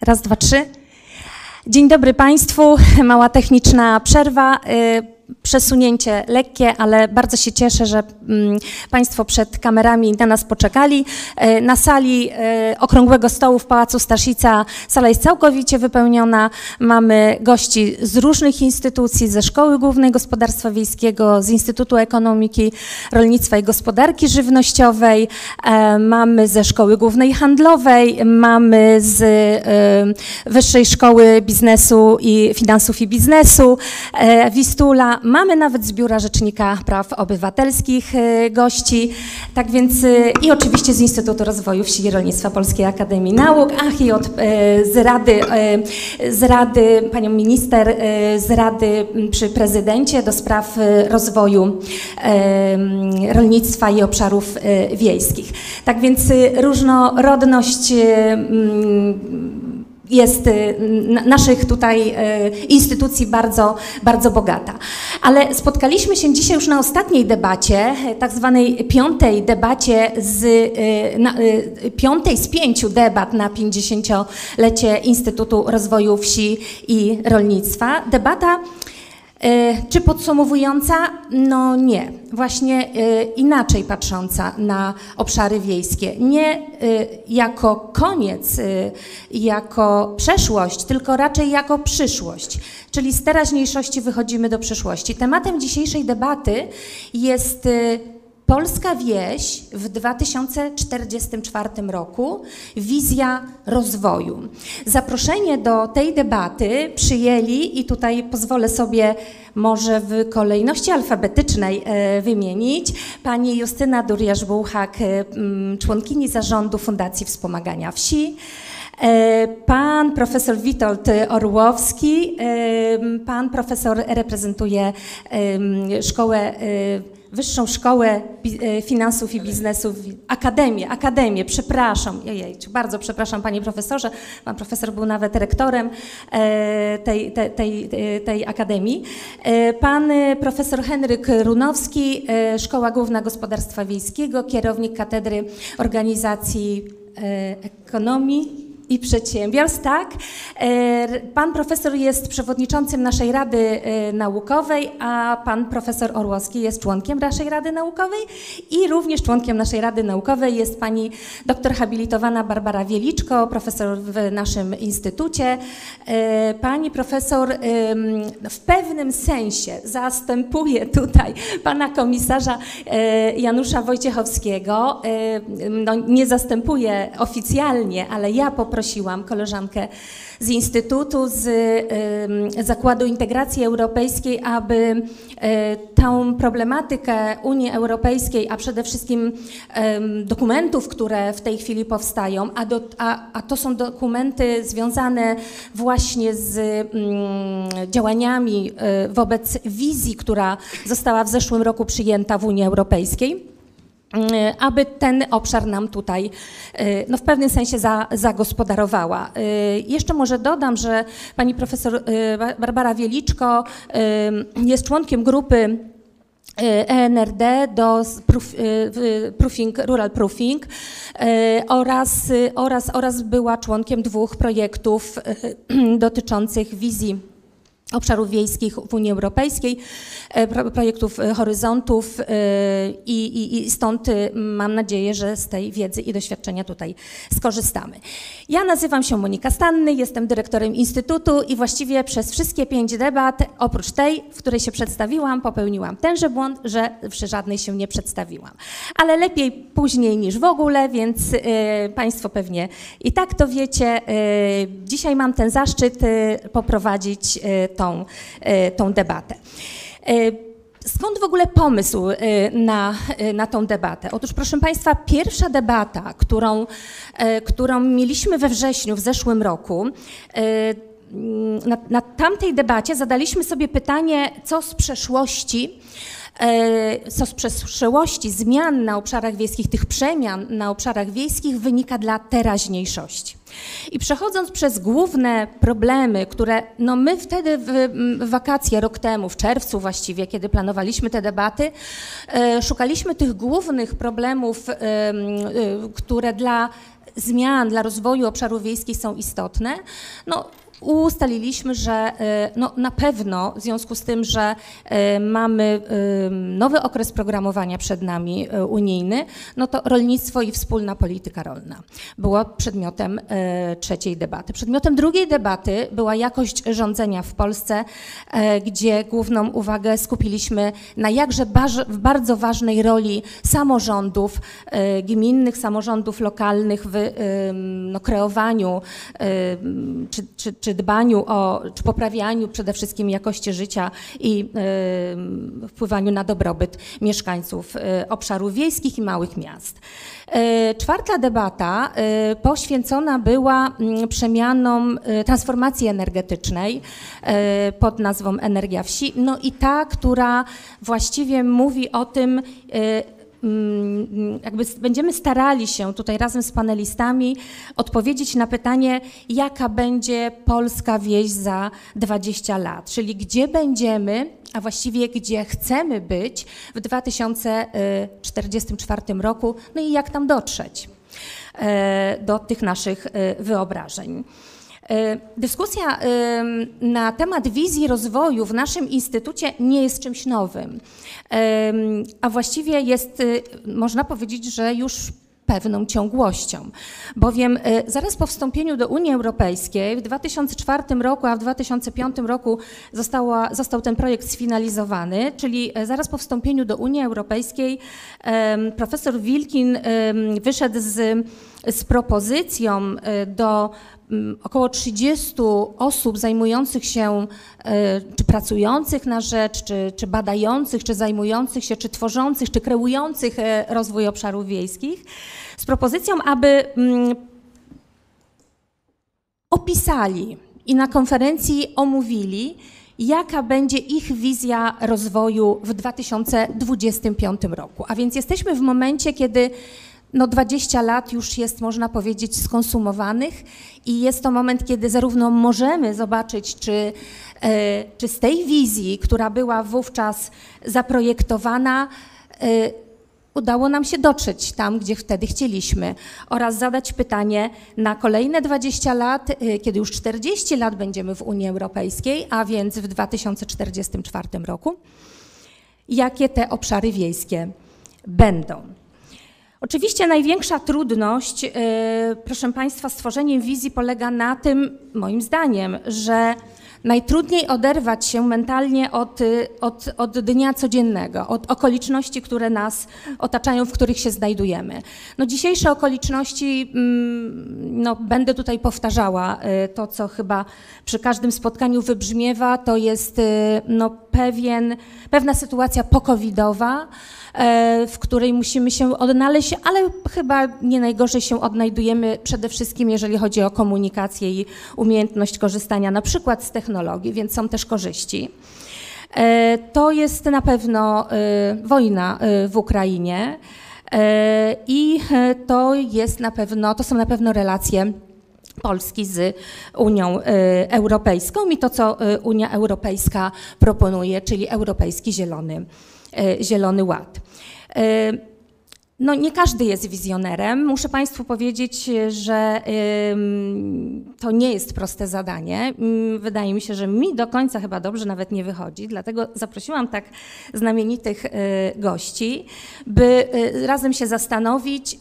Raz, dwa, trzy. Dzień dobry Państwu. Mała techniczna przerwa. Przesunięcie lekkie, ale bardzo się cieszę, że Państwo przed kamerami na nas poczekali. Na sali Okrągłego Stołu w Pałacu Staszica sala jest całkowicie wypełniona. Mamy gości z różnych instytucji, ze Szkoły Głównej Gospodarstwa Wiejskiego, z Instytutu Ekonomiki, Rolnictwa i Gospodarki Żywnościowej, mamy ze Szkoły Głównej Handlowej, mamy z Wyższej Szkoły Biznesu i Finansów i Biznesu, Wistula. Mamy nawet z Biura Rzecznika Praw Obywatelskich gości, tak więc i oczywiście z Instytutu Rozwoju Wsi i Rolnictwa Polskiej Akademii Nauk, i z Rady, panią minister, z Rady przy prezydencie do spraw rozwoju rolnictwa i obszarów wiejskich. Tak więc różnorodność jest naszych tutaj instytucji bardzo, bardzo bogata. Ale spotkaliśmy się dzisiaj już na ostatniej debacie, tak zwanej piątej debacie, piątej z 5 debat na 50-lecie Instytutu Rozwoju Wsi i Rolnictwa. Debata czy podsumowująca? No nie, właśnie inaczej patrząca na obszary wiejskie. Nie jako koniec, jako przeszłość, tylko raczej jako przyszłość. Czyli z teraźniejszości wychodzimy do przyszłości. Tematem dzisiejszej debaty jest Polska wieś w 2044 roku, wizja rozwoju. Zaproszenie do tej debaty przyjęli, i tutaj pozwolę sobie może w kolejności alfabetycznej wymienić, pani Justyna Durjasz-Bułhak, członkini zarządu Fundacji Wspomagania Wsi, pan profesor Witold Orłowski, pan profesor reprezentuje Wyższą Szkołę Finansów i Biznesu, Akademię, przepraszam, bardzo przepraszam panie profesorze, pan profesor był nawet rektorem tej akademii. Pan profesor Henryk Runowski, Szkoła Główna Gospodarstwa Wiejskiego, kierownik Katedry Organizacji Ekonomii i Przedsiębiorstw, tak. Pan profesor jest przewodniczącym naszej Rady Naukowej, a pan profesor Orłowski jest członkiem naszej Rady Naukowej i również członkiem naszej Rady Naukowej jest pani doktor habilitowana Barbara Wieliczko, profesor w naszym instytucie. Pani profesor w pewnym sensie zastępuje tutaj pana komisarza Janusza Wojciechowskiego. Nie zastępuje oficjalnie, ale ja poprosiłam koleżankę z Instytutu, z Zakładu Integracji Europejskiej, aby tę problematykę Unii Europejskiej, a przede wszystkim dokumentów, które w tej chwili powstają, a to są dokumenty związane właśnie z działaniami wobec wizji, która została w zeszłym roku przyjęta w Unii Europejskiej, aby ten obszar nam tutaj w pewnym sensie zagospodarowała. Jeszcze może dodam, że pani profesor Barbara Wieliczko jest członkiem grupy ENRD do Rural Proofing oraz była członkiem 2 projektów dotyczących wizji obszarów wiejskich w Unii Europejskiej, projektów Horyzontów i stąd mam nadzieję, że z tej wiedzy i doświadczenia tutaj skorzystamy. Ja nazywam się Monika Stanny, jestem dyrektorem Instytutu i właściwie przez wszystkie 5 debat, oprócz tej, w której się przedstawiłam, popełniłam tenże błąd, że przy żadnej się nie przedstawiłam. Ale lepiej później niż w ogóle, więc Państwo pewnie i tak to wiecie. Dzisiaj mam ten zaszczyt poprowadzić tą debatę. Skąd w ogóle pomysł na tą debatę? Otóż, proszę Państwa, pierwsza debata, którą mieliśmy we wrześniu w zeszłym roku, na tamtej debacie zadaliśmy sobie pytanie, co z przeszłości zmian na obszarach wiejskich, tych przemian na obszarach wiejskich wynika dla teraźniejszości. I przechodząc przez główne problemy, które my wtedy w wakacje rok temu, w czerwcu właściwie, kiedy planowaliśmy te debaty, szukaliśmy tych głównych problemów, które dla zmian dla rozwoju obszarów wiejskich są istotne, no, ustaliliśmy, że no, na pewno w związku z tym, że mamy nowy okres programowania przed nami unijny, no to rolnictwo i wspólna polityka rolna było przedmiotem trzeciej debaty. Przedmiotem drugiej debaty była jakość rządzenia w Polsce, gdzie główną uwagę skupiliśmy na jakże bardzo ważnej roli samorządów gminnych, samorządów lokalnych w no, kreowaniu czy dbaniu czy poprawianiu przede wszystkim jakości życia i wpływaniu na dobrobyt mieszkańców obszarów wiejskich i małych miast. Czwarta debata poświęcona była przemianom transformacji energetycznej pod nazwą Energia Wsi, no i ta, która właściwie mówi o tym, jakby będziemy starali się tutaj razem z panelistami odpowiedzieć na pytanie, jaka będzie polska wieś za 20 lat, czyli gdzie będziemy, a właściwie gdzie chcemy być w 2044 roku, no i jak tam dotrzeć do tych naszych wyobrażeń. Dyskusja na temat wizji rozwoju w naszym instytucie nie jest czymś nowym, a właściwie jest, można powiedzieć, że już pewną ciągłością, bowiem zaraz po wstąpieniu do Unii Europejskiej w 2004 roku, a w 2005 roku został ten projekt sfinalizowany, czyli zaraz po wstąpieniu do Unii Europejskiej profesor Wilkin wyszedł z propozycją do około 30 osób zajmujących się, czy pracujących na rzecz, czy badających, czy zajmujących się, czy tworzących, czy kreujących rozwój obszarów wiejskich, z propozycją, aby opisali i na konferencji omówili, jaka będzie ich wizja rozwoju w 2025 roku. A więc jesteśmy w momencie, kiedy no 20 lat już jest, można powiedzieć, skonsumowanych i jest to moment, kiedy zarówno możemy zobaczyć, czy z tej wizji, która była wówczas zaprojektowana, udało nam się dotrzeć tam, gdzie wtedy chcieliśmy, oraz zadać pytanie na kolejne 20 lat, kiedy już 40 lat będziemy w Unii Europejskiej, a więc w 2044 roku, jakie te obszary wiejskie będą. Oczywiście największa trudność, proszę Państwa, stworzeniem wizji polega na tym, moim zdaniem, że najtrudniej oderwać się mentalnie od dnia codziennego, od okoliczności, które nas otaczają, w których się znajdujemy. No, dzisiejsze okoliczności, no, będę tutaj powtarzała to, co chyba przy każdym spotkaniu wybrzmiewa, to jest no, pewna sytuacja pokowidowa, w której musimy się odnaleźć, ale chyba nie najgorzej się odnajdujemy przede wszystkim, jeżeli chodzi o komunikację i umiejętność korzystania na przykład z technologii, więc są też korzyści. To jest na pewno wojna w Ukrainie i to są na pewno relacje Polski z Unią Europejską i to, co Unia Europejska proponuje, czyli Europejski Zielony Ład. No, nie każdy jest wizjonerem. Muszę Państwu powiedzieć, że to nie jest proste zadanie. Wydaje mi się, że mi do końca chyba dobrze nawet nie wychodzi, dlatego zaprosiłam tak znamienitych gości, by razem się zastanowić,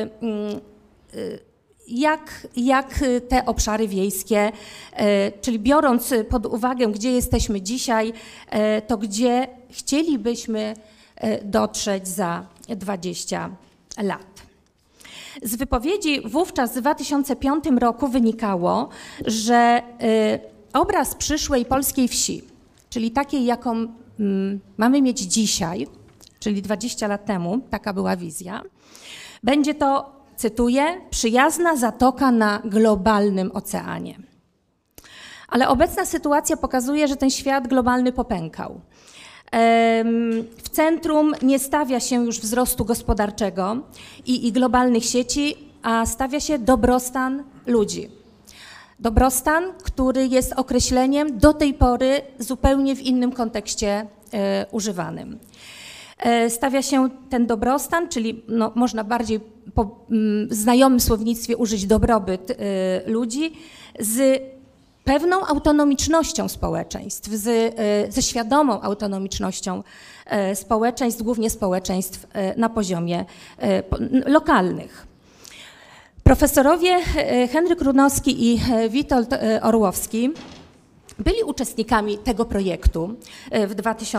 jak te obszary wiejskie, czyli biorąc pod uwagę, gdzie jesteśmy dzisiaj, to gdzie chcielibyśmy dotrzeć za 20 lat. Z wypowiedzi wówczas w 2005 roku wynikało, że obraz przyszłej polskiej wsi, czyli takiej, jaką mamy mieć dzisiaj, czyli 20 lat temu, taka była wizja, będzie to, cytuję, przyjazna zatoka na globalnym oceanie. Ale obecna sytuacja pokazuje, że ten świat globalny popękał. W centrum nie stawia się już wzrostu gospodarczego i globalnych sieci, a stawia się dobrostan ludzi. Dobrostan, który jest określeniem do tej pory zupełnie w innym kontekście używanym. Stawia się ten dobrostan, czyli no, można bardziej znajomym słownictwie użyć dobrobyt ludzi, z pewną autonomicznością społeczeństw, ze świadomą autonomicznością społeczeństw, głównie społeczeństw na poziomie lokalnych. Profesorowie Henryk Runowski i Witold Orłowski byli uczestnikami tego projektu w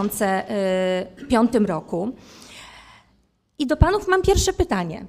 2005 roku. I do panów mam pierwsze pytanie.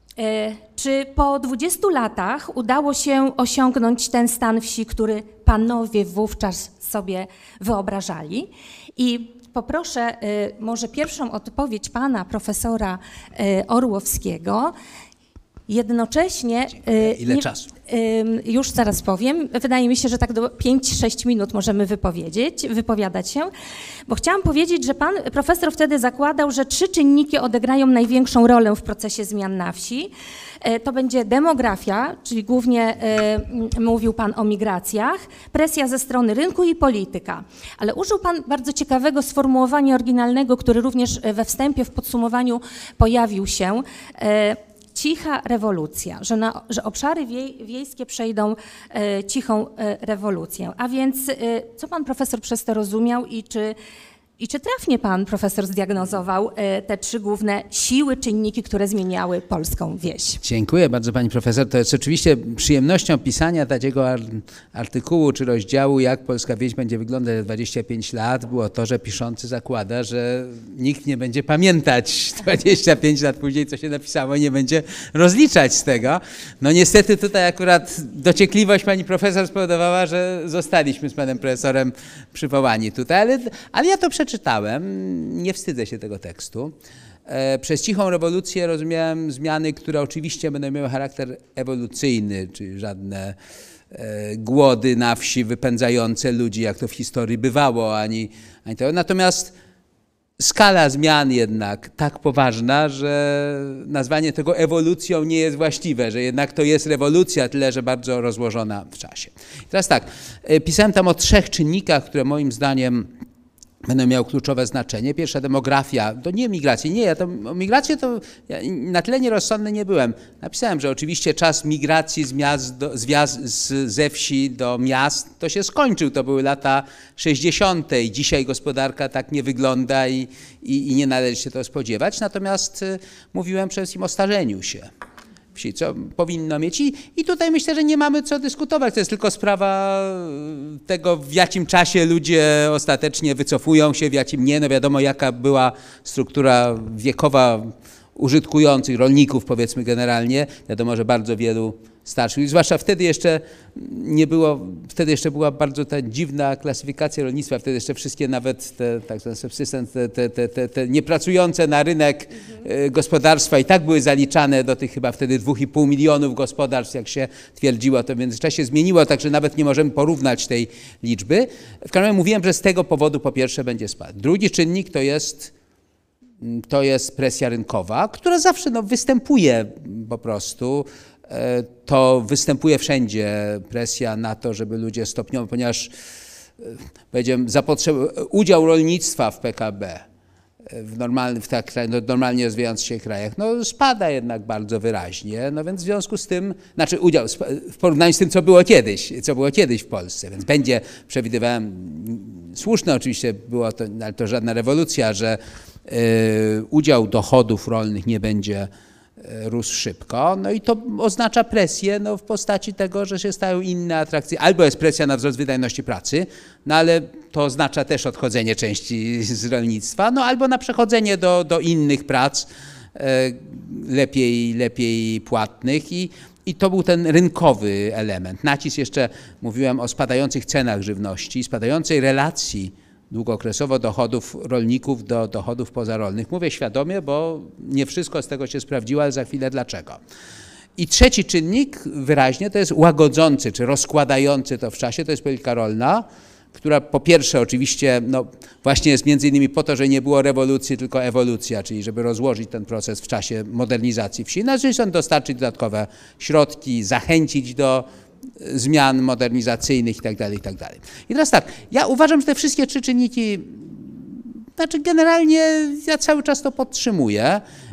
Czy po 20 latach udało się osiągnąć ten stan wsi, który panowie wówczas sobie wyobrażali? I poproszę może pierwszą odpowiedź pana profesora Orłowskiego. Jednocześnie... Ile czasu? Już zaraz powiem. Wydaje mi się, że tak do 5-6 minut możemy wypowiadać się, bo chciałam powiedzieć, że pan profesor wtedy zakładał, że 3 czynniki odegrają największą rolę w procesie zmian na wsi. To będzie demografia, czyli głównie mówił pan o migracjach, presja ze strony rynku i polityka. Ale użył pan bardzo ciekawego sformułowania oryginalnego, który również we wstępie, w podsumowaniu pojawił się. Cicha rewolucja, że obszary wiejskie przejdą cichą rewolucję. A więc co pan profesor przez to rozumiał i czy trafnie pan profesor zdiagnozował te 3 główne siły, czynniki, które zmieniały polską wieś? Dziękuję bardzo pani profesor. To jest oczywiście przyjemnością pisania takiego artykułu czy rozdziału, jak polska wieś będzie wyglądać za 25 lat, było to, że piszący zakłada, że nikt nie będzie pamiętać 25 lat później, co się napisało, nie będzie rozliczać z tego. No niestety tutaj akurat dociekliwość pani profesor spowodowała, że zostaliśmy z panem profesorem przywołani tutaj, ale ja to przeczytałem, nie wstydzę się tego tekstu. Przez cichą rewolucję rozumiałem zmiany, które oczywiście będą miały charakter ewolucyjny, czyli żadne głody na wsi wypędzające ludzi, jak to w historii bywało, ani to. Natomiast skala zmian jednak tak poważna, że nazwanie tego ewolucją nie jest właściwe, że jednak to jest rewolucja, tyle że bardzo rozłożona w czasie. I teraz tak, pisałem tam o 3 czynnikach, które moim zdaniem będą miały kluczowe znaczenie. Pierwsza, demografia, to nie migracja, nie, o migrację to na tyle nierozsądny nie byłem. Napisałem, że oczywiście czas migracji ze wsi do miast to się skończył, to były lata 60. Dzisiaj gospodarka tak nie wygląda i nie należy się tego spodziewać, natomiast mówiłem przede wszystkim o starzeniu się wsi, co powinno mieć. I tutaj myślę, że nie mamy co dyskutować. To jest tylko sprawa tego, w jakim czasie ludzie ostatecznie wycofują się, w jakim nie. No wiadomo, jaka była struktura wiekowa użytkujących, rolników powiedzmy generalnie. Wiadomo, że bardzo wielu starszych, zwłaszcza wtedy jeszcze nie było, wtedy jeszcze była bardzo ta dziwna klasyfikacja rolnictwa, wtedy jeszcze wszystkie nawet te tak zwane subsystence, te niepracujące na rynek gospodarstwa i tak były zaliczane do tych chyba wtedy 2,5 milionów gospodarstw, jak się twierdziło, to w międzyczasie zmieniło, także nawet nie możemy porównać tej liczby. W każdym razie mówiłem, że z tego powodu po pierwsze będzie spad. Drugi czynnik to jest presja rynkowa, która zawsze występuje po prostu. To występuje wszędzie presja na to, żeby ludzie stopniowo, ponieważ udział rolnictwa w PKB w normalnie rozwijających się krajach spada jednak bardzo wyraźnie, więc w związku z tym, znaczy udział w porównaniu z tym, co było kiedyś w Polsce, więc będzie, przewidywałem, słuszne oczywiście było to, ale to żadna rewolucja, że udział dochodów rolnych nie będzie rósł szybko, i to oznacza presję w postaci tego, że się stają inne atrakcje. Albo jest presja na wzrost wydajności pracy, ale to oznacza też odchodzenie części z rolnictwa, albo na przechodzenie do innych prac lepiej płatnych i to był ten rynkowy element. Nacisk jeszcze, mówiłem o spadających cenach żywności, spadającej relacji długookresowo dochodów rolników do dochodów pozarolnych. Mówię świadomie, bo nie wszystko z tego się sprawdziło, ale za chwilę dlaczego. I trzeci czynnik wyraźnie to jest łagodzący, czy rozkładający to w czasie, to jest polityka rolna, która po pierwsze oczywiście właśnie jest między innymi po to, że nie było rewolucji, tylko ewolucja, czyli żeby rozłożyć ten proces w czasie modernizacji wsi. Zresztą dostarczyć dodatkowe środki, zachęcić do zmian modernizacyjnych itd., itd. I teraz tak, ja uważam, że te wszystkie 3 czynniki, generalnie ja cały czas to podtrzymuję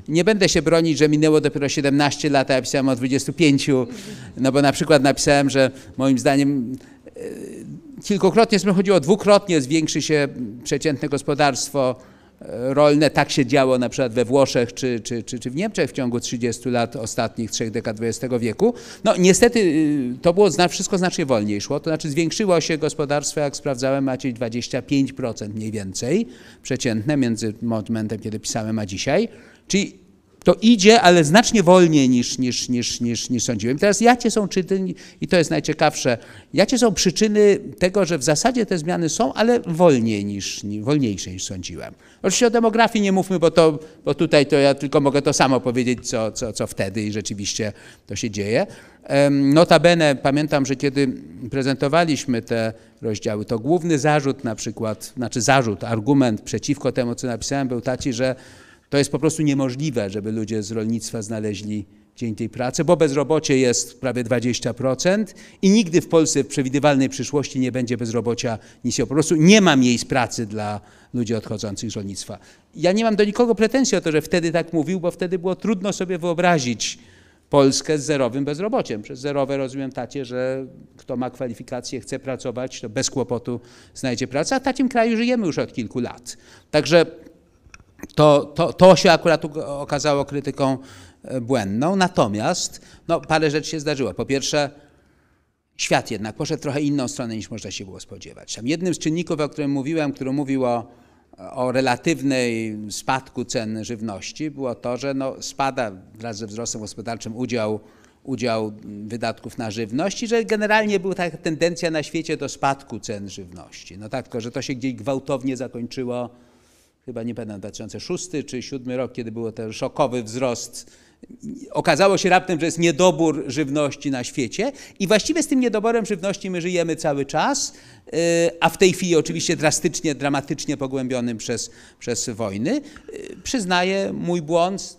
Nie będę się bronić, że minęło dopiero 17 lat, a ja pisałem o 25, no bo na przykład napisałem, że moim zdaniem kilkukrotnie, chodziło dwukrotnie zwiększy się przeciętne gospodarstwo rolne. Tak się działo na przykład we Włoszech czy w Niemczech w ciągu 30 lat ostatnich 3 dekad XX wieku. No niestety to było wszystko znacznie wolniej szło, to znaczy zwiększyło się gospodarstwo, jak sprawdzałem, Maciej, 25% mniej więcej przeciętne między momentem, kiedy pisałem, a dzisiaj. Czyli to idzie, ale znacznie wolniej niż sądziłem. Teraz jakie są czyny, i to jest najciekawsze, jakie są przyczyny tego, że w zasadzie te zmiany są, ale wolniejsze niż sądziłem. Oczywiście o demografii nie mówmy, bo tutaj to ja tylko mogę to samo powiedzieć, co wtedy i rzeczywiście to się dzieje. Notabene pamiętam, że kiedy prezentowaliśmy te rozdziały, to główny zarzut na przykład, argument przeciwko temu, co napisałem, był taki, że to jest po prostu niemożliwe, żeby ludzie z rolnictwa znaleźli dzień tej pracy, bo bezrobocie jest prawie 20% i nigdy w Polsce w przewidywalnej przyszłości nie będzie bezrobocia niskiego. Po prostu nie ma miejsc pracy dla ludzi odchodzących z rolnictwa. Ja nie mam do nikogo pretensji o to, że wtedy tak mówił, bo wtedy było trudno sobie wyobrazić Polskę z zerowym bezrobociem. Przez zerowe rozumiem takie, że kto ma kwalifikacje, chce pracować, to bez kłopotu znajdzie pracę, a w takim kraju żyjemy już od kilku lat. Także to się akurat okazało krytyką błędną, natomiast parę rzeczy się zdarzyło. Po pierwsze, świat jednak poszedł trochę inną stronę niż można się było spodziewać. Tam jednym z czynników, o którym mówiłem, który mówił o relatywnej spadku cen żywności, było to, że spada wraz ze wzrostem gospodarczym udział wydatków na żywność i że generalnie była taka tendencja na świecie do spadku cen żywności. No tak, tylko że to się gdzieś gwałtownie zakończyło, chyba nie pamiętam, 2006 czy 2007 rok, kiedy był ten szokowy wzrost. Okazało się raptem, że jest niedobór żywności na świecie i właściwie z tym niedoborem żywności my żyjemy cały czas, a w tej chwili oczywiście dramatycznie pogłębionym przez wojny. Przyznaję mój błąd.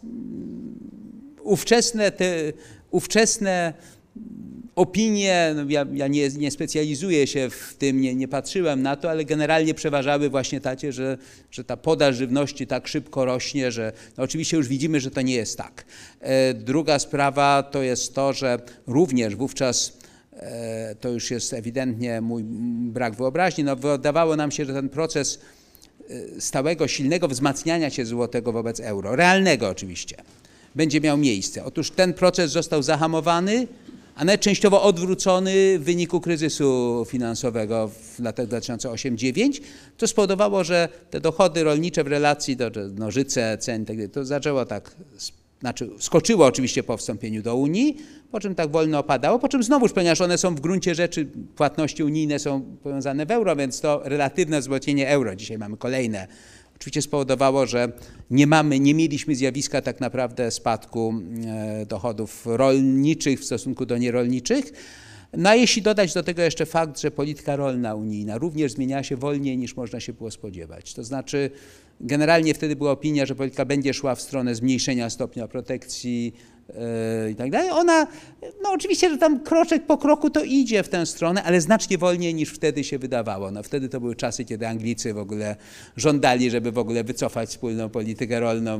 Ówczesne opinie, ja nie specjalizuję się w tym, nie patrzyłem na to, ale generalnie przeważały właśnie takie, że ta podaż żywności tak szybko rośnie, że oczywiście już widzimy, że to nie jest tak. Druga sprawa to jest to, że również wówczas, to już jest ewidentnie mój brak wyobraźni, wydawało nam się, że ten proces stałego, silnego wzmacniania się złotego wobec euro, realnego oczywiście, będzie miał miejsce. Otóż ten proces został zahamowany, a nawet częściowo odwrócony w wyniku kryzysu finansowego w latach 2008-2009, to spowodowało, że te dochody rolnicze w relacji do nożyce, cen, to zaczęło tak, skoczyło oczywiście po wstąpieniu do Unii, po czym tak wolno opadało, po czym znowuż, ponieważ one są w gruncie rzeczy, płatności unijne są powiązane w euro, więc to relatywne wzmocnienie euro, dzisiaj mamy kolejne, oczywiście spowodowało, że nie mieliśmy zjawiska tak naprawdę spadku dochodów rolniczych w stosunku do nierolniczych. No a jeśli dodać do tego jeszcze fakt, że polityka rolna unijna również zmieniała się wolniej niż można się było spodziewać. To znaczy generalnie wtedy była opinia, że polityka będzie szła w stronę zmniejszenia stopnia protekcji i tak dalej. Ona, oczywiście, że tam kroczek po kroku to idzie w tę stronę, ale znacznie wolniej niż wtedy się wydawało. Wtedy to były czasy, kiedy Anglicy w ogóle żądali, żeby w ogóle wycofać wspólną politykę rolną,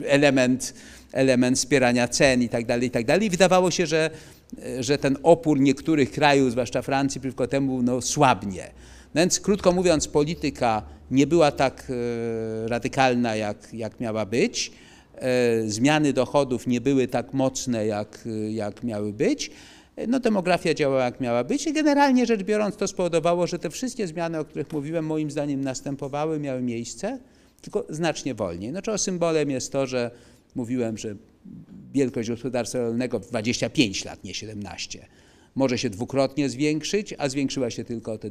element wspierania cen i tak dalej, i tak dalej. I wydawało się, że ten opór niektórych krajów, zwłaszcza Francji, przeciwko temu słabnie. Więc krótko mówiąc, polityka nie była tak radykalna, jak miała być. Zmiany dochodów nie były tak mocne, jak miały być. Demografia działała, jak miała być i generalnie rzecz biorąc to spowodowało, że te wszystkie zmiany, o których mówiłem, moim zdaniem następowały, miały miejsce, tylko znacznie wolniej. Symbolem jest to, że mówiłem, że wielkość gospodarstwa rolnego w 25 lat, nie 17, może się dwukrotnie zwiększyć, a zwiększyła się tylko o te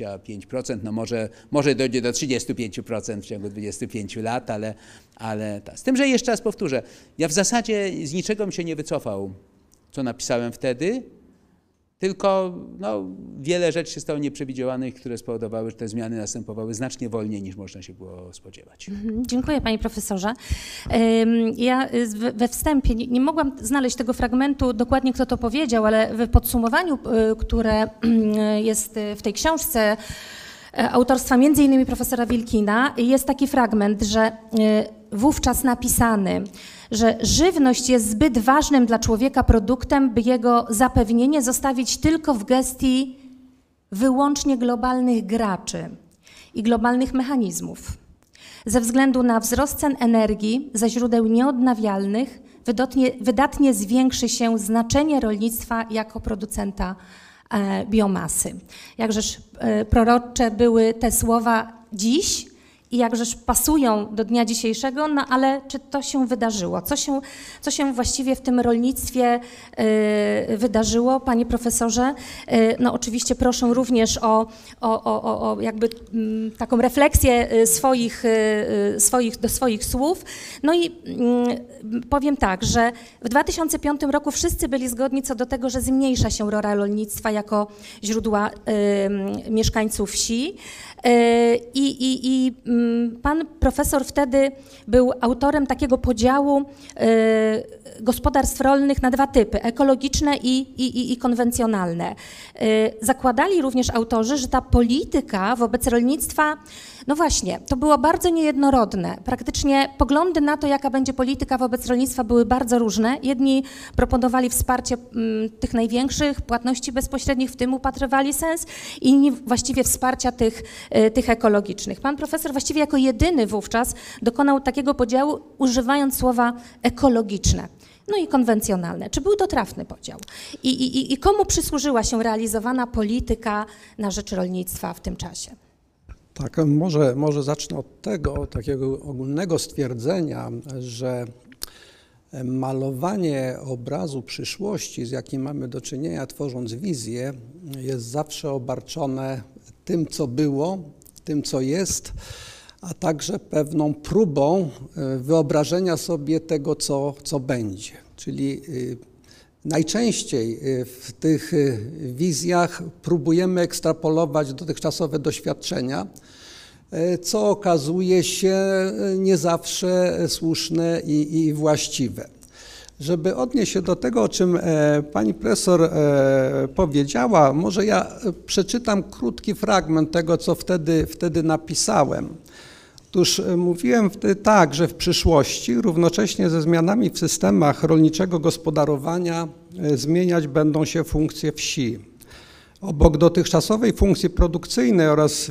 25%. Może dojdzie do 35% w ciągu 25 lat, ale z tym, że jeszcze raz powtórzę, ja w zasadzie z niczego bym się nie wycofał, co napisałem wtedy, tylko wiele rzeczy się stało nieprzewidzianych, które spowodowały, że te zmiany następowały znacznie wolniej niż można się było spodziewać. Dziękuję panie profesorze. Ja we wstępie nie mogłam znaleźć tego fragmentu dokładnie, kto to powiedział, ale w podsumowaniu, które jest w tej książce autorstwa m.in. profesora Wilkina, jest taki fragment, że wówczas napisany, że żywność jest zbyt ważnym dla człowieka produktem, by jego zapewnienie zostawić tylko w gestii wyłącznie globalnych graczy i globalnych mechanizmów. Ze względu na wzrost cen energii ze źródeł nieodnawialnych wydatnie zwiększy się znaczenie rolnictwa jako producenta biomasy. Jakżeż prorocze były te słowa dziś i jakżeż pasują do dnia dzisiejszego, no ale czy to się wydarzyło? Co się właściwie w tym rolnictwie wydarzyło, panie profesorze? No oczywiście proszę również o jakby taką refleksję do swoich słów. No i powiem tak, że w 2005 roku wszyscy byli zgodni co do tego, że zmniejsza się rola rolnictwa jako źródła mieszkańców wsi. I pan profesor wtedy był autorem takiego podziału gospodarstw rolnych na dwa typy, ekologiczne i konwencjonalne. Zakładali również autorzy, że ta polityka wobec rolnictwa, no właśnie, to było bardzo niejednorodne. Praktycznie poglądy na to, jaka będzie polityka wobec rolnictwa, były bardzo różne. Jedni proponowali wsparcie tych największych, płatności bezpośrednich, w tym upatrywali sens, inni właściwie wsparcia tych ekologicznych. Pan profesor właściwie jako jedyny wówczas dokonał takiego podziału, używając słowa ekologiczne. No i konwencjonalne. Czy był to trafny podział? I komu przysłużyła się realizowana polityka na rzecz rolnictwa w tym czasie? Tak, może zacznę od tego takiego ogólnego stwierdzenia, że malowanie obrazu przyszłości, z jakim mamy do czynienia, tworząc wizję, jest zawsze obarczone tym, co było, tym, co jest, a także pewną próbą wyobrażenia sobie tego, co będzie. Czyli najczęściej w tych wizjach próbujemy ekstrapolować dotychczasowe doświadczenia, co okazuje się nie zawsze słuszne i właściwe. Żeby odnieść się do tego, o czym pani profesor powiedziała, może ja przeczytam krótki fragment tego, co wtedy napisałem. Otóż mówiłem wtedy tak, że w przyszłości równocześnie ze zmianami w systemach rolniczego gospodarowania zmieniać będą się funkcje wsi. Obok dotychczasowej funkcji produkcyjnej oraz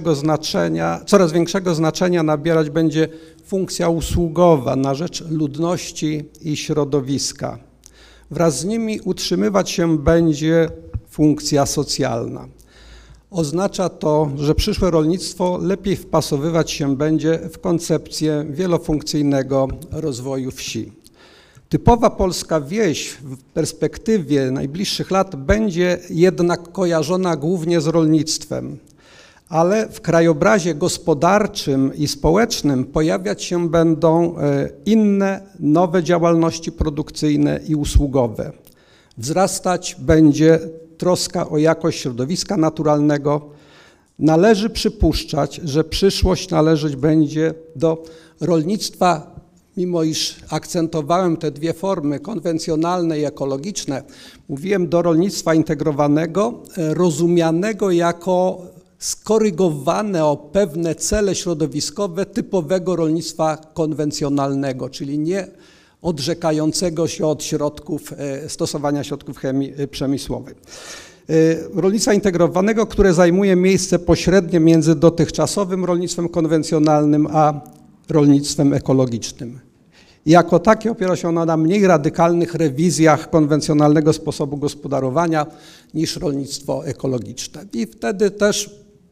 coraz większego znaczenia nabierać będzie funkcja usługowa na rzecz ludności i środowiska. Wraz z nimi utrzymywać się będzie funkcja socjalna. Oznacza to, że przyszłe rolnictwo lepiej wpasowywać się będzie w koncepcję wielofunkcyjnego rozwoju wsi. Typowa polska wieś w perspektywie najbliższych lat będzie jednak kojarzona głównie z rolnictwem, ale w krajobrazie gospodarczym i społecznym pojawiać się będą inne, nowe działalności produkcyjne i usługowe. Wzrastać będzie troska o jakość środowiska naturalnego. Należy przypuszczać, że przyszłość należeć będzie do rolnictwa, mimo iż akcentowałem te dwie formy, konwencjonalne i ekologiczne, mówiłem do rolnictwa integrowanego, rozumianego jako skorygowane o pewne cele środowiskowe typowego rolnictwa konwencjonalnego, czyli nie odrzekającego się od stosowania środków chemii przemysłowej. Rolnictwa integrowanego, które zajmuje miejsce pośrednie między dotychczasowym rolnictwem konwencjonalnym a rolnictwem ekologicznym. I jako takie opiera się ona na mniej radykalnych rewizjach konwencjonalnego sposobu gospodarowania niż rolnictwo ekologiczne. I wtedy też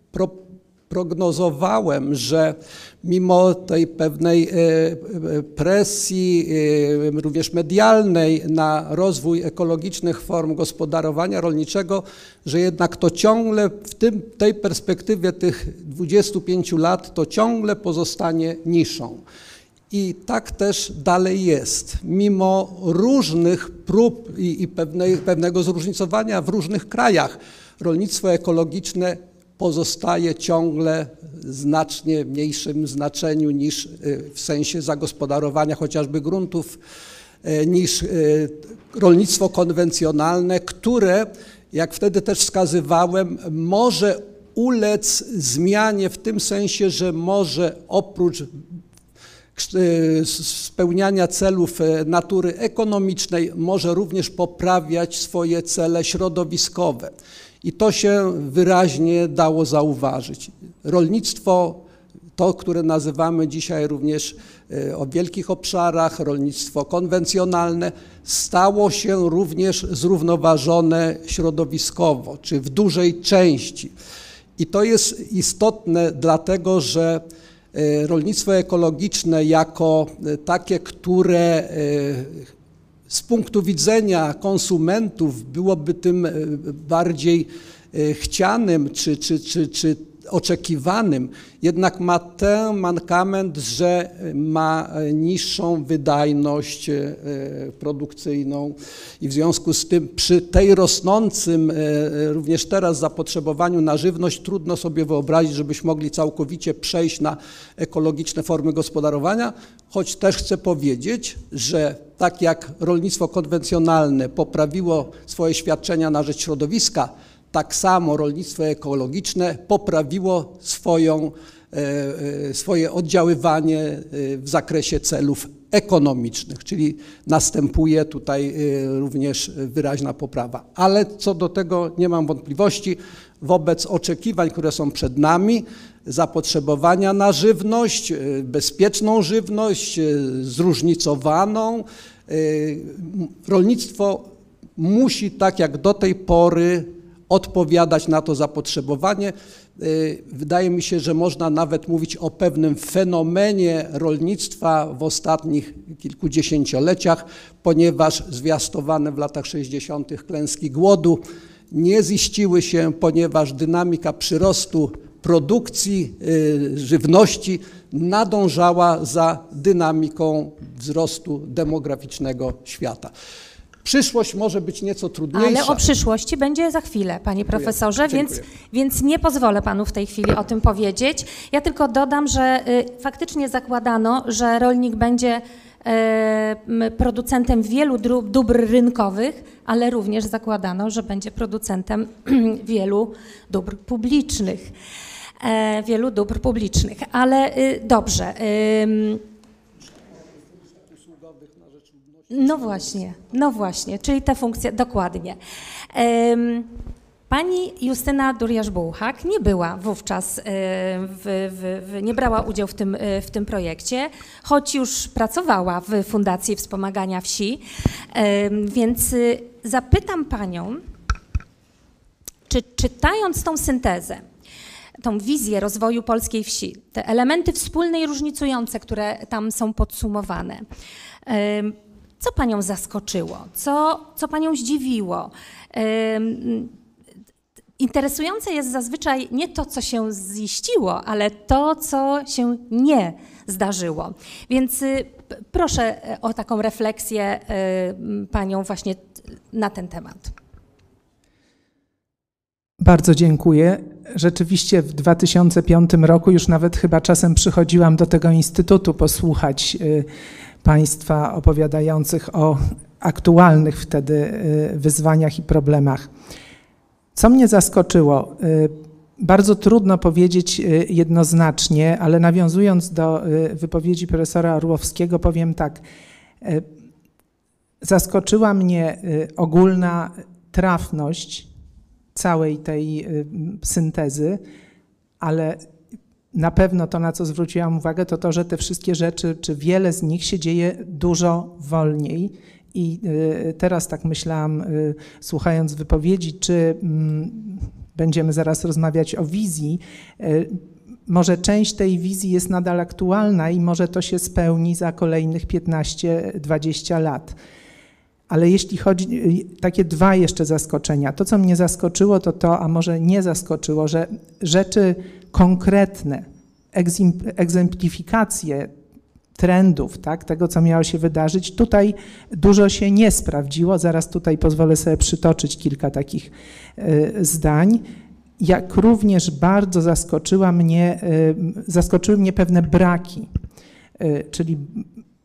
prognozowałem, że mimo tej pewnej presji, również medialnej na rozwój ekologicznych form gospodarowania rolniczego, że jednak to ciągle w tej perspektywie tych 25 lat to ciągle pozostanie niszą. I tak też dalej jest. Mimo różnych prób i pewnego zróżnicowania w różnych krajach, rolnictwo ekologiczne pozostaje ciągle w znacznie mniejszym znaczeniu niż w sensie zagospodarowania chociażby gruntów, niż rolnictwo konwencjonalne, które, jak wtedy też wskazywałem, może ulec zmianie w tym sensie, że może oprócz spełniania celów natury ekonomicznej może również poprawiać swoje cele środowiskowe. I to się wyraźnie dało zauważyć. Rolnictwo, to, które nazywamy dzisiaj również o wielkich obszarach, rolnictwo konwencjonalne, stało się również zrównoważone środowiskowo, czy w dużej części. I to jest istotne dlatego, że rolnictwo ekologiczne jako takie, które z punktu widzenia konsumentów byłoby tym bardziej chcianym czy oczekiwanym, jednak ma ten mankament, że ma niższą wydajność produkcyjną i w związku z tym przy tej rosnącym również teraz zapotrzebowaniu na żywność trudno sobie wyobrazić, żebyśmy mogli całkowicie przejść na ekologiczne formy gospodarowania, choć też chcę powiedzieć, że tak jak rolnictwo konwencjonalne poprawiło swoje świadczenia na rzecz środowiska, tak samo rolnictwo ekologiczne poprawiło swoje oddziaływanie w zakresie celów ekonomicznych, czyli następuje tutaj również wyraźna poprawa. Ale co do tego nie mam wątpliwości, wobec oczekiwań, które są przed nami, zapotrzebowania na żywność, bezpieczną żywność, zróżnicowaną, rolnictwo musi, tak jak do tej pory, odpowiadać na to zapotrzebowanie. Wydaje mi się, że można nawet mówić o pewnym fenomenie rolnictwa w ostatnich kilkudziesięcioleciach, ponieważ zwiastowane w latach 60. klęski głodu nie ziściły się, ponieważ dynamika przyrostu produkcji żywności nadążała za dynamiką wzrostu demograficznego świata. Przyszłość może być nieco trudniejsza. Ale o przyszłości będzie za chwilę, panie profesorze, więc nie pozwolę panu w tej chwili o tym powiedzieć. Ja tylko dodam, że faktycznie zakładano, że rolnik będzie producentem wielu dóbr rynkowych, ale również zakładano, że będzie producentem wielu dóbr publicznych. Ale dobrze. No właśnie, czyli te funkcje, dokładnie. Pani Justyna Duriasz-Bułhak nie była wówczas, nie brała udziału w tym projekcie, choć już pracowała w Fundacji Wspomagania Wsi, więc zapytam panią, czy czytając tą syntezę, tą wizję rozwoju polskiej wsi, te elementy wspólne i różnicujące, które tam są podsumowane, co panią zaskoczyło? Co panią zdziwiło? Interesujące jest zazwyczaj nie to, co się ziściło, ale to, co się nie zdarzyło. Więc proszę o taką refleksję panią właśnie na ten temat. Bardzo dziękuję. Rzeczywiście w 2005 roku już nawet chyba czasem przychodziłam do tego instytutu posłuchać państwa opowiadających o aktualnych wtedy wyzwaniach i problemach. Co mnie zaskoczyło? Bardzo trudno powiedzieć jednoznacznie, ale nawiązując do wypowiedzi profesora Orłowskiego, powiem tak. Zaskoczyła mnie ogólna trafność całej tej syntezy, ale na pewno to, na co zwróciłam uwagę, to to, że te wszystkie rzeczy, czy wiele z nich się dzieje dużo wolniej. I teraz tak myślałam, słuchając wypowiedzi, czy będziemy zaraz rozmawiać o wizji, może część tej wizji jest nadal aktualna i może to się spełni za kolejnych 15-20 lat. Ale jeśli chodzi, takie dwa jeszcze zaskoczenia. To, co mnie zaskoczyło, to, a może nie zaskoczyło, że rzeczy konkretne, egzemplifikacje trendów, tak, tego, co miało się wydarzyć, tutaj dużo się nie sprawdziło. Zaraz tutaj pozwolę sobie przytoczyć kilka takich zdań. Jak również bardzo zaskoczyły mnie pewne braki, czyli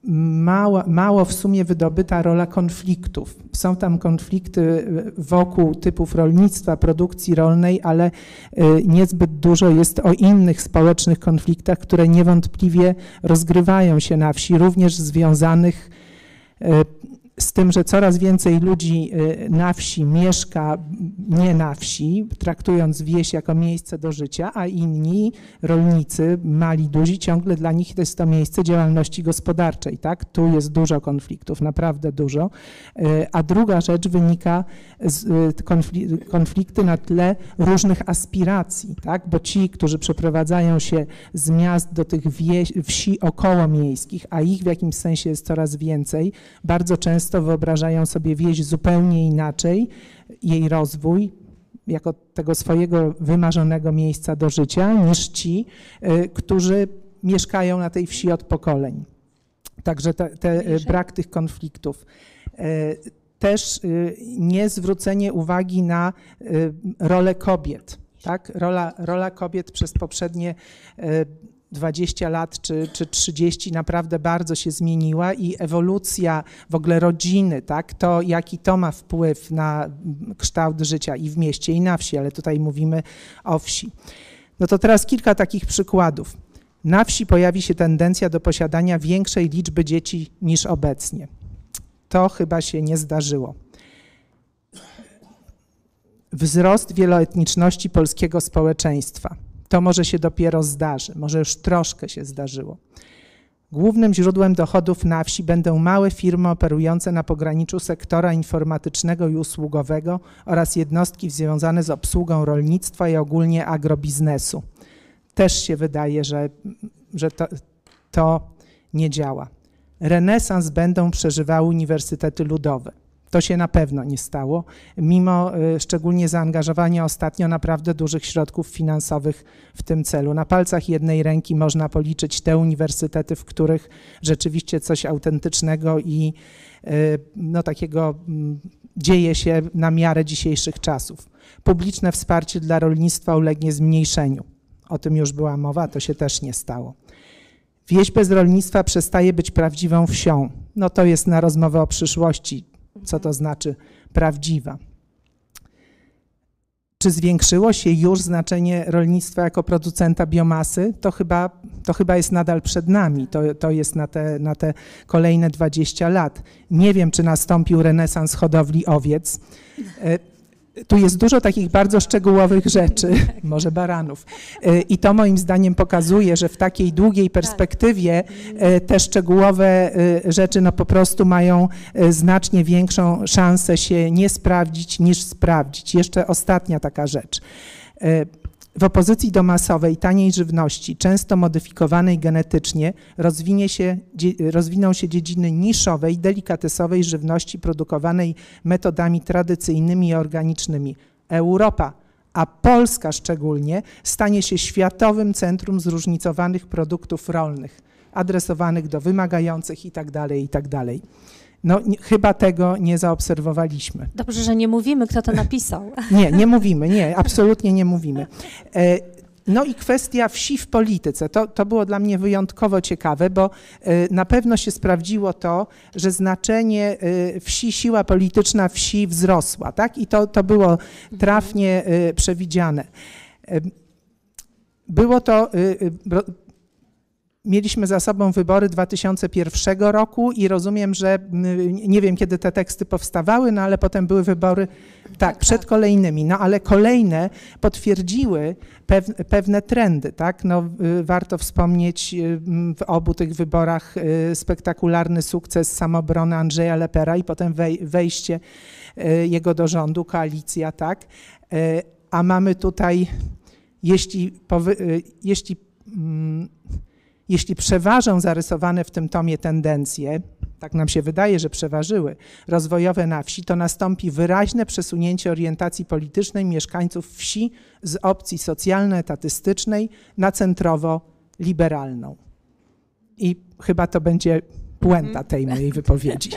mało w sumie wydobyta rola konfliktów. Są tam konflikty wokół typów rolnictwa, produkcji rolnej, ale niezbyt dużo jest o innych społecznych konfliktach, które niewątpliwie rozgrywają się na wsi, również związanych z tym, że coraz więcej ludzi na wsi mieszka nie na wsi, traktując wieś jako miejsce do życia, a inni rolnicy, mali, duzi, ciągle dla nich jest to miejsce działalności gospodarczej. Tak? Tu jest dużo konfliktów, naprawdę dużo. A druga rzecz wynika z konflikty na tle różnych aspiracji, tak? Bo ci, którzy przeprowadzają się z miast do tych wsi okołomiejskich, a ich w jakimś sensie jest coraz więcej, bardzo często wyobrażają sobie wieś zupełnie inaczej, jej rozwój jako tego swojego wymarzonego miejsca do życia, niż ci, którzy mieszkają na tej wsi od pokoleń. Także brak tych konfliktów. Też niezwrócenie uwagi na rolę kobiet. Tak? Rola kobiet przez poprzednie 20 lat czy 30 naprawdę bardzo się zmieniła i ewolucja w ogóle rodziny, tak, to jaki to ma wpływ na kształt życia i w mieście, i na wsi, ale tutaj mówimy o wsi. No to teraz kilka takich przykładów. Na wsi pojawi się tendencja do posiadania większej liczby dzieci niż obecnie. To chyba się nie zdarzyło. Wzrost wieloetniczności polskiego społeczeństwa. To może się dopiero zdarzy, może już troszkę się zdarzyło. Głównym źródłem dochodów na wsi będą małe firmy operujące na pograniczu sektora informatycznego i usługowego oraz jednostki związane z obsługą rolnictwa i ogólnie agrobiznesu. Też się wydaje, że to nie działa. Renesans będą przeżywały uniwersytety ludowe. To się na pewno nie stało, mimo szczególnie zaangażowania ostatnio naprawdę dużych środków finansowych w tym celu. Na palcach jednej ręki można policzyć te uniwersytety, w których rzeczywiście coś autentycznego i no, takiego dzieje się na miarę dzisiejszych czasów. Publiczne wsparcie dla rolnictwa ulegnie zmniejszeniu. O tym już była mowa, to się też nie stało. Wieś bez rolnictwa przestaje być prawdziwą wsią. No to jest na rozmowę o przyszłości. Co to znaczy prawdziwa? Czy zwiększyło się już znaczenie rolnictwa jako producenta biomasy? To chyba jest nadal przed nami. To jest na te kolejne 20 lat. Nie wiem, czy nastąpił renesans hodowli owiec. Tu jest dużo takich bardzo szczegółowych rzeczy, może baranów. I to moim zdaniem pokazuje, że w takiej długiej perspektywie te szczegółowe rzeczy no po prostu mają znacznie większą szansę się nie sprawdzić niż sprawdzić. Jeszcze ostatnia taka rzecz. W opozycji do masowej, taniej żywności, często modyfikowanej genetycznie, rozwiną się dziedziny niszowej, delikatesowej żywności produkowanej metodami tradycyjnymi i organicznymi. Europa, a Polska szczególnie, stanie się światowym centrum zróżnicowanych produktów rolnych, adresowanych do wymagających itd., itd. No chyba tego nie zaobserwowaliśmy. Dobrze, że nie mówimy, kto to napisał. Nie mówimy, nie, absolutnie nie mówimy. No i kwestia wsi w polityce. To było dla mnie wyjątkowo ciekawe, bo na pewno się sprawdziło to, że znaczenie wsi, siła polityczna wsi wzrosła, tak? I to było trafnie przewidziane. Było to... Mieliśmy za sobą wybory 2001 roku i rozumiem, że nie wiem, kiedy te teksty powstawały, no ale potem były wybory, tak, przed kolejnymi, no ale kolejne potwierdziły pewne trendy, tak, no warto wspomnieć w obu tych wyborach spektakularny sukces samobrony Andrzeja Lepera i potem wejście jego do rządu, koalicja, tak, a mamy tutaj, jeśli przeważą zarysowane w tym tomie tendencje, tak nam się wydaje, że przeważyły, rozwojowe na wsi, to nastąpi wyraźne przesunięcie orientacji politycznej mieszkańców wsi z opcji socjalno-etatystycznej na centrowo-liberalną. I chyba to będzie puenta tej mojej wypowiedzi.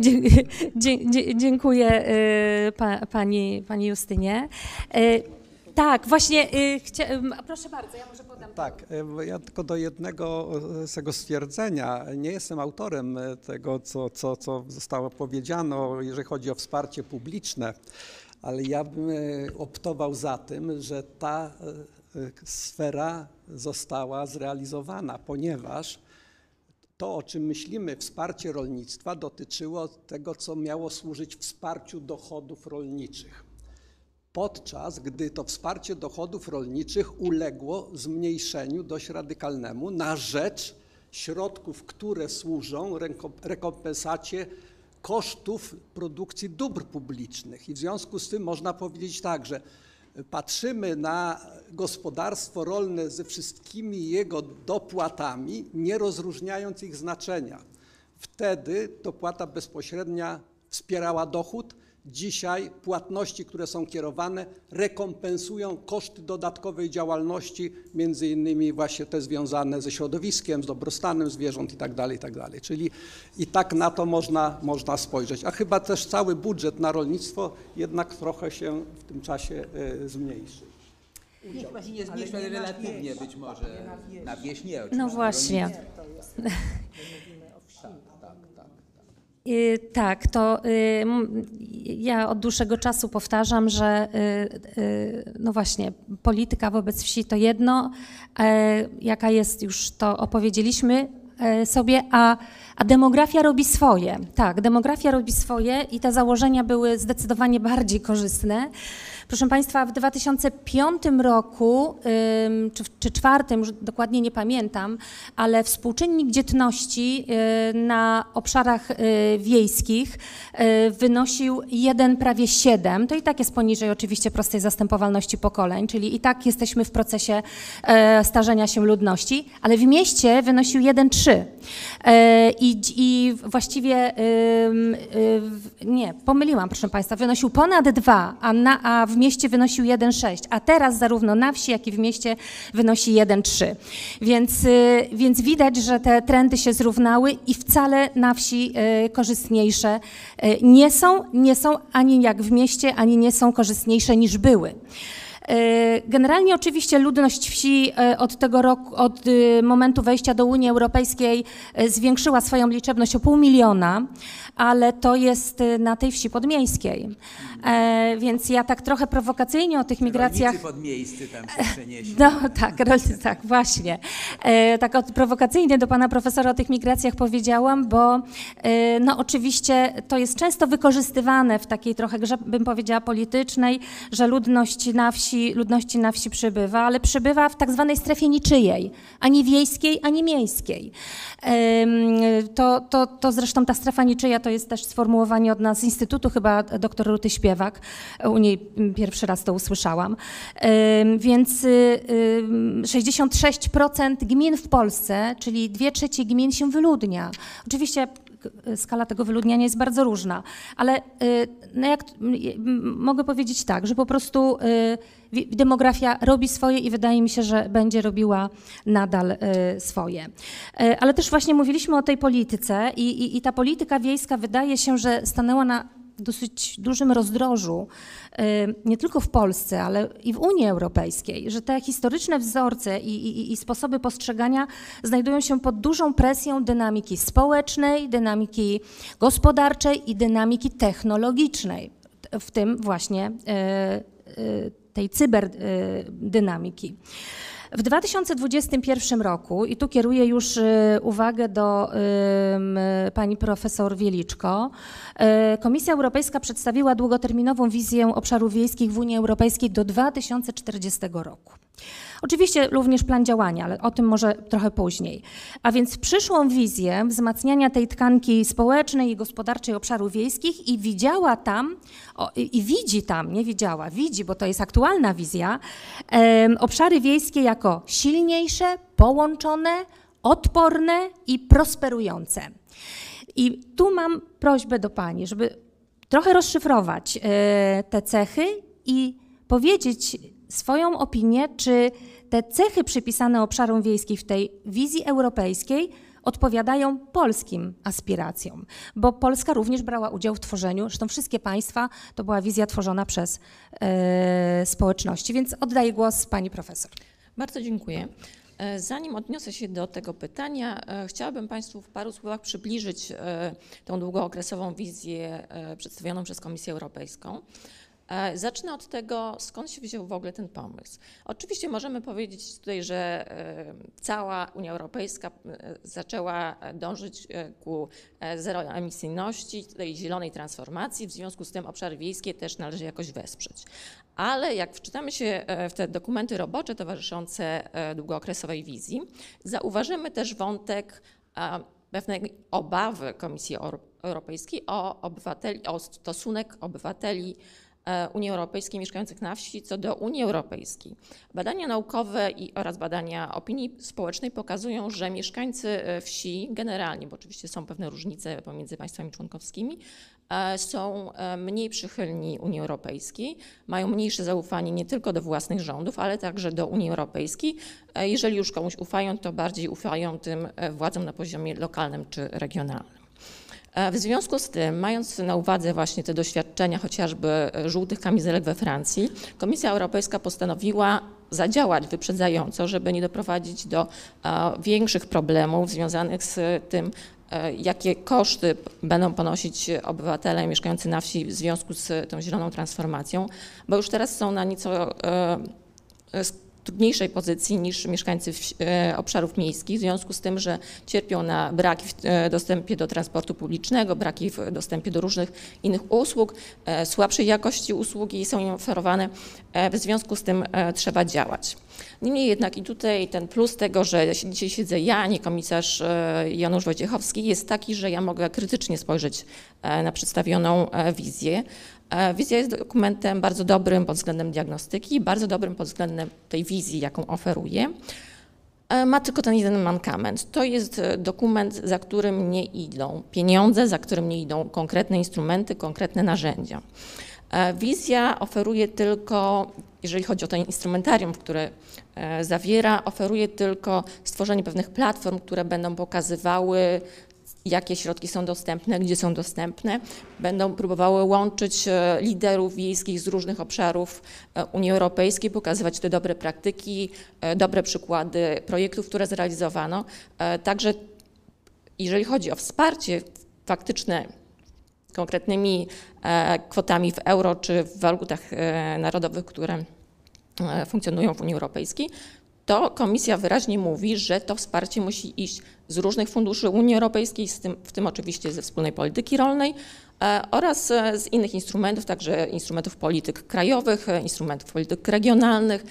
Dziękuję pani Justynie. Tak, właśnie, proszę bardzo, ja może podam. Tak, ja tylko do jednego z tego stwierdzenia. Nie jestem autorem tego, co zostało powiedziane, jeżeli chodzi o wsparcie publiczne, ale ja bym optował za tym, że ta sfera została zrealizowana, ponieważ to, o czym myślimy, wsparcie rolnictwa, dotyczyło tego, co miało służyć wsparciu dochodów rolniczych. Podczas gdy to wsparcie dochodów rolniczych uległo zmniejszeniu dość radykalnemu na rzecz środków, które służą rekompensacie kosztów produkcji dóbr publicznych. I w związku z tym można powiedzieć tak, że patrzymy na gospodarstwo rolne ze wszystkimi jego dopłatami, nie rozróżniając ich znaczenia. Wtedy dopłata bezpośrednia wspierała dochód. Dzisiaj płatności, które są kierowane, rekompensują koszty dodatkowej działalności, między innymi właśnie te związane ze środowiskiem, z dobrostanem zwierząt itd. Czyli i tak na to można spojrzeć. A chyba też cały budżet na rolnictwo jednak trochę się w tym czasie zmniejszy. Nie zmniejszył, ale relatywnie być może. Na wieś nie, oczywiście. No właśnie. Tak, to ja od dłuższego czasu powtarzam, że no właśnie, polityka wobec wsi to jedno, jaka jest, już to opowiedzieliśmy sobie, a demografia robi swoje. Tak, demografia robi swoje i te założenia były zdecydowanie bardziej korzystne. Proszę Państwa, w 2005 roku, czy 2004, już dokładnie nie pamiętam, ale współczynnik dzietności na obszarach wiejskich wynosił 1 prawie 7. To i tak jest poniżej oczywiście prostej zastępowalności pokoleń, czyli i tak jesteśmy w procesie starzenia się ludności, ale w mieście wynosił 1,3. I właściwie, nie, pomyliłam, proszę Państwa, wynosił ponad 2, a w mieście wynosił 1,6, a teraz zarówno na wsi, jak i w mieście wynosi 1,3. Więc widać, że te trendy się zrównały i wcale na wsi korzystniejsze nie są ani jak w mieście, ani nie są korzystniejsze niż były. Generalnie oczywiście ludność wsi od tego roku, od momentu wejścia do Unii Europejskiej zwiększyła swoją liczebność o 500 000, ale to jest na tej wsi podmiejskiej. Więc ja tak trochę prowokacyjnie o tych migracjach... Rolnicy podmiejscy tam się przenieśli. No tak, właśnie. Tak prowokacyjnie do pana profesora o tych migracjach powiedziałam, bo no oczywiście to jest często wykorzystywane w takiej trochę grze, bym powiedziała, politycznej, że ludności na wsi przybywa, ale przybywa w tak zwanej strefie niczyjej, ani wiejskiej, ani miejskiej. To zresztą ta strefa niczyja to jest też sformułowanie od nas z Instytutu, chyba dr Ruty Śpiewak, u niej pierwszy raz to usłyszałam. Więc 66% gmin w Polsce, czyli 2/3 gmin się wyludnia. Oczywiście skala tego wyludniania jest bardzo różna, ale no mogę powiedzieć tak, że po prostu demografia robi swoje i wydaje mi się, że będzie robiła nadal swoje. Ale też właśnie mówiliśmy o tej polityce i ta polityka wiejska wydaje się, że stanęła na dosyć dużym rozdrożu, nie tylko w Polsce, ale i w Unii Europejskiej, że te historyczne wzorce i sposoby postrzegania znajdują się pod dużą presją dynamiki społecznej, dynamiki gospodarczej i dynamiki technologicznej, w tym właśnie tej cyberdynamiki. W 2021 roku, i tu kieruję już uwagę do pani profesor Wieliczko, Komisja Europejska przedstawiła długoterminową wizję obszarów wiejskich w Unii Europejskiej do 2040 roku. Oczywiście również plan działania, ale o tym może trochę później. A więc przyszłą wizję wzmacniania tej tkanki społecznej i gospodarczej obszarów wiejskich i widziała tam, widzi tam, nie widziała, widzi, bo to jest aktualna wizja, obszary wiejskie jako silniejsze, połączone, odporne i prosperujące. I tu mam prośbę do pani, żeby trochę rozszyfrować te cechy i powiedzieć swoją opinię, czy te cechy przypisane obszarom wiejskim w tej wizji europejskiej odpowiadają polskim aspiracjom, bo Polska również brała udział w tworzeniu, zresztą wszystkie państwa, to była wizja tworzona przez społeczności, więc oddaję głos pani profesor. Bardzo dziękuję. Zanim odniosę się do tego pytania, chciałabym Państwu w paru słowach przybliżyć tą długookresową wizję przedstawioną przez Komisję Europejską. Zacznę od tego, skąd się wziął w ogóle ten pomysł. Oczywiście możemy powiedzieć tutaj, że cała Unia Europejska zaczęła dążyć ku zeroemisyjności, tej zielonej transformacji, w związku z tym obszary wiejskie też należy jakoś wesprzeć. Ale jak wczytamy się w te dokumenty robocze towarzyszące długookresowej wizji, zauważymy też wątek pewnej obawy Komisji Europejskiej o stosunek obywateli Unii Europejskiej mieszkających na wsi co do Unii Europejskiej. Badania naukowe oraz badania opinii społecznej pokazują, że mieszkańcy wsi generalnie, bo oczywiście są pewne różnice pomiędzy państwami członkowskimi, są mniej przychylni Unii Europejskiej, mają mniejsze zaufanie nie tylko do własnych rządów, ale także do Unii Europejskiej. Jeżeli już komuś ufają, to bardziej ufają tym władzom na poziomie lokalnym czy regionalnym. W związku z tym, mając na uwadze właśnie te doświadczenia chociażby żółtych kamizelek we Francji, Komisja Europejska postanowiła zadziałać wyprzedzająco, żeby nie doprowadzić do większych problemów związanych z tym, jakie koszty będą ponosić obywatele mieszkający na wsi w związku z tą zieloną transformacją, bo już teraz są na nieco trudniejszej pozycji niż mieszkańcy obszarów miejskich, w związku z tym, że cierpią na braki w dostępie do transportu publicznego, braki w dostępie do różnych innych usług, słabszej jakości usługi są im oferowane, w związku z tym trzeba działać. Niemniej jednak i tutaj ten plus tego, że dzisiaj siedzę ja, a nie komisarz Janusz Wojciechowski, jest taki, że ja mogę krytycznie spojrzeć na przedstawioną wizję. Wizja jest dokumentem bardzo dobrym pod względem diagnostyki, bardzo dobrym pod względem tej wizji, jaką oferuje. Ma tylko ten jeden mankament. To jest dokument, za którym nie idą pieniądze, za którym nie idą konkretne instrumenty, konkretne narzędzia. Wizja oferuje tylko, jeżeli chodzi o to instrumentarium, które zawiera, oferuje tylko stworzenie pewnych platform, które będą pokazywały, jakie środki są dostępne, gdzie są dostępne. Będą próbowały łączyć liderów wiejskich z różnych obszarów Unii Europejskiej, pokazywać te dobre praktyki, dobre przykłady projektów, które zrealizowano. Także jeżeli chodzi o wsparcie faktyczne konkretnymi kwotami w euro czy w walutach narodowych, które funkcjonują w Unii Europejskiej, to Komisja wyraźnie mówi, że to wsparcie musi iść z różnych funduszy Unii Europejskiej, w tym oczywiście ze wspólnej polityki rolnej oraz z innych instrumentów, także instrumentów polityk krajowych, instrumentów polityk regionalnych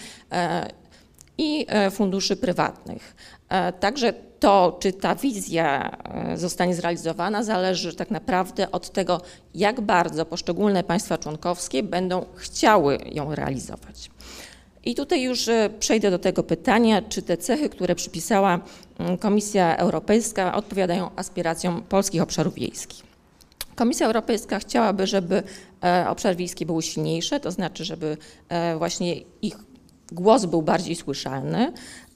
i funduszy prywatnych. Także to, czy ta wizja zostanie zrealizowana, zależy tak naprawdę od tego, jak bardzo poszczególne państwa członkowskie będą chciały ją realizować. I tutaj już przejdę do tego pytania, czy te cechy, które przypisała Komisja Europejska, odpowiadają aspiracjom polskich obszarów wiejskich. Komisja Europejska chciałaby, żeby obszary wiejskie były silniejsze, to znaczy, żeby właśnie ich głos był bardziej słyszalny,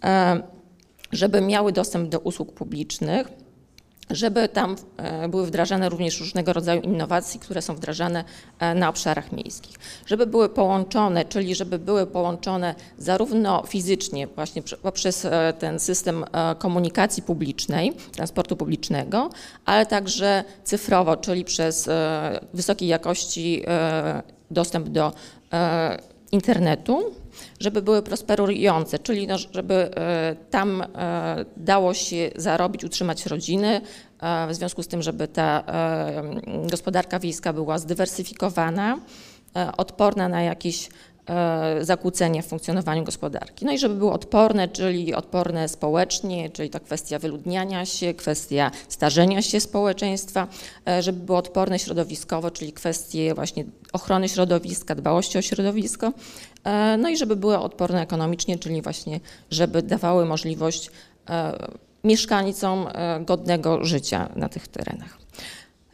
żeby miały dostęp do usług publicznych, żeby tam były wdrażane również różnego rodzaju innowacje, które są wdrażane na obszarach miejskich. Żeby były połączone, czyli żeby były połączone zarówno fizycznie właśnie poprzez ten system komunikacji publicznej, transportu publicznego, ale także cyfrowo, czyli przez wysokiej jakości dostęp do internetu, żeby były prosperujące, czyli no, żeby tam dało się zarobić, utrzymać rodziny, w związku z tym, żeby ta gospodarka wiejska była zdywersyfikowana, odporna na jakieś zakłócenia w funkcjonowaniu gospodarki. No i żeby były odporne, czyli odporne społecznie, czyli to kwestia wyludniania się, kwestia starzenia się społeczeństwa, żeby było odporne środowiskowo, czyli kwestie właśnie ochrony środowiska, dbałości o środowisko, no i żeby były odporne ekonomicznie, czyli właśnie żeby dawały możliwość mieszkańcom godnego życia na tych terenach.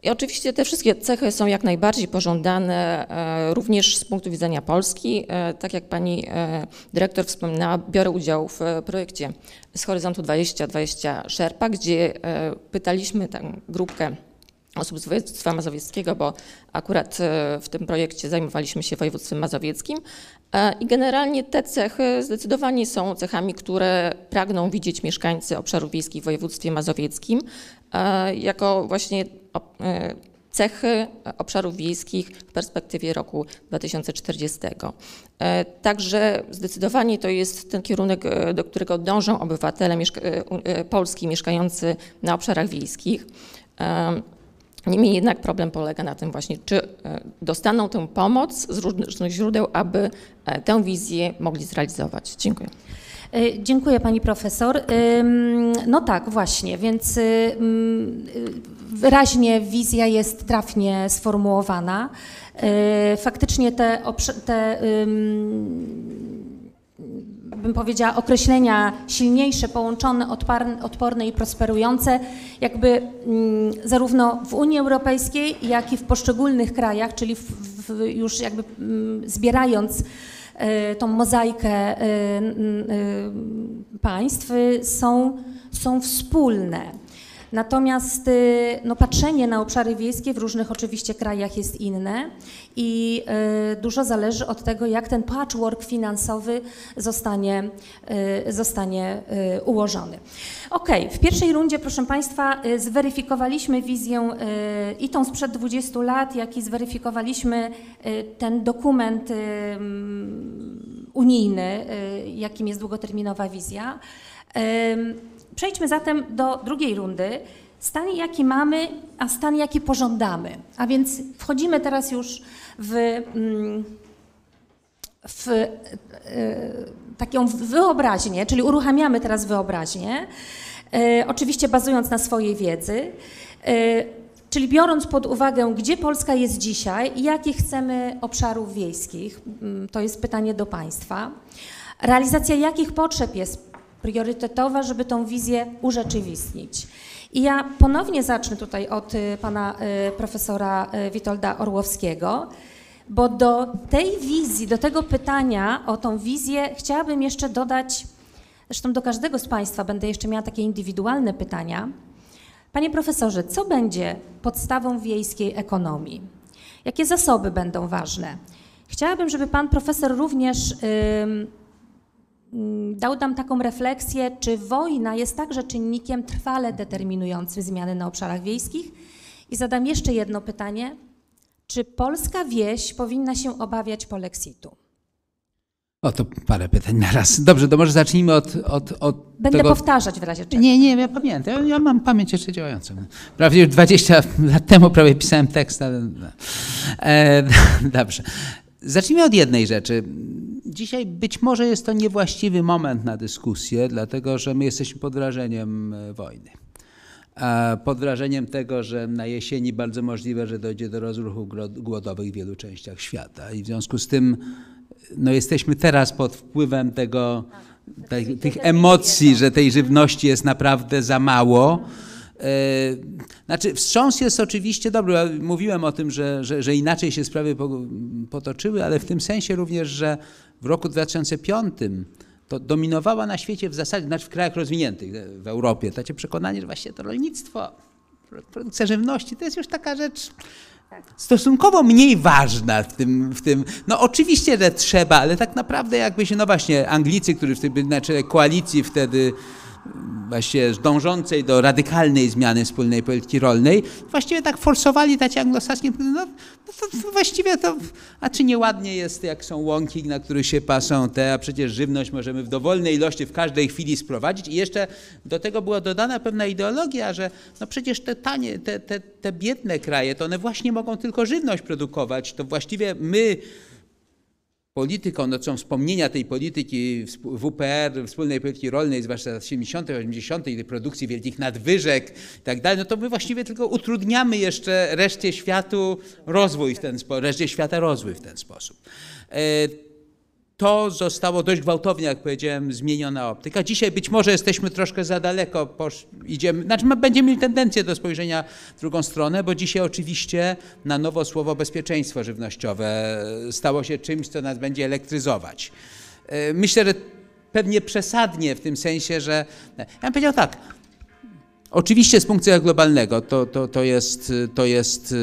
I oczywiście te wszystkie cechy są jak najbardziej pożądane również z punktu widzenia Polski. Tak jak pani dyrektor wspominała, biorę udział w projekcie z Horyzontu 2020 Sherpa, gdzie pytaliśmy tę grupkę osób z województwa mazowieckiego, bo akurat w tym projekcie zajmowaliśmy się województwem mazowieckim i generalnie te cechy zdecydowanie są cechami, które pragną widzieć mieszkańcy obszarów wiejskich w województwie mazowieckim jako właśnie cechy obszarów wiejskich w perspektywie roku 2040. Także zdecydowanie to jest ten kierunek, do którego dążą obywatele polski mieszkający na obszarach wiejskich. Niemniej jednak problem polega na tym właśnie, czy dostaną tę pomoc z różnych źródeł, aby tę wizję mogli zrealizować. Dziękuję. Dziękuję pani profesor. No tak, właśnie, więc wyraźnie wizja jest trafnie sformułowana. Faktycznie bym powiedziała, określenia silniejsze, połączone, odporne i prosperujące, jakby zarówno w Unii Europejskiej, jak i w poszczególnych krajach, czyli już jakby zbierając tą mozaikę państw, są wspólne. Natomiast no, patrzenie na obszary wiejskie w różnych oczywiście krajach jest inne i dużo zależy od tego, jak ten patchwork finansowy zostanie ułożony. Okej, w pierwszej rundzie, proszę Państwa, zweryfikowaliśmy wizję i tą sprzed 20 lat, jak i zweryfikowaliśmy ten dokument unijny, jakim jest długoterminowa wizja. Przejdźmy zatem do drugiej rundy. Stan, jaki mamy, a stan, jaki pożądamy. A więc wchodzimy teraz już w taką wyobraźnię, czyli uruchamiamy teraz wyobraźnię, oczywiście bazując na swojej wiedzy, czyli biorąc pod uwagę, gdzie Polska jest dzisiaj i jakich chcemy obszarów wiejskich, to jest pytanie do Państwa, realizacja jakich potrzeb jest priorytetowa, żeby tą wizję urzeczywistnić. I ja ponownie zacznę tutaj od pana profesora Witolda Orłowskiego, bo do tej wizji, do tego pytania o tą wizję chciałabym jeszcze dodać, zresztą do każdego z Państwa będę jeszcze miała takie indywidualne pytania. Panie profesorze, co będzie podstawą wiejskiej ekonomii? Jakie zasoby będą ważne? Chciałabym, żeby pan profesor również dał nam taką refleksję, czy wojna jest także czynnikiem trwale determinującym zmiany na obszarach wiejskich. I zadam jeszcze jedno pytanie. Czy polska wieś powinna się obawiać polexitu? O, to parę pytań na raz. Dobrze, to może zacznijmy od Będę tego... powtarzać w razie czego. Nie, ja pamiętam. Ja mam pamięć jeszcze działającą. Prawie już 20 lat temu prawie pisałem tekst, ale... Dobrze. Zacznijmy od jednej rzeczy. Dzisiaj być może jest to niewłaściwy moment na dyskusję, dlatego że my jesteśmy pod wrażeniem wojny. Pod wrażeniem tego, że na jesieni bardzo możliwe, że dojdzie do rozruchów głodowych w wielu częściach świata. I w związku z tym no, jesteśmy teraz pod wpływem tych emocji, że tej żywności jest naprawdę za mało. Znaczy wstrząs jest oczywiście dobry. Ja mówiłem o tym, że inaczej się sprawy potoczyły, ale w tym sensie również, że w roku 2005 to dominowała na świecie w zasadzie, znaczy w krajach rozwiniętych, w Europie, takie przekonanie, że właśnie to rolnictwo, produkcja żywności to jest już taka rzecz stosunkowo mniej ważna w tym. No oczywiście, że trzeba, ale tak naprawdę jakby się, no właśnie Anglicy, którzy byli na czele koalicji wtedy właśnie dążącej do radykalnej zmiany wspólnej polityki rolnej, właściwie tak forsowali takie anglosaskie, no to właściwie to, a czy nieładnie jest, jak są łąki, na których się pasą a przecież żywność możemy w dowolnej ilości w każdej chwili sprowadzić i jeszcze do tego była dodana pewna ideologia, że no przecież te tanie, te biedne kraje, to one właśnie mogą tylko żywność produkować, to właściwie my polityką, no są wspomnienia tej polityki WPR, wspólnej polityki rolnej, zwłaszcza z lat 70., 80., tej produkcji wielkich nadwyżek i tak dalej, no to my właściwie tylko utrudniamy jeszcze reszcie świata rozwój w ten sposób. to zostało dość gwałtownie, jak powiedziałem, zmieniona optyka. Dzisiaj być może jesteśmy troszkę za daleko, idziemy, znaczy będziemy mieli tendencję do spojrzenia w drugą stronę, bo dzisiaj oczywiście na nowo słowo bezpieczeństwo żywnościowe stało się czymś, co nas będzie elektryzować. Myślę, że pewnie przesadnie w tym sensie, że ja bym powiedział tak, oczywiście z punktu widzenia globalnego to jest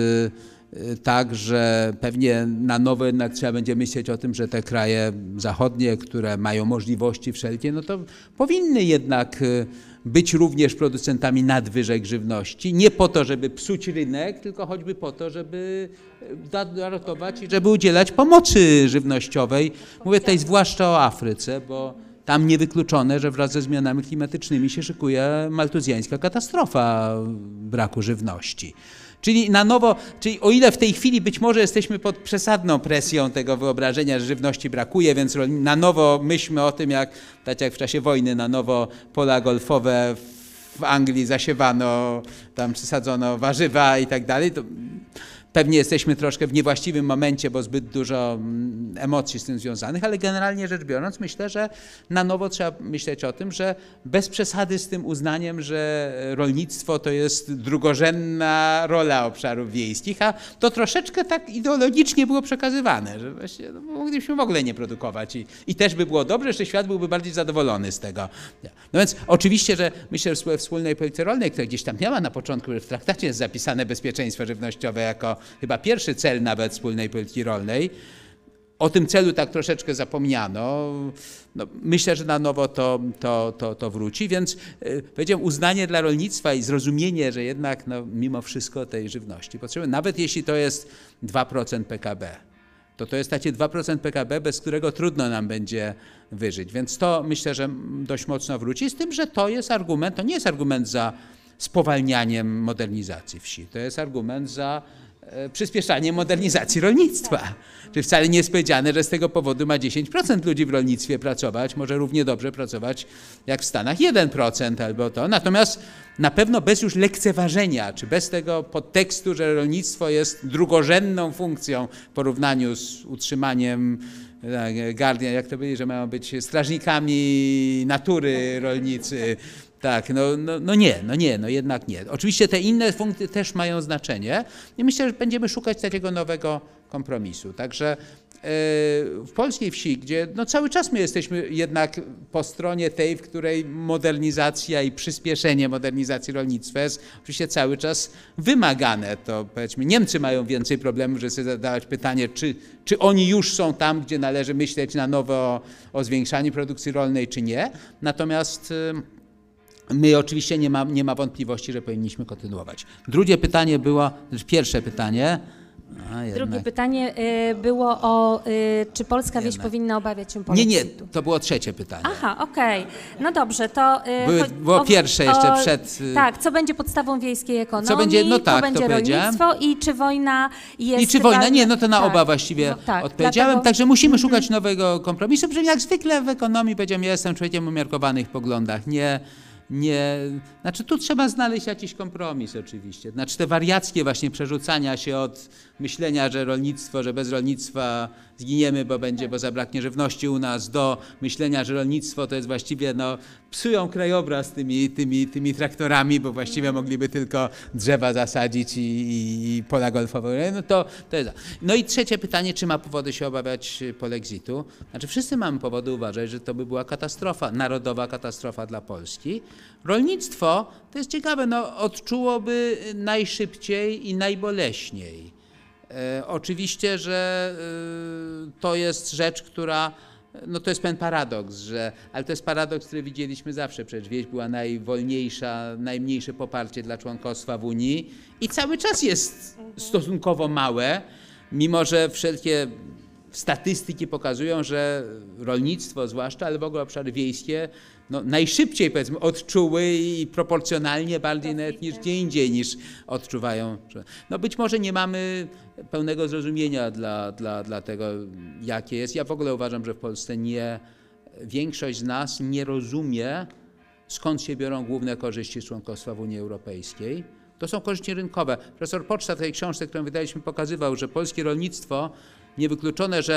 tak, że pewnie na nowo jednak trzeba będzie myśleć o tym, że te kraje zachodnie, które mają możliwości wszelkie, no to powinny jednak być również producentami nadwyżek żywności. Nie po to, żeby psuć rynek, tylko choćby po to, żeby ratować i żeby udzielać pomocy żywnościowej. Mówię tutaj zwłaszcza o Afryce, bo tam niewykluczone, że wraz ze zmianami klimatycznymi się szykuje maltuzjańska katastrofa braku żywności. Czyli na nowo, czyli o ile w tej chwili być może jesteśmy pod przesadną presją tego wyobrażenia, że żywności brakuje, więc na nowo myślmy o tym, tak jak w czasie wojny na nowo pola golfowe w Anglii zasiewano, tam przesadzono warzywa i tak dalej, to pewnie jesteśmy troszkę w niewłaściwym momencie, bo zbyt dużo emocji z tym związanych, ale generalnie rzecz biorąc myślę, że na nowo trzeba myśleć o tym, że bez przesady z tym uznaniem, że rolnictwo to jest drugorzędna rola obszarów wiejskich, a to troszeczkę tak ideologicznie było przekazywane, że właśnie moglibyśmy w ogóle nie produkować i też by było dobrze, że świat byłby bardziej zadowolony z tego. No więc oczywiście, że myślę, że we wspólnej polityce rolnej, która gdzieś tam miała na początku, że w traktacie jest zapisane bezpieczeństwo żywnościowe jako chyba pierwszy cel nawet wspólnej polityki rolnej. O tym celu tak troszeczkę zapomniano. No, myślę, że na nowo to wróci, więc powiedziałem, uznanie dla rolnictwa i zrozumienie, że jednak mimo wszystko tej żywności potrzebujemy, nawet jeśli to jest 2% PKB. To jest takie 2% PKB, bez którego trudno nam będzie wyżyć. Więc to myślę, że dość mocno wróci, z tym, że to jest argument, to nie jest argument za spowalnianiem modernizacji wsi, to jest argument za przyspieszanie modernizacji rolnictwa. Czyli wcale nie jest powiedziane, że z tego powodu ma 10% ludzi w rolnictwie pracować, może równie dobrze pracować jak w Stanach 1% albo to. Natomiast na pewno bez już lekceważenia, czy bez tego podtekstu, że rolnictwo jest drugorzędną funkcją w porównaniu z utrzymaniem Guardian, jak to byli, że mają być strażnikami natury rolnicy. Tak, jednak nie. Oczywiście te inne funkcje też mają znaczenie i myślę, że będziemy szukać takiego nowego kompromisu. Także w polskiej wsi, gdzie cały czas my jesteśmy jednak po stronie tej, w której modernizacja i przyspieszenie modernizacji rolnictwa jest oczywiście cały czas wymagane. To powiedzmy Niemcy mają więcej problemów, żeby sobie zadawać pytanie, czy oni już są tam, gdzie należy myśleć na nowo o zwiększaniu produkcji rolnej, czy nie. Natomiast my oczywiście nie ma wątpliwości, że powinniśmy kontynuować. Drugie pytanie było, pierwsze pytanie. Drugie pytanie było o, czy polska wieś powinna obawiać się polexitu? Nie, to było trzecie pytanie. Aha, okej. No dobrze, to... Było pierwsze jeszcze przed... Tak, co będzie podstawą wiejskiej ekonomii, co będzie rolnictwo i czy wojna jest... I czy wojna? Nie, to na oba właściwie odpowiedziałem. Dlatego... Także musimy szukać nowego kompromisu, przecież jak zwykle w ekonomii, powiedziałem, ja jestem człowiekiem o umiarkowanych poglądach. Znaczy tu trzeba znaleźć jakiś kompromis oczywiście. Znaczy te wariackie właśnie przerzucania się od myślenia, że rolnictwo, że bez rolnictwa zginiemy, bo zabraknie żywności u nas, do myślenia, że rolnictwo to jest właściwie, psują krajobraz tymi traktorami, bo właściwie mogliby tylko drzewa zasadzić i pola golfowe. To jest. No i trzecie pytanie, czy ma powody się obawiać polexitu? Znaczy wszyscy mamy powody uważać, że to by była katastrofa, narodowa katastrofa dla Polski. Rolnictwo, to jest ciekawe, odczułoby najszybciej i najboleśniej. Oczywiście, że to jest rzecz, która, to jest pewien paradoks, ale to jest paradoks, który widzieliśmy zawsze. Przecież wieś była najwolniejsza, najmniejsze poparcie dla członkostwa w Unii i cały czas jest stosunkowo małe, mimo że wszelkie statystyki pokazują, że rolnictwo zwłaszcza, ale w ogóle obszary wiejskie, najszybciej powiedzmy odczuły i proporcjonalnie bardziej nawet niż gdzie indziej niż odczuwają. Być może nie mamy pełnego zrozumienia dla tego, jakie jest. Ja w ogóle uważam, że w Polsce większość z nas nie rozumie, skąd się biorą główne korzyści z członkostwa w Unii Europejskiej. To są korzyści rynkowe. Profesor Poczta w tej książce, którą wydaliśmy, pokazywał, że polskie rolnictwo, niewykluczone, że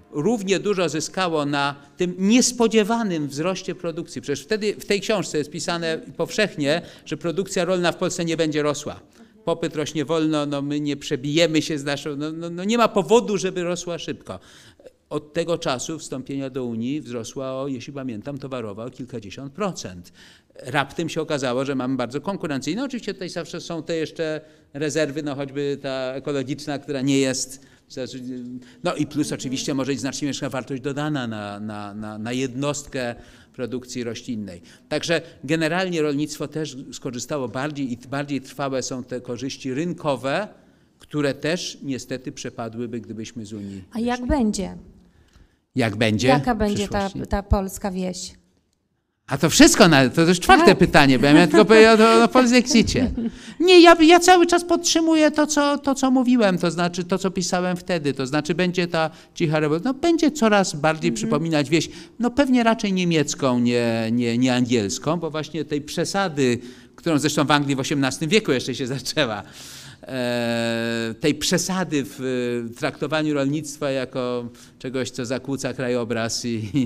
równie dużo zyskało na tym niespodziewanym wzroście produkcji. Przecież wtedy w tej książce jest pisane powszechnie, że produkcja rolna w Polsce nie będzie rosła. Popyt rośnie wolno, no my nie przebijemy się z naszą, no nie ma powodu, żeby rosła szybko. Od tego czasu wstąpienia do Unii wzrosła o, jeśli pamiętam, towarowa o kilkadziesiąt procent. Raptem się okazało, że mamy bardzo konkurencyjne. Oczywiście tutaj zawsze są te jeszcze rezerwy, no choćby ta ekologiczna, która nie jest, no i plus oczywiście może być znacznie większa wartość dodana na jednostkę produkcji roślinnej. Także generalnie rolnictwo też skorzystało bardziej i bardziej trwałe są te korzyści rynkowe, które też niestety przepadłyby, gdybyśmy z Unii A jak będzie? Jak będzie? Jaka będzie ta polska wieś? A to wszystko, to już czwarte pytanie, bo ja miałem tylko powiedzieć o polexicie. Nie, ja cały czas podtrzymuję to, co mówiłem, to znaczy to, co pisałem wtedy, to znaczy będzie ta cicha rewolucja, no będzie coraz bardziej przypominać wieś, no pewnie raczej niemiecką, nie angielską, bo właśnie tej przesady, którą zresztą w Anglii w XVIII wieku jeszcze się zaczęła, tej przesady w traktowaniu rolnictwa jako czegoś, co zakłóca krajobraz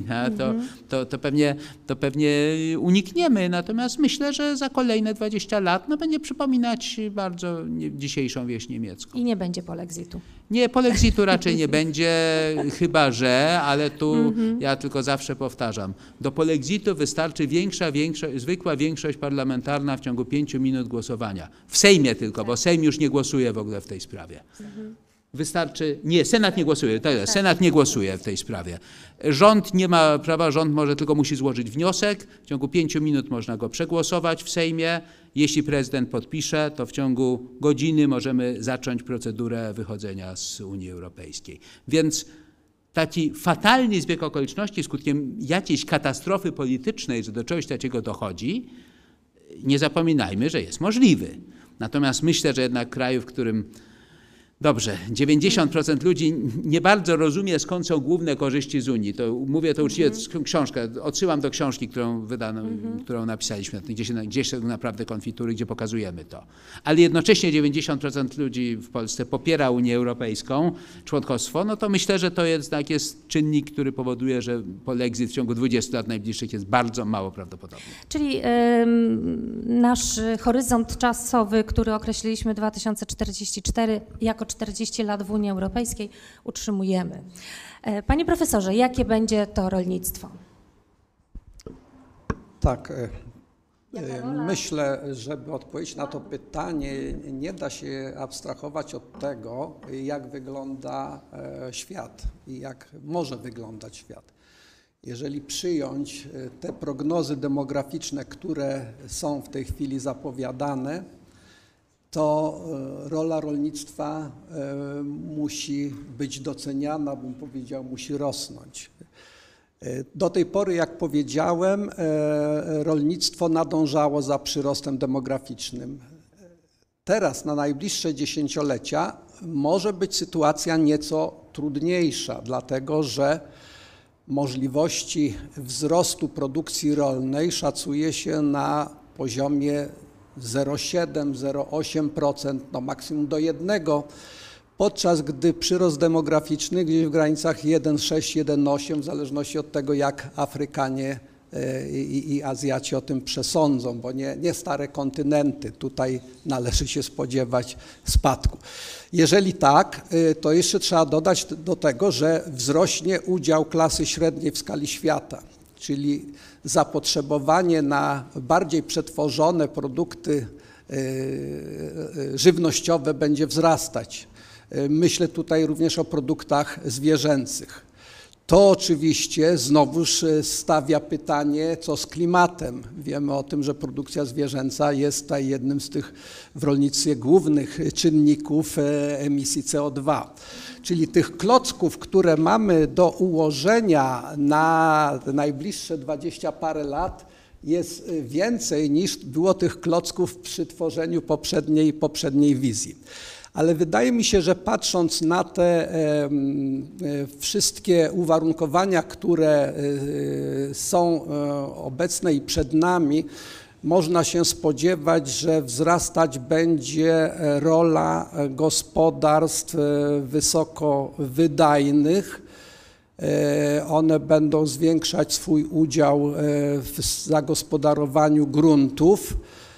to pewnie unikniemy. Natomiast myślę, że za kolejne 20 lat no, będzie przypominać bardzo dzisiejszą wieś niemiecką. I nie będzie polexitu. Nie, polexitu raczej nie będzie, chyba że, ale tu ja tylko zawsze powtarzam, do polexitu wystarczy zwykła większość parlamentarna w ciągu 5 minut głosowania. W Sejmie tylko, bo Sejm już nie głosuje w ogóle w tej sprawie. Wystarczy, nie, Senat nie głosuje, Senat nie głosuje w tej sprawie. Rząd nie ma prawa, rząd tylko musi złożyć wniosek, w ciągu 5 minut można go przegłosować w Sejmie. Jeśli prezydent podpisze, to w ciągu godziny możemy zacząć procedurę wychodzenia z Unii Europejskiej. Więc taki fatalny zbieg okoliczności skutkiem jakiejś katastrofy politycznej, że do czegoś takiego dochodzi, nie zapominajmy, że jest możliwy. Natomiast myślę, że jednak kraju, w którym 90% ludzi nie bardzo rozumie, skąd są główne korzyści z Unii. To mówię to uczciwie, książkę, odsyłam do książki, którą wydano, którą napisaliśmy, gdzie są naprawdę konfitury, gdzie pokazujemy to. Ale jednocześnie 90% ludzi w Polsce popiera Unię Europejską, członkostwo, no to myślę, że to jest czynnik, który powoduje, że polexit w ciągu 20 lat najbliższych jest bardzo mało prawdopodobny. Czyli nasz horyzont czasowy, który określiliśmy 2044 jako 40 lat w Unii Europejskiej, utrzymujemy. Panie profesorze, jakie będzie to rolnictwo? Tak, myślę, żeby odpowiedzieć na to pytanie, nie da się abstrahować od tego, jak wygląda świat i jak może wyglądać świat. Jeżeli przyjąć te prognozy demograficzne, które są w tej chwili zapowiadane, to rola rolnictwa musi być doceniana, bym powiedział, musi rosnąć. Do tej pory, jak powiedziałem, rolnictwo nadążało za przyrostem demograficznym. Teraz na najbliższe dziesięciolecia może być sytuacja nieco trudniejsza, dlatego że możliwości wzrostu produkcji rolnej szacuje się na poziomie 0,7–0,8%, no maksimum do 1%, podczas gdy przyrost demograficzny gdzieś w granicach 1,6–1,8, w zależności od tego, jak Afrykanie i Azjaci o tym przesądzą, bo nie stare kontynenty, tutaj należy się spodziewać spadku. Jeżeli tak, to jeszcze trzeba dodać do tego, że wzrośnie udział klasy średniej w skali świata, czyli zapotrzebowanie na bardziej przetworzone produkty żywnościowe będzie wzrastać. Myślę tutaj również o produktach zwierzęcych. To oczywiście znowuż stawia pytanie, co z klimatem. Wiemy o tym, że produkcja zwierzęca jest tutaj jednym z tych w rolnictwie głównych czynników emisji CO2. Czyli tych klocków, które mamy do ułożenia na najbliższe 20 parę lat, jest więcej niż było tych klocków przy tworzeniu poprzedniej wizji. Ale wydaje mi się, że patrząc na te wszystkie uwarunkowania, które są obecne i przed nami, można się spodziewać, że wzrastać będzie rola gospodarstw wysoko wydajnych, One będą zwiększać swój udział w zagospodarowaniu gruntów.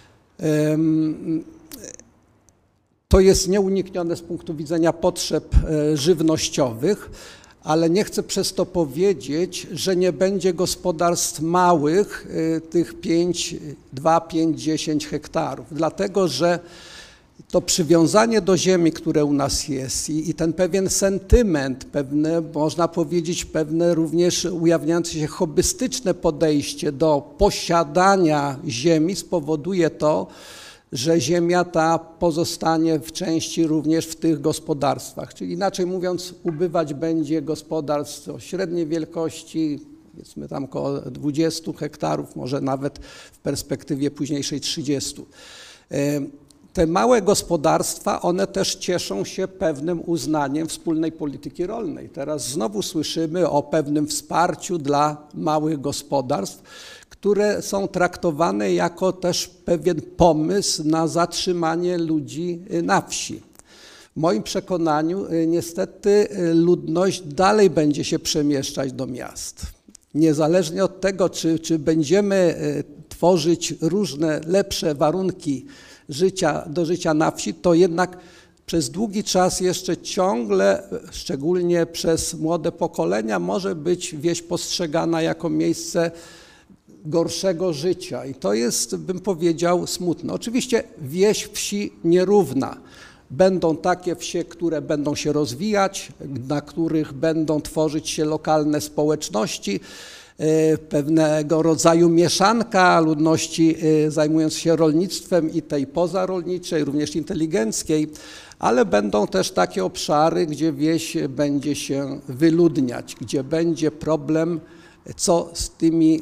To jest nieuniknione z punktu widzenia potrzeb żywnościowych, ale nie chcę przez to powiedzieć, że nie będzie gospodarstw małych, tych 2, 5, 10 hektarów, dlatego że to przywiązanie do ziemi, które u nas jest i ten pewien sentyment, pewne, można powiedzieć, pewne również ujawniające się hobbystyczne podejście do posiadania ziemi spowoduje to, że ziemia ta pozostanie w części również w tych gospodarstwach. Czyli inaczej mówiąc, ubywać będzie gospodarstw o średniej wielkości, powiedzmy tam około 20 hektarów, może nawet w perspektywie późniejszej 30. Te małe gospodarstwa, one też cieszą się pewnym uznaniem wspólnej polityki rolnej. Teraz znowu słyszymy o pewnym wsparciu dla małych gospodarstw, które są traktowane jako też pewien pomysł na zatrzymanie ludzi na wsi. W moim przekonaniu niestety ludność dalej będzie się przemieszczać do miast. Niezależnie od tego, czy będziemy tworzyć różne lepsze warunki do życia na wsi, to jednak przez długi czas jeszcze ciągle, szczególnie przez młode pokolenia, może być wieś postrzegana jako miejsce gorszego życia i to jest, bym powiedział, smutne. Oczywiście wieś wsi nierówna. Będą takie wsie, które będą się rozwijać, na których będą tworzyć się lokalne społeczności, pewnego rodzaju mieszanka ludności zajmującej się rolnictwem i tej pozarolniczej, również inteligenckiej, ale będą też takie obszary, gdzie wieś będzie się wyludniać, gdzie będzie problem, co z tymi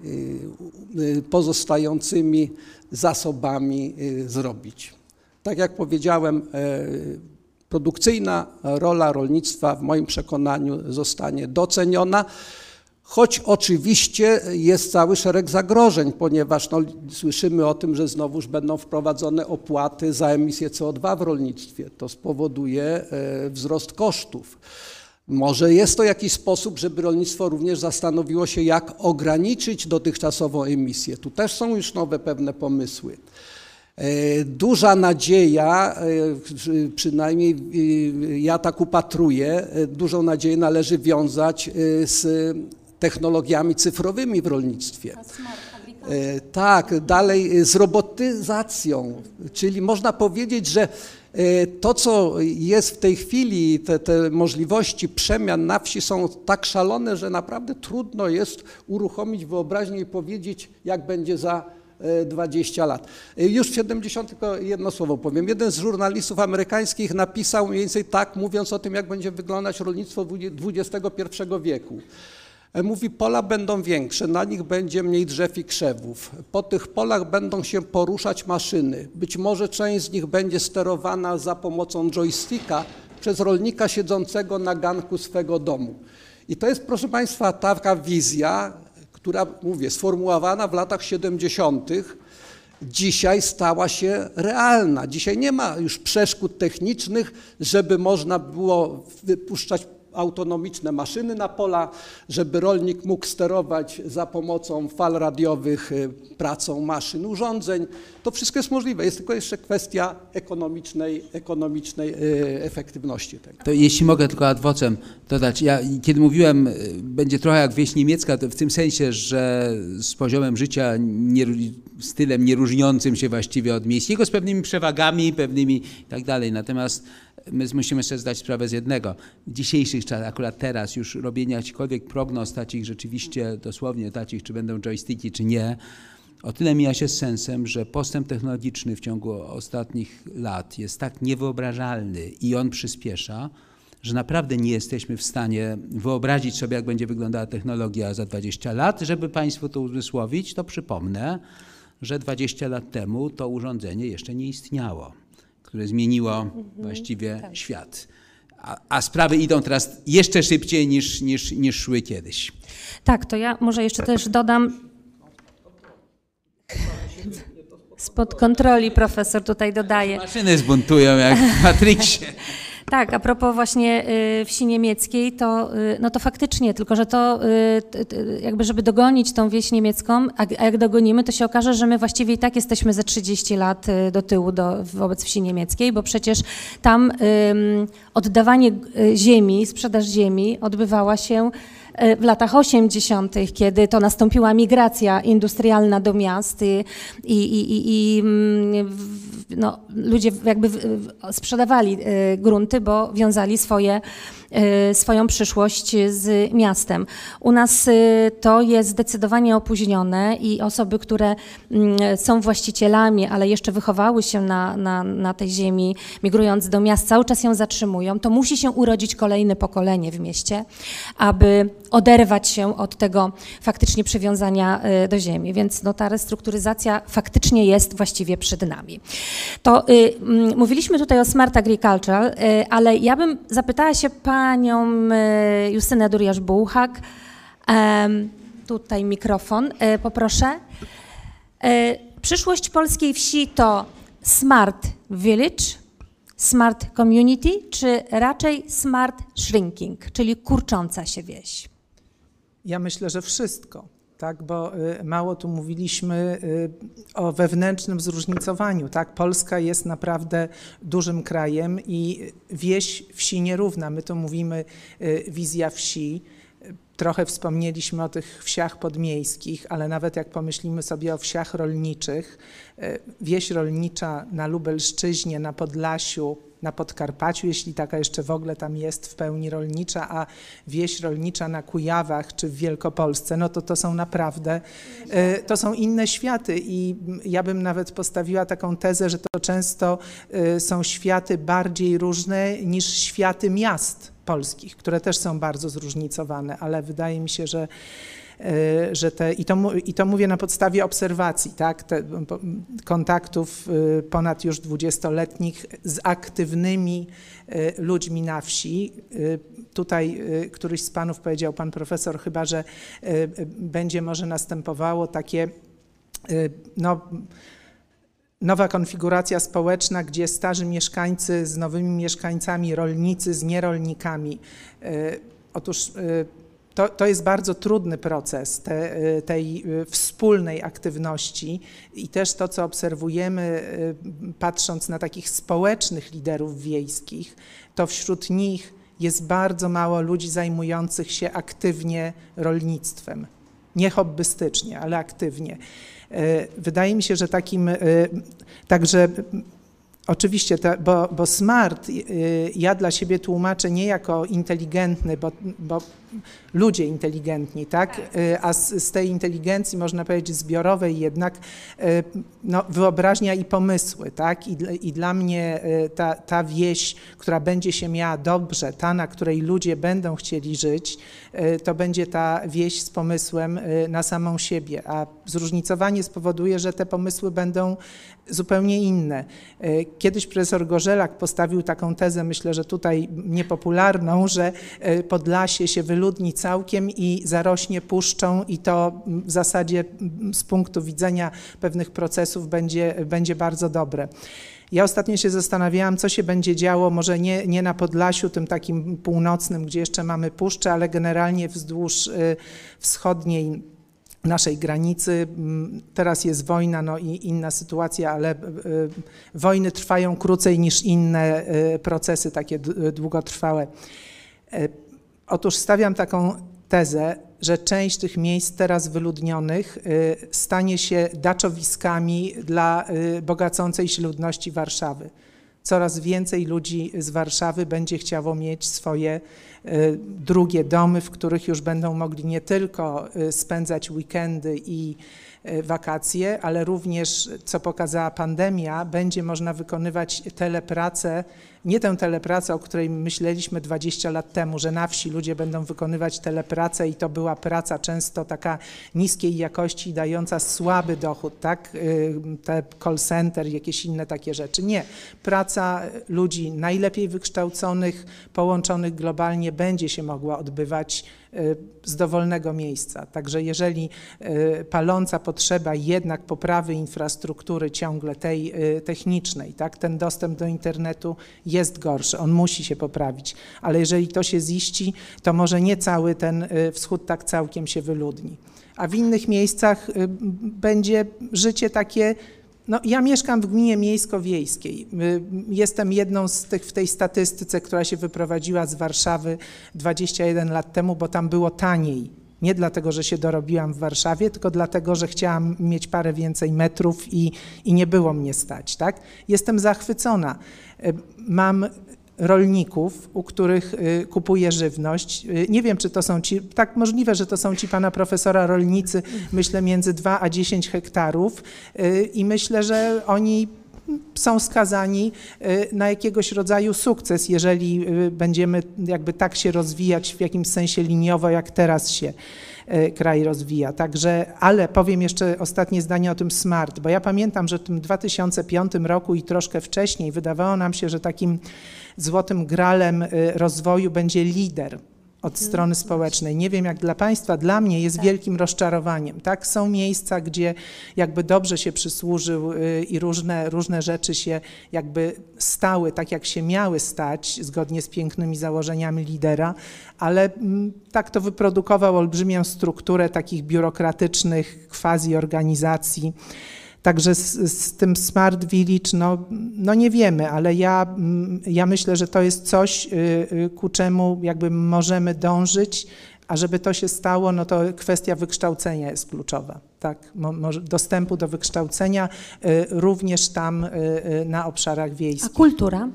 pozostającymi zasobami zrobić. Tak jak powiedziałem, produkcyjna rola rolnictwa w moim przekonaniu zostanie doceniona, choć oczywiście jest cały szereg zagrożeń, ponieważ słyszymy o tym, że znowuż będą wprowadzone opłaty za emisję CO2 w rolnictwie. To spowoduje wzrost kosztów. Może jest to jakiś sposób, żeby rolnictwo również zastanowiło się, jak ograniczyć dotychczasową emisję. Tu też są już nowe pewne pomysły. Duża nadzieja, przynajmniej ja tak upatruję, dużą nadzieję należy wiązać z technologiami cyfrowymi w rolnictwie. Tak, dalej z robotyzacją, czyli można powiedzieć, że to, co jest w tej chwili, te możliwości przemian na wsi są tak szalone, że naprawdę trudno jest uruchomić wyobraźnię i powiedzieć, jak będzie za 20 lat. Już w 70, tylko jedno słowo powiem. Jeden z żurnalistów amerykańskich napisał mniej więcej tak, mówiąc o tym, jak będzie wyglądać rolnictwo XXI wieku. Mówi, pola będą większe, na nich będzie mniej drzew i krzewów. Po tych polach będą się poruszać maszyny. Być może część z nich będzie sterowana za pomocą joysticka przez rolnika siedzącego na ganku swego domu. I to jest, proszę Państwa, taka wizja, która, mówię, sformułowana w latach 70., dzisiaj stała się realna. Dzisiaj nie ma już przeszkód technicznych, żeby można było wypuszczać autonomiczne maszyny na pola, żeby rolnik mógł sterować za pomocą fal radiowych pracą maszyn, urządzeń. To wszystko jest możliwe. Jest tylko jeszcze kwestia ekonomicznej efektywności tego. To jeśli mogę tylko ad vocem dodać, ja kiedy mówiłem, będzie trochę jak wieś niemiecka, to w tym sensie, że z poziomem życia, stylem nieróżniącym się właściwie od miejskiego, z pewnymi przewagami, pewnymi i tak dalej. Natomiast my musimy sobie zdać sprawę z jednego. W dzisiejszych czasach, akurat teraz, już robienia jakichkolwiek prognoz takich rzeczywiście, dosłownie takich, czy będą joysticki, czy nie, o tyle mija się z sensem, że postęp technologiczny w ciągu ostatnich lat jest tak niewyobrażalny i on przyspiesza, że naprawdę nie jesteśmy w stanie wyobrazić sobie, jak będzie wyglądała technologia za 20 lat. Żeby Państwu to uzmysłowić, to przypomnę, że 20 lat temu to urządzenie jeszcze nie istniało, które zmieniło właściwie świat. A sprawy idą teraz jeszcze szybciej niż szły kiedyś. Tak, to ja może jeszcze też dodam, spod kontroli profesor tutaj dodaje. Maszyny zbuntują jak w Matrixie. Tak, a propos właśnie wsi niemieckiej, no to faktycznie, tylko że to jakby, żeby dogonić tą wieś niemiecką, a jak dogonimy, to się okaże, że my właściwie i tak jesteśmy ze 30 lat do tyłu wobec wsi niemieckiej, bo przecież tam oddawanie ziemi, sprzedaż ziemi odbywała się w latach 80., kiedy to nastąpiła migracja industrialna do miast i no, ludzie jakby sprzedawali grunty, bo wiązali swoją przyszłość z miastem. U nas to jest zdecydowanie opóźnione i osoby, które są właścicielami, ale jeszcze wychowały się na tej ziemi, migrując do miast, cały czas ją zatrzymują. To musi się urodzić kolejne pokolenie w mieście, aby oderwać się od tego faktycznie przywiązania do ziemi. Więc no, ta restrukturyzacja faktycznie jest właściwie przed nami. To mówiliśmy tutaj o Smart Agriculture, ale ja bym zapytała się panią Justynę Duriasz-Bułhak. Tutaj mikrofon, poproszę. Przyszłość polskiej wsi to Smart Village, Smart Community, czy raczej Smart Shrinking, czyli kurcząca się wieś? Ja myślę, że wszystko, tak, bo mało tu mówiliśmy o wewnętrznym zróżnicowaniu, tak. Polska jest naprawdę dużym krajem i wieś wsi nierówna. My tu mówimy wizja wsi. Trochę wspomnieliśmy o tych wsiach podmiejskich, ale nawet jak pomyślimy sobie o wsiach rolniczych, wieś rolnicza na Lubelszczyźnie, na Podlasiu, na Podkarpaciu, jeśli taka jeszcze w ogóle tam jest w pełni rolnicza, a wieś rolnicza na Kujawach czy w Wielkopolsce, no to są naprawdę, to są inne światy i ja bym nawet postawiła taką tezę, że to często są światy bardziej różne niż światy miast polskich, które też są bardzo zróżnicowane, ale wydaje mi się, że i to mówię na podstawie obserwacji, tak, kontaktów ponad już 20-letnich z aktywnymi ludźmi na wsi. Tutaj któryś z panów powiedział, pan profesor chyba, że będzie może następowało takie nowa konfiguracja społeczna, gdzie starzy mieszkańcy z nowymi mieszkańcami, rolnicy z nierolnikami. Otóż to jest bardzo trudny proces tej wspólnej aktywności i też to, co obserwujemy, patrząc na takich społecznych liderów wiejskich, to wśród nich jest bardzo mało ludzi zajmujących się aktywnie rolnictwem. Nie hobbystycznie, ale aktywnie. Wydaje mi się, że także oczywiście, bo smart ja dla siebie tłumaczę nie jako inteligentny, bo ludzie inteligentni, tak? A z tej inteligencji, można powiedzieć, zbiorowej jednak no, wyobraźnia i pomysły, tak? I dla mnie ta wieś, która będzie się miała dobrze, ta, na której ludzie będą chcieli żyć, to będzie ta wieś z pomysłem na samą siebie, a zróżnicowanie spowoduje, że te pomysły będą zupełnie inne. Kiedyś profesor Gorzelak postawił taką tezę, myślę, że tutaj niepopularną, że Podlasie się wyludni całkiem i zarośnie puszczą i to w zasadzie z punktu widzenia pewnych procesów będzie bardzo dobre. Ja ostatnio się zastanawiałam, co się będzie działo, może nie na Podlasiu, tym takim północnym, gdzie jeszcze mamy puszczę, ale generalnie wzdłuż wschodniej naszej granicy. Teraz jest wojna, no i inna sytuacja, ale wojny trwają krócej niż inne procesy takie długotrwałe. Otóż stawiam taką tezę, że część tych miejsc teraz wyludnionych stanie się daczowiskami dla bogacącej się ludności Warszawy. Coraz więcej ludzi z Warszawy będzie chciało mieć swoje drugie domy, w których już będą mogli nie tylko spędzać weekendy i wakacje, ale również, co pokazała pandemia, będzie można wykonywać telepracę, nie tę telepracę, o której myśleliśmy 20 lat temu, że na wsi ludzie będą wykonywać telepracę i to była praca często taka niskiej jakości, dająca słaby dochód, tak? Te call center, jakieś inne takie rzeczy. Nie. Praca ludzi najlepiej wykształconych, połączonych globalnie będzie się mogła odbywać z dowolnego miejsca. Także jeżeli paląca potrzeba jednak poprawy infrastruktury ciągle tej technicznej, tak, ten dostęp do internetu jest gorszy, on musi się poprawić, ale jeżeli to się ziści, to może nie cały ten wschód tak całkiem się wyludni. A w innych miejscach będzie życie takie. No, ja mieszkam w gminie miejsko-wiejskiej. Jestem jedną z tych w tej statystyce, która się wyprowadziła z Warszawy 21 lat temu, bo tam było taniej. Nie dlatego, że się dorobiłam w Warszawie, tylko dlatego, że chciałam mieć parę więcej metrów i nie było mnie stać. Tak? Jestem zachwycona. Mam rolników, u których kupuję żywność. Nie wiem, czy to są ci, tak możliwe, że to są ci pana profesora rolnicy, myślę między 2 a 10 hektarów i myślę, że oni są skazani na jakiegoś rodzaju sukces, jeżeli będziemy jakby tak się rozwijać w jakimś sensie liniowo, jak teraz się kraj rozwija. Także, ale powiem jeszcze ostatnie zdanie o tym smart, bo ja pamiętam, że w tym 2005 roku i troszkę wcześniej wydawało nam się, że takim złotym gralem rozwoju będzie lider od strony społecznej. Nie wiem jak dla Państwa, dla mnie jest wielkim rozczarowaniem. Tak? Są miejsca, gdzie jakby dobrze się przysłużył i różne rzeczy się jakby stały tak, jak się miały stać, zgodnie z pięknymi założeniami lidera, ale tak to wyprodukował olbrzymią strukturę takich biurokratycznych quasi-organizacji. Także z tym Smart Village, no nie wiemy, ale ja myślę, że to jest coś, ku czemu jakby możemy dążyć, a żeby to się stało, no to kwestia wykształcenia jest kluczowa, tak? Dostępu do wykształcenia również tam na obszarach wiejskich. A kultura?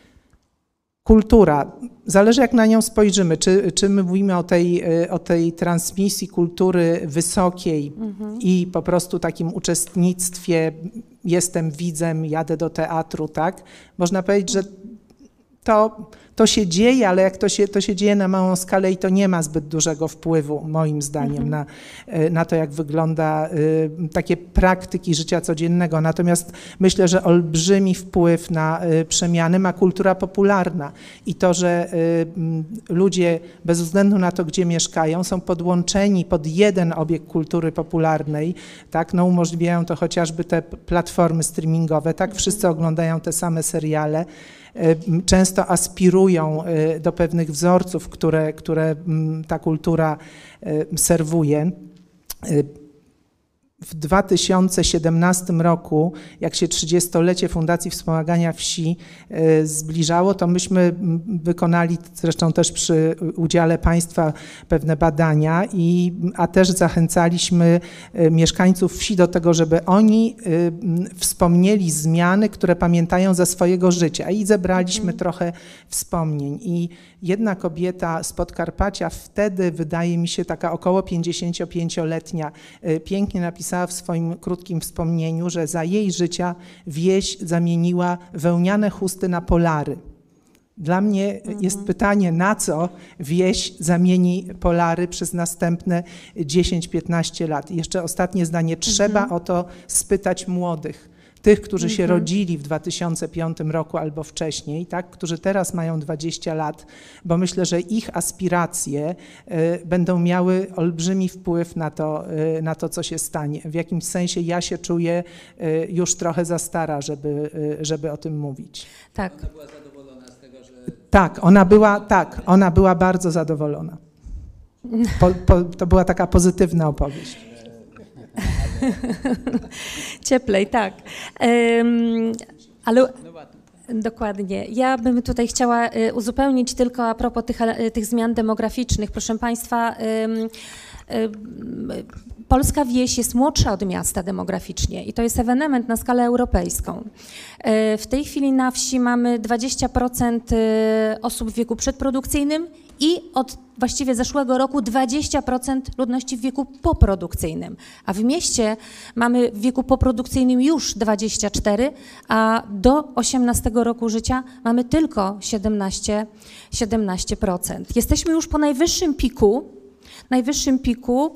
Kultura, zależy jak na nią spojrzymy, czy my mówimy o tej transmisji kultury wysokiej i po prostu takim uczestnictwie, jestem widzem, jadę do teatru, tak? Można powiedzieć, że to się dzieje, ale jak to się dzieje na małą skalę i to nie ma zbyt dużego wpływu, moim zdaniem, na to, jak wygląda takie praktyki życia codziennego. Natomiast myślę, że olbrzymi wpływ na przemiany ma kultura popularna i to, że ludzie bez względu na to, gdzie mieszkają, są podłączeni pod jeden obiekt kultury popularnej, tak, no umożliwiają to chociażby te platformy streamingowe, tak, wszyscy oglądają te same seriale, często aspirują do pewnych wzorców, które ta kultura serwuje. W 2017 roku, jak się 30-lecie Fundacji Wspomagania Wsi zbliżało, to myśmy wykonali, zresztą też przy udziale państwa, pewne badania, a też zachęcaliśmy mieszkańców wsi do tego, żeby oni wspomnieli zmiany, które pamiętają ze swojego życia i zebraliśmy trochę wspomnień. I jedna kobieta z Podkarpacia, wtedy wydaje mi się taka około 55-letnia, pięknie napisała w swoim krótkim wspomnieniu, że za jej życia wieś zamieniła wełniane chusty na polary. Dla mnie jest pytanie, na co wieś zamieni polary przez następne 10-15 lat. I jeszcze ostatnie zdanie, trzeba o to spytać młodych. Tych, którzy się rodzili w 2005 roku albo wcześniej, tak, którzy teraz mają 20 lat, bo myślę, że ich aspiracje będą miały olbrzymi wpływ na to, co się stanie. W jakimś sensie ja się czuję już trochę za stara, żeby o tym mówić. Tak. Ona była zadowolona z tego, że... Tak, ona była bardzo zadowolona. To była taka pozytywna opowieść. Cieplej, tak. Ale dokładnie. Ja bym tutaj chciała uzupełnić tylko a propos tych zmian demograficznych. Proszę Państwa, polska wieś jest młodsza od miasta demograficznie i to jest ewenement na skalę europejską. W tej chwili na wsi mamy 20% osób w wieku przedprodukcyjnym i od właściwie zeszłego roku 20% ludności w wieku poprodukcyjnym, a w mieście mamy w wieku poprodukcyjnym już 24%, a do 18 roku życia mamy tylko 17%. Jesteśmy już po najwyższym piku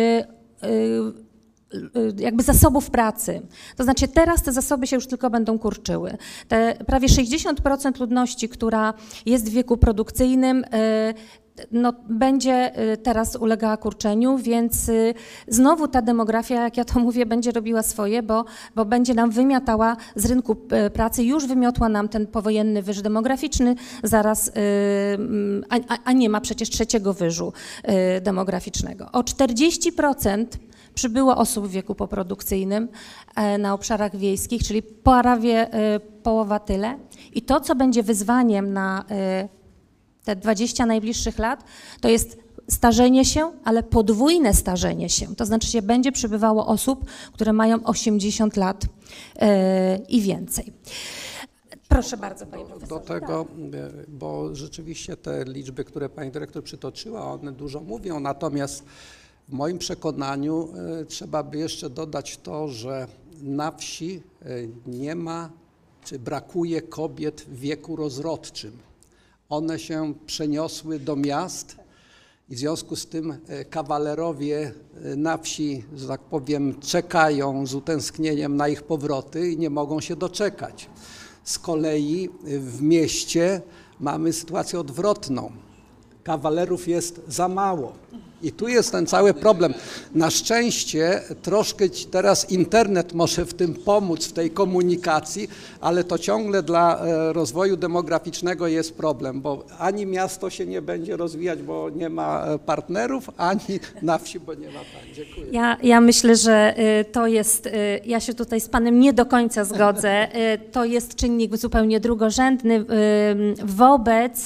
jakby zasobów pracy. To znaczy teraz te zasoby się już tylko będą kurczyły. Te prawie 60% ludności, która jest w wieku produkcyjnym, no, będzie teraz ulegała kurczeniu, więc znowu ta demografia, jak ja to mówię, będzie robiła swoje, bo będzie nam wymiatała z rynku pracy, już wymiotła nam ten powojenny wyż demograficzny, zaraz, a nie ma przecież trzeciego wyżu demograficznego. O 40% przybyło osób w wieku poprodukcyjnym na obszarach wiejskich, czyli prawie połowa tyle. I to, co będzie wyzwaniem na te 20 najbliższych lat, to jest starzenie się, ale podwójne starzenie się. To znaczy, że będzie przybywało osób, które mają 80 lat i więcej. Proszę bardzo, Pani Profesor. Do tego, bo rzeczywiście te liczby, które Pani Dyrektor przytoczyła, one dużo mówią, natomiast w moim przekonaniu trzeba by jeszcze dodać to, że na wsi nie ma, czy brakuje kobiet w wieku rozrodczym. One się przeniosły do miast i w związku z tym kawalerowie na wsi, że tak powiem, czekają z utęsknieniem na ich powroty i nie mogą się doczekać. Z kolei w mieście mamy sytuację odwrotną. Kawalerów jest za mało. I tu jest ten cały problem. Na szczęście troszkę teraz internet może w tym pomóc, w tej komunikacji, ale to ciągle dla rozwoju demograficznego jest problem, bo ani miasto się nie będzie rozwijać, bo nie ma partnerów, ani na wsi, bo nie ma pań. Dziękuję. Ja myślę, że to jest, ja się tutaj z Panem nie do końca zgodzę, to jest czynnik zupełnie drugorzędny wobec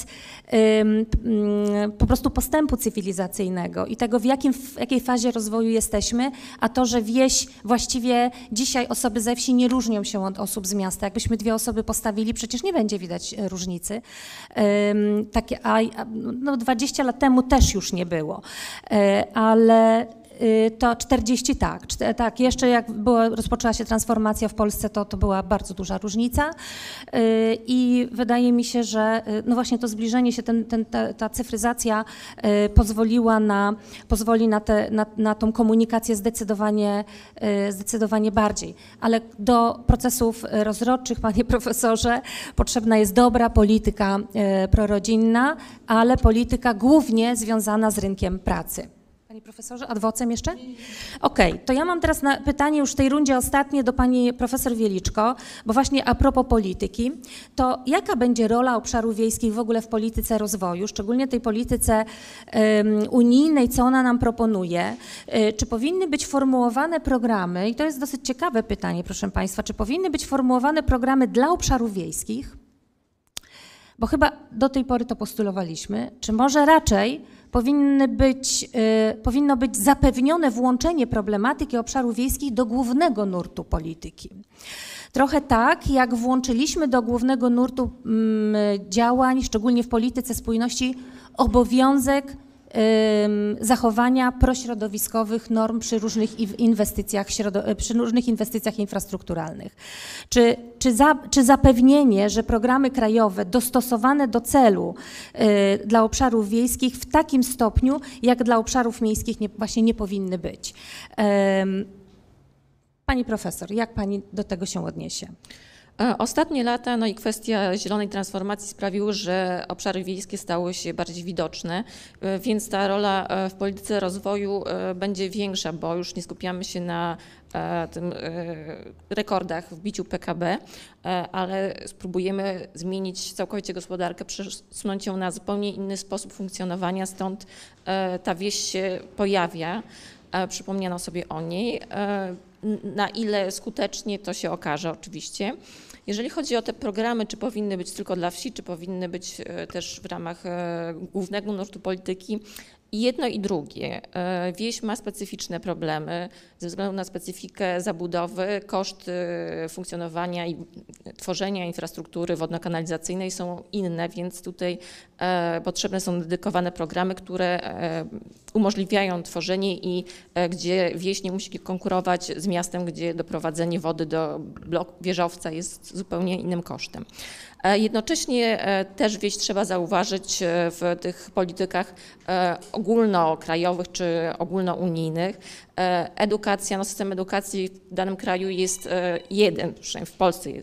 po prostu postępu cywilizacyjnego i tego, w jakiej fazie rozwoju jesteśmy, a to, że wieś, właściwie dzisiaj osoby ze wsi nie różnią się od osób z miasta. Jakbyśmy dwie osoby postawili, przecież nie będzie widać różnicy. No 20 lat temu też już nie było, ale to 40 tak. Jeszcze jak rozpoczęła się transformacja w Polsce, to była bardzo duża różnica i wydaje mi się, że no właśnie to zbliżenie się, ta cyfryzacja pozwoli na tą komunikację zdecydowanie bardziej. Ale do procesów rozrodczych, Panie Profesorze, potrzebna jest dobra polityka prorodzinna, ale polityka głównie związana z rynkiem pracy. Panie Profesorze, adwocem jeszcze? Okej, to ja mam teraz pytanie już w tej rundzie ostatnie do Pani Profesor Wieliczko, bo właśnie a propos polityki, to jaka będzie rola obszarów wiejskich w ogóle w polityce rozwoju, szczególnie tej polityce unijnej, co ona nam proponuje? Czy powinny być formułowane programy, i to jest dosyć ciekawe pytanie, proszę Państwa, czy powinny być formułowane programy dla obszarów wiejskich? Bo chyba do tej pory to postulowaliśmy, czy może raczej powinno być zapewnione włączenie problematyki obszarów wiejskich do głównego nurtu polityki. Trochę tak, jak włączyliśmy do głównego nurtu działań, szczególnie w polityce spójności, obowiązek zachowania prośrodowiskowych norm przy różnych inwestycjach infrastrukturalnych. Czy zapewnienie, że programy krajowe dostosowane do celu dla obszarów wiejskich w takim stopniu, jak dla obszarów miejskich właśnie nie powinny być? Pani profesor, jak Pani do tego się odniesie? Ostatnie lata, no i kwestia zielonej transformacji sprawiły, że obszary wiejskie stały się bardziej widoczne, więc ta rola w polityce rozwoju będzie większa, bo już nie skupiamy się na tym rekordach w biciu PKB, ale spróbujemy zmienić całkowicie gospodarkę, przesunąć ją na zupełnie inny sposób funkcjonowania, stąd ta wieś się pojawia, przypomniano sobie o niej. Na ile skutecznie, to się okaże oczywiście. Jeżeli chodzi o te programy, czy powinny być tylko dla wsi, czy powinny być też w ramach głównego nurtu polityki, i jedno i drugie. Wieś ma specyficzne problemy ze względu na specyfikę zabudowy, koszty funkcjonowania i tworzenia infrastruktury wodno-kanalizacyjnej są inne, więc tutaj potrzebne są dedykowane programy, które umożliwiają tworzenie i gdzie wieś nie musi konkurować z miastem, gdzie doprowadzenie wody do wieżowca jest zupełnie innym kosztem. Jednocześnie też wieś trzeba zauważyć w tych politykach ogólnokrajowych czy ogólnounijnych. Edukacja, no system edukacji w danym kraju jest jeden, przynajmniej w Polsce jest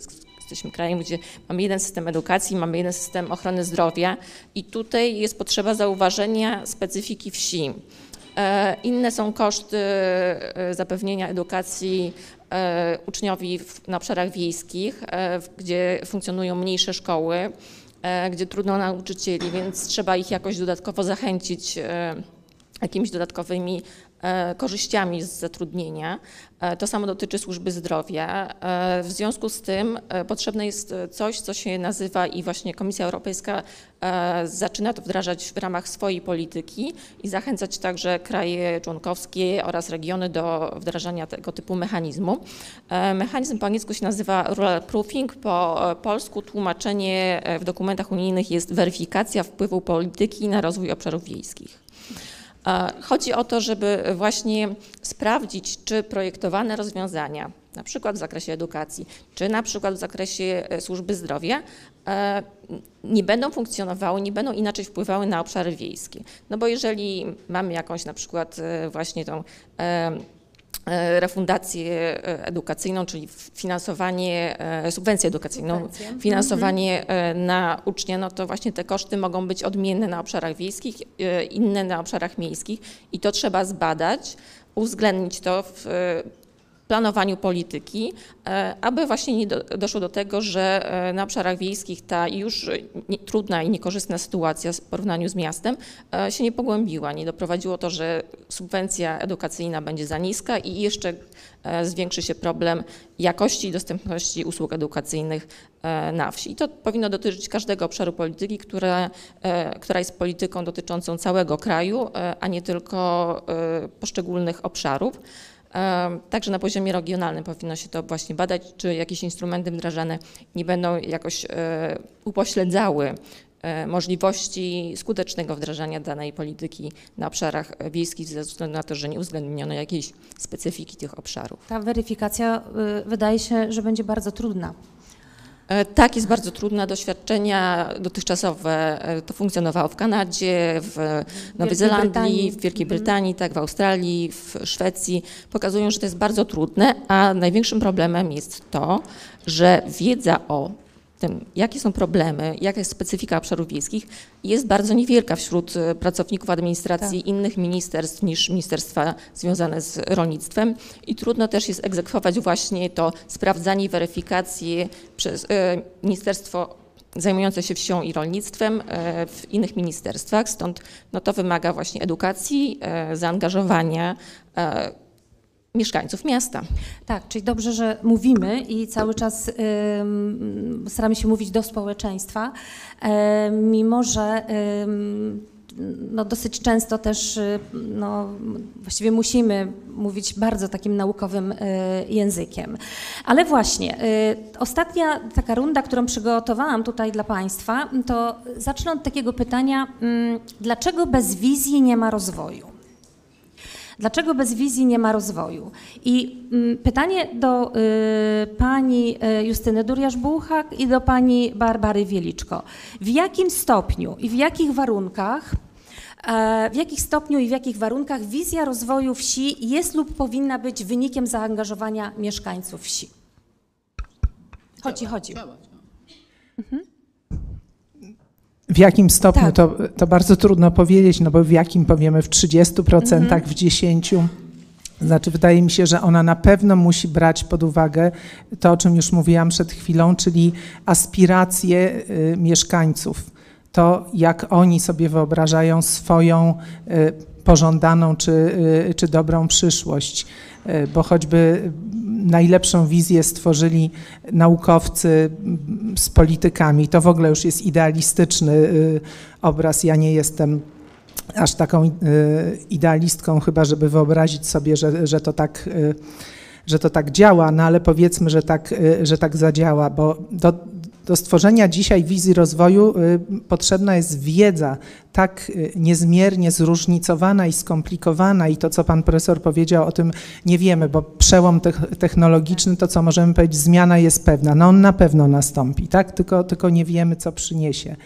Jesteśmy krajem, gdzie mamy jeden system edukacji, mamy jeden system ochrony zdrowia i tutaj jest potrzeba zauważenia specyfiki wsi. Inne są koszty zapewnienia edukacji uczniowi na obszarach wiejskich, gdzie funkcjonują mniejsze szkoły, gdzie trudno nauczycieli, więc trzeba ich jakoś dodatkowo zachęcić jakimiś dodatkowymi korzyściami z zatrudnienia. To samo dotyczy służby zdrowia. W związku z tym potrzebne jest coś, co się nazywa i właśnie Komisja Europejska zaczyna to wdrażać w ramach swojej polityki i zachęcać także kraje członkowskie oraz regiony do wdrażania tego typu mechanizmu. Mechanizm po angielsku się nazywa rural proofing, po polsku tłumaczenie w dokumentach unijnych jest weryfikacja wpływu polityki na rozwój obszarów wiejskich. Chodzi o to, żeby właśnie sprawdzić, czy projektowane rozwiązania, na przykład w zakresie edukacji, czy na przykład w zakresie służby zdrowia, nie będą funkcjonowały, nie będą inaczej wpływały na obszary wiejskie. No bo jeżeli mamy jakąś na przykład właśnie tą refundację edukacyjną, czyli finansowanie, subwencję edukacyjną, finansowanie na ucznia, no to właśnie te koszty mogą być odmienne na obszarach wiejskich, inne na obszarach miejskich i to trzeba zbadać, uwzględnić to w planowaniu polityki, aby właśnie nie doszło do tego, że na obszarach wiejskich ta już trudna i niekorzystna sytuacja w porównaniu z miastem się nie pogłębiła, nie doprowadziło to, że subwencja edukacyjna będzie za niska i jeszcze zwiększy się problem jakości i dostępności usług edukacyjnych na wsi. I to powinno dotyczyć każdego obszaru polityki, która jest polityką dotyczącą całego kraju, a nie tylko poszczególnych obszarów. Także na poziomie regionalnym powinno się to właśnie badać, czy jakieś instrumenty wdrażane nie będą jakoś upośledzały możliwości skutecznego wdrażania danej polityki na obszarach wiejskich ze względu na to, że nie uwzględniono jakiejś specyfiki tych obszarów. Ta weryfikacja wydaje się, że będzie bardzo trudna. Tak, jest bardzo trudna. Doświadczenia dotychczasowe to funkcjonowało w Kanadzie, w Nowej Zelandii, w Wielkiej Brytanii, tak, w Australii, w Szwecji. Pokazują, że to jest bardzo trudne, a największym problemem jest to, że wiedza o tym, jakie są problemy, jaka jest specyfika obszarów wiejskich, jest bardzo niewielka wśród pracowników administracji innych ministerstw niż ministerstwa związane z rolnictwem i trudno też jest egzekwować właśnie to sprawdzanie i weryfikację przez ministerstwo zajmujące się wsią i rolnictwem w innych ministerstwach, stąd no, to wymaga właśnie edukacji, zaangażowania mieszkańców miasta. Tak, czyli dobrze, że mówimy i cały czas staramy się mówić do społeczeństwa, mimo że no, dosyć często też no, właściwie musimy mówić bardzo takim naukowym językiem. Ale właśnie, ostatnia taka runda, którą przygotowałam tutaj dla Państwa, to zacznę od takiego pytania, dlaczego bez wizji nie ma rozwoju? Dlaczego bez wizji nie ma rozwoju? I pytanie do pani Justyny Duriasz-Bułhak i do pani Barbary Wieliczko. W jakim stopniu i w jakich warunkach wizja rozwoju wsi jest lub powinna być wynikiem zaangażowania mieszkańców wsi? Chodzi. W jakim stopniu, to bardzo trudno powiedzieć, no bo w jakim powiemy w 30%, w 10%. Znaczy wydaje mi się, że ona na pewno musi brać pod uwagę to, o czym już mówiłam przed chwilą, czyli aspiracje mieszkańców. To, jak oni sobie wyobrażają swoją pożądaną czy dobrą przyszłość. Bo choćby najlepszą wizję stworzyli naukowcy z politykami, to w ogóle już jest idealistyczny obraz. Ja nie jestem aż taką idealistką chyba, żeby wyobrazić sobie, że to tak działa, no ale powiedzmy, że tak zadziała, bo do stworzenia dzisiaj wizji rozwoju potrzebna jest wiedza tak niezmiernie zróżnicowana i skomplikowana i to, co pan profesor powiedział, o tym nie wiemy, bo przełom technologiczny, to co możemy powiedzieć, zmiana jest pewna, no on na pewno nastąpi, tak? Tylko nie wiemy, co przyniesie.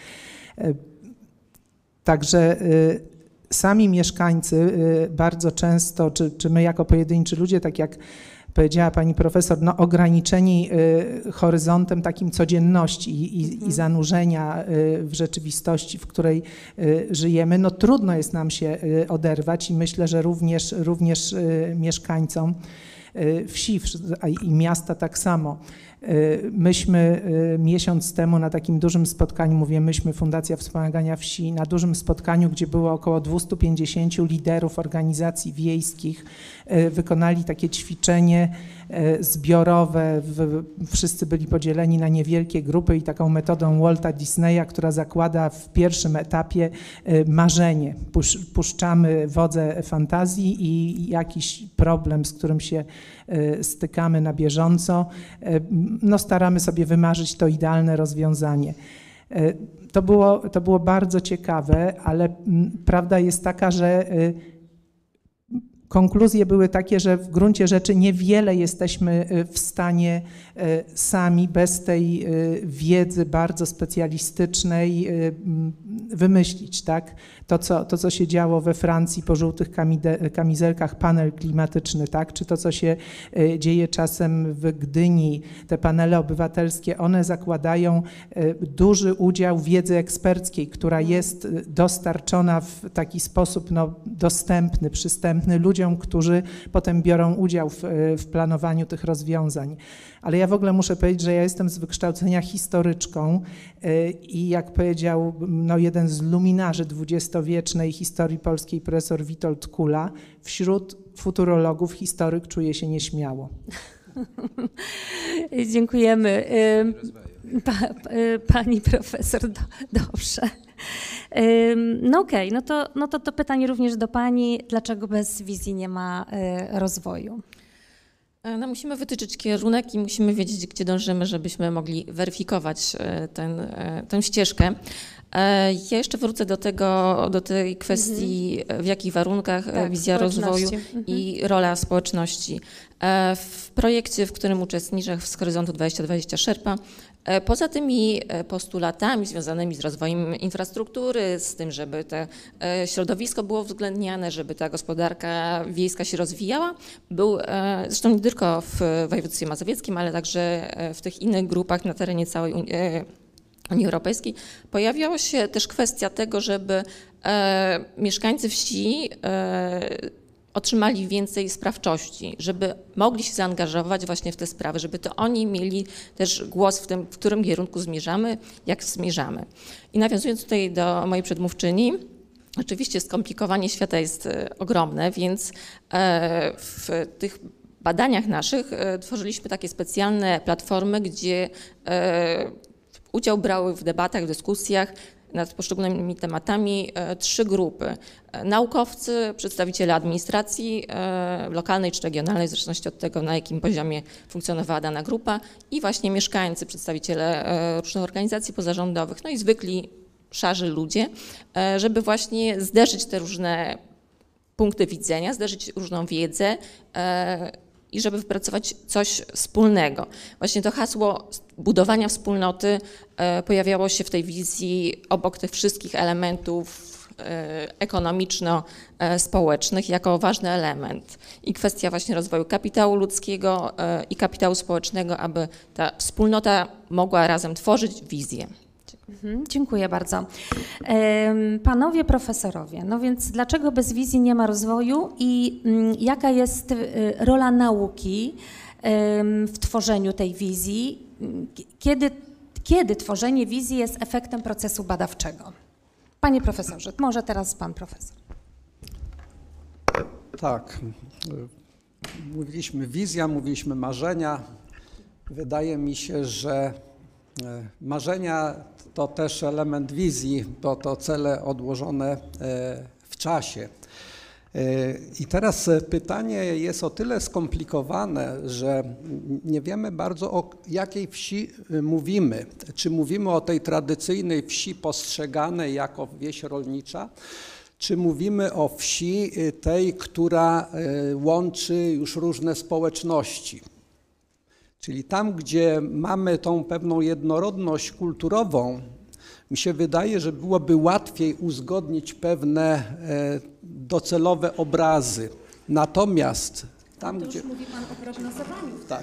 Także sami mieszkańcy bardzo często, czy my jako pojedynczy ludzie, tak jak powiedziała pani profesor, no ograniczeni horyzontem takim codzienności i zanurzenia w rzeczywistości, w której żyjemy, no trudno jest nam się oderwać i myślę, że również mieszkańcom wsi i miasta tak samo. Myśmy miesiąc temu na takim dużym spotkaniu, mówię myśmy, Fundacja Wspomagania Wsi, na dużym spotkaniu, gdzie było około 250 liderów organizacji wiejskich, wykonali takie ćwiczenie zbiorowe, wszyscy byli podzieleni na niewielkie grupy i taką metodą Walta Disneya, która zakłada w pierwszym etapie marzenie. Puszczamy wodze fantazji i jakiś problem, z którym się stykamy na bieżąco, no staramy sobie wymarzyć to idealne rozwiązanie. To było bardzo ciekawe, ale prawda jest taka, że konkluzje były takie, że w gruncie rzeczy niewiele jesteśmy w stanie sami bez tej wiedzy bardzo specjalistycznej wymyślić, tak? To, co się działo we Francji po żółtych kamizelkach, panel klimatyczny, tak? Czy to, co się dzieje czasem w Gdyni, te panele obywatelskie, one zakładają duży udział wiedzy eksperckiej, która jest dostarczona w taki sposób dostępny, przystępny ludziom, którzy potem biorą udział w planowaniu tych rozwiązań. Ale ja w ogóle muszę powiedzieć, że ja jestem z wykształcenia historyczką i jak powiedział jeden z luminarzy dwudziestowiecznej historii polskiej, profesor Witold Kula, wśród futurologów historyk czuje się nieśmiało. Dziękujemy. Pani profesor, dobrze. No okej, no to pytanie również do pani. Dlaczego bez wizji nie ma rozwoju? No, musimy wytyczyć kierunek i musimy wiedzieć, gdzie dążymy, żebyśmy mogli weryfikować tę ścieżkę. Ja jeszcze wrócę do tej kwestii, w jakich warunkach wizja rozwoju i rola społeczności. W projekcie, w którym uczestniczę z Horyzontu 2020 Sherpa, poza tymi postulatami związanymi z rozwojem infrastruktury, z tym, żeby to środowisko było uwzględniane, żeby ta gospodarka wiejska się rozwijała, był zresztą nie tylko w województwie mazowieckim, ale także w tych innych grupach na terenie całej Unii Europejskiej, pojawiała się też kwestia tego, żeby mieszkańcy wsi otrzymali więcej sprawczości, żeby mogli się zaangażować właśnie w te sprawy, żeby to oni mieli też głos w tym, w którym kierunku zmierzamy, jak zmierzamy. I nawiązując tutaj do mojej przedmówczyni, oczywiście skomplikowanie świata jest ogromne, więc w tych badaniach naszych tworzyliśmy takie specjalne platformy, gdzie udział brały w debatach, w dyskusjach nad poszczególnymi tematami 3 grupy. Naukowcy, przedstawiciele administracji lokalnej czy regionalnej, w zależności od tego, na jakim poziomie funkcjonowała dana grupa, i właśnie mieszkańcy, przedstawiciele różnych organizacji pozarządowych, no i zwykli szarzy ludzie, żeby właśnie zderzyć te różne punkty widzenia, zderzyć różną wiedzę i żeby wypracować coś wspólnego. Właśnie to hasło budowania wspólnoty pojawiało się w tej wizji obok tych wszystkich elementów ekonomiczno-społecznych jako ważny element. I kwestia właśnie rozwoju kapitału ludzkiego i kapitału społecznego, aby ta wspólnota mogła razem tworzyć wizję. Dziękuję bardzo. Panowie profesorowie, no więc dlaczego bez wizji nie ma rozwoju i jaka jest rola nauki w tworzeniu tej wizji? Kiedy tworzenie wizji jest efektem procesu badawczego? Panie profesorze, może teraz pan profesor. Tak, mówiliśmy wizja, mówiliśmy marzenia. Wydaje mi się, że marzenia to też element wizji, bo to cele odłożone w czasie. I teraz pytanie jest o tyle skomplikowane, że nie wiemy bardzo, o jakiej wsi mówimy. Czy mówimy o tej tradycyjnej wsi postrzeganej jako wieś rolnicza, czy mówimy o wsi tej, która łączy już różne społeczności. Czyli tam, gdzie mamy tą pewną jednorodność kulturową, mi się wydaje, że byłoby łatwiej uzgodnić pewne docelowe obrazy. Natomiast Tam, To gdzie, już mówi Pan o prognozowaniu. tak,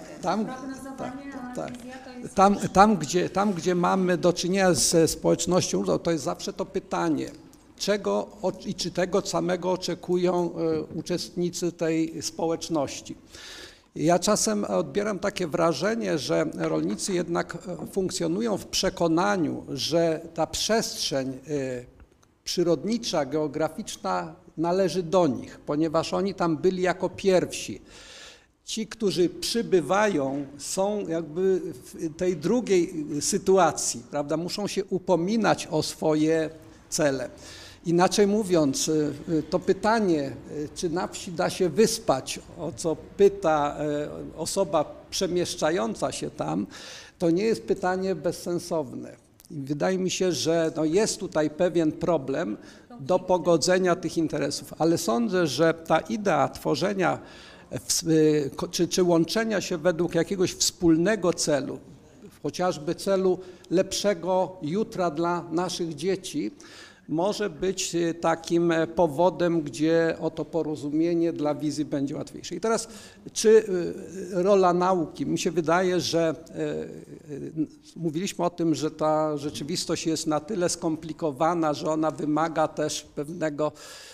tam, gdzie mamy do czynienia ze społecznością, to jest zawsze to pytanie, czego i czy tego samego oczekują uczestnicy tej społeczności. Ja czasem odbieram takie wrażenie, że rolnicy jednak funkcjonują w przekonaniu, że ta przestrzeń przyrodnicza, geograficzna należy do nich, ponieważ oni tam byli jako pierwsi. Ci, którzy przybywają, są jakby w tej drugiej sytuacji, prawda? Muszą się upominać o swoje cele. Inaczej mówiąc, to pytanie, czy na wsi da się wyspać, o co pyta osoba przemieszczająca się tam, to nie jest pytanie bezsensowne. I wydaje mi się, że jest tutaj pewien problem do pogodzenia tych interesów, ale sądzę, że ta idea tworzenia czy łączenia się według jakiegoś wspólnego celu, chociażby celu lepszego jutra dla naszych dzieci, może być takim powodem, gdzie oto porozumienie dla wizji będzie łatwiejsze. I teraz, czy rola nauki? Mi się wydaje, że mówiliśmy o tym, że ta rzeczywistość jest na tyle skomplikowana, że ona wymaga też pewnego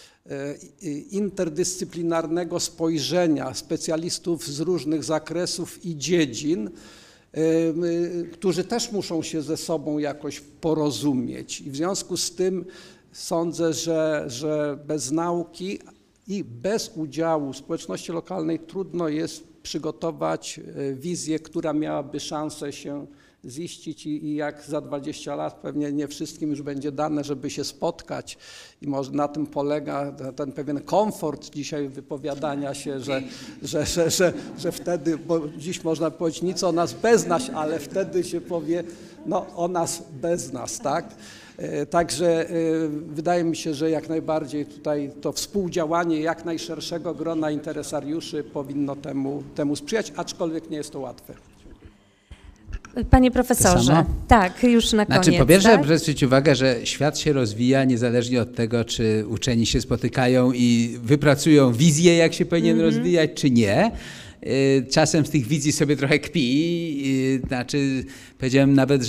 interdyscyplinarnego spojrzenia specjalistów z różnych zakresów i dziedzin, którzy też muszą się ze sobą jakoś porozumieć. I w związku z tym sądzę, że bez nauki i bez udziału społeczności lokalnej trudno jest przygotować wizję, która miałaby szansę się ziścić i jak za 20 lat pewnie nie wszystkim już będzie dane, żeby się spotkać i może na tym polega ten pewien komfort dzisiaj wypowiadania się, że wtedy, bo dziś można powiedzieć nic o nas bez nas, ale wtedy się powie o nas bez nas, tak? Także wydaje mi się, że jak najbardziej tutaj to współdziałanie jak najszerszego grona interesariuszy powinno temu sprzyjać, aczkolwiek nie jest to łatwe. Panie profesorze, tak, już na koniec. Znaczy, po pierwsze, tak? zwrócić uwagę, że świat się rozwija niezależnie od tego, czy uczeni się spotykają i wypracują wizję, jak się powinien rozwijać, czy nie. Czasem z tych wizji sobie trochę kpi, znaczy, powiedziałem, nawet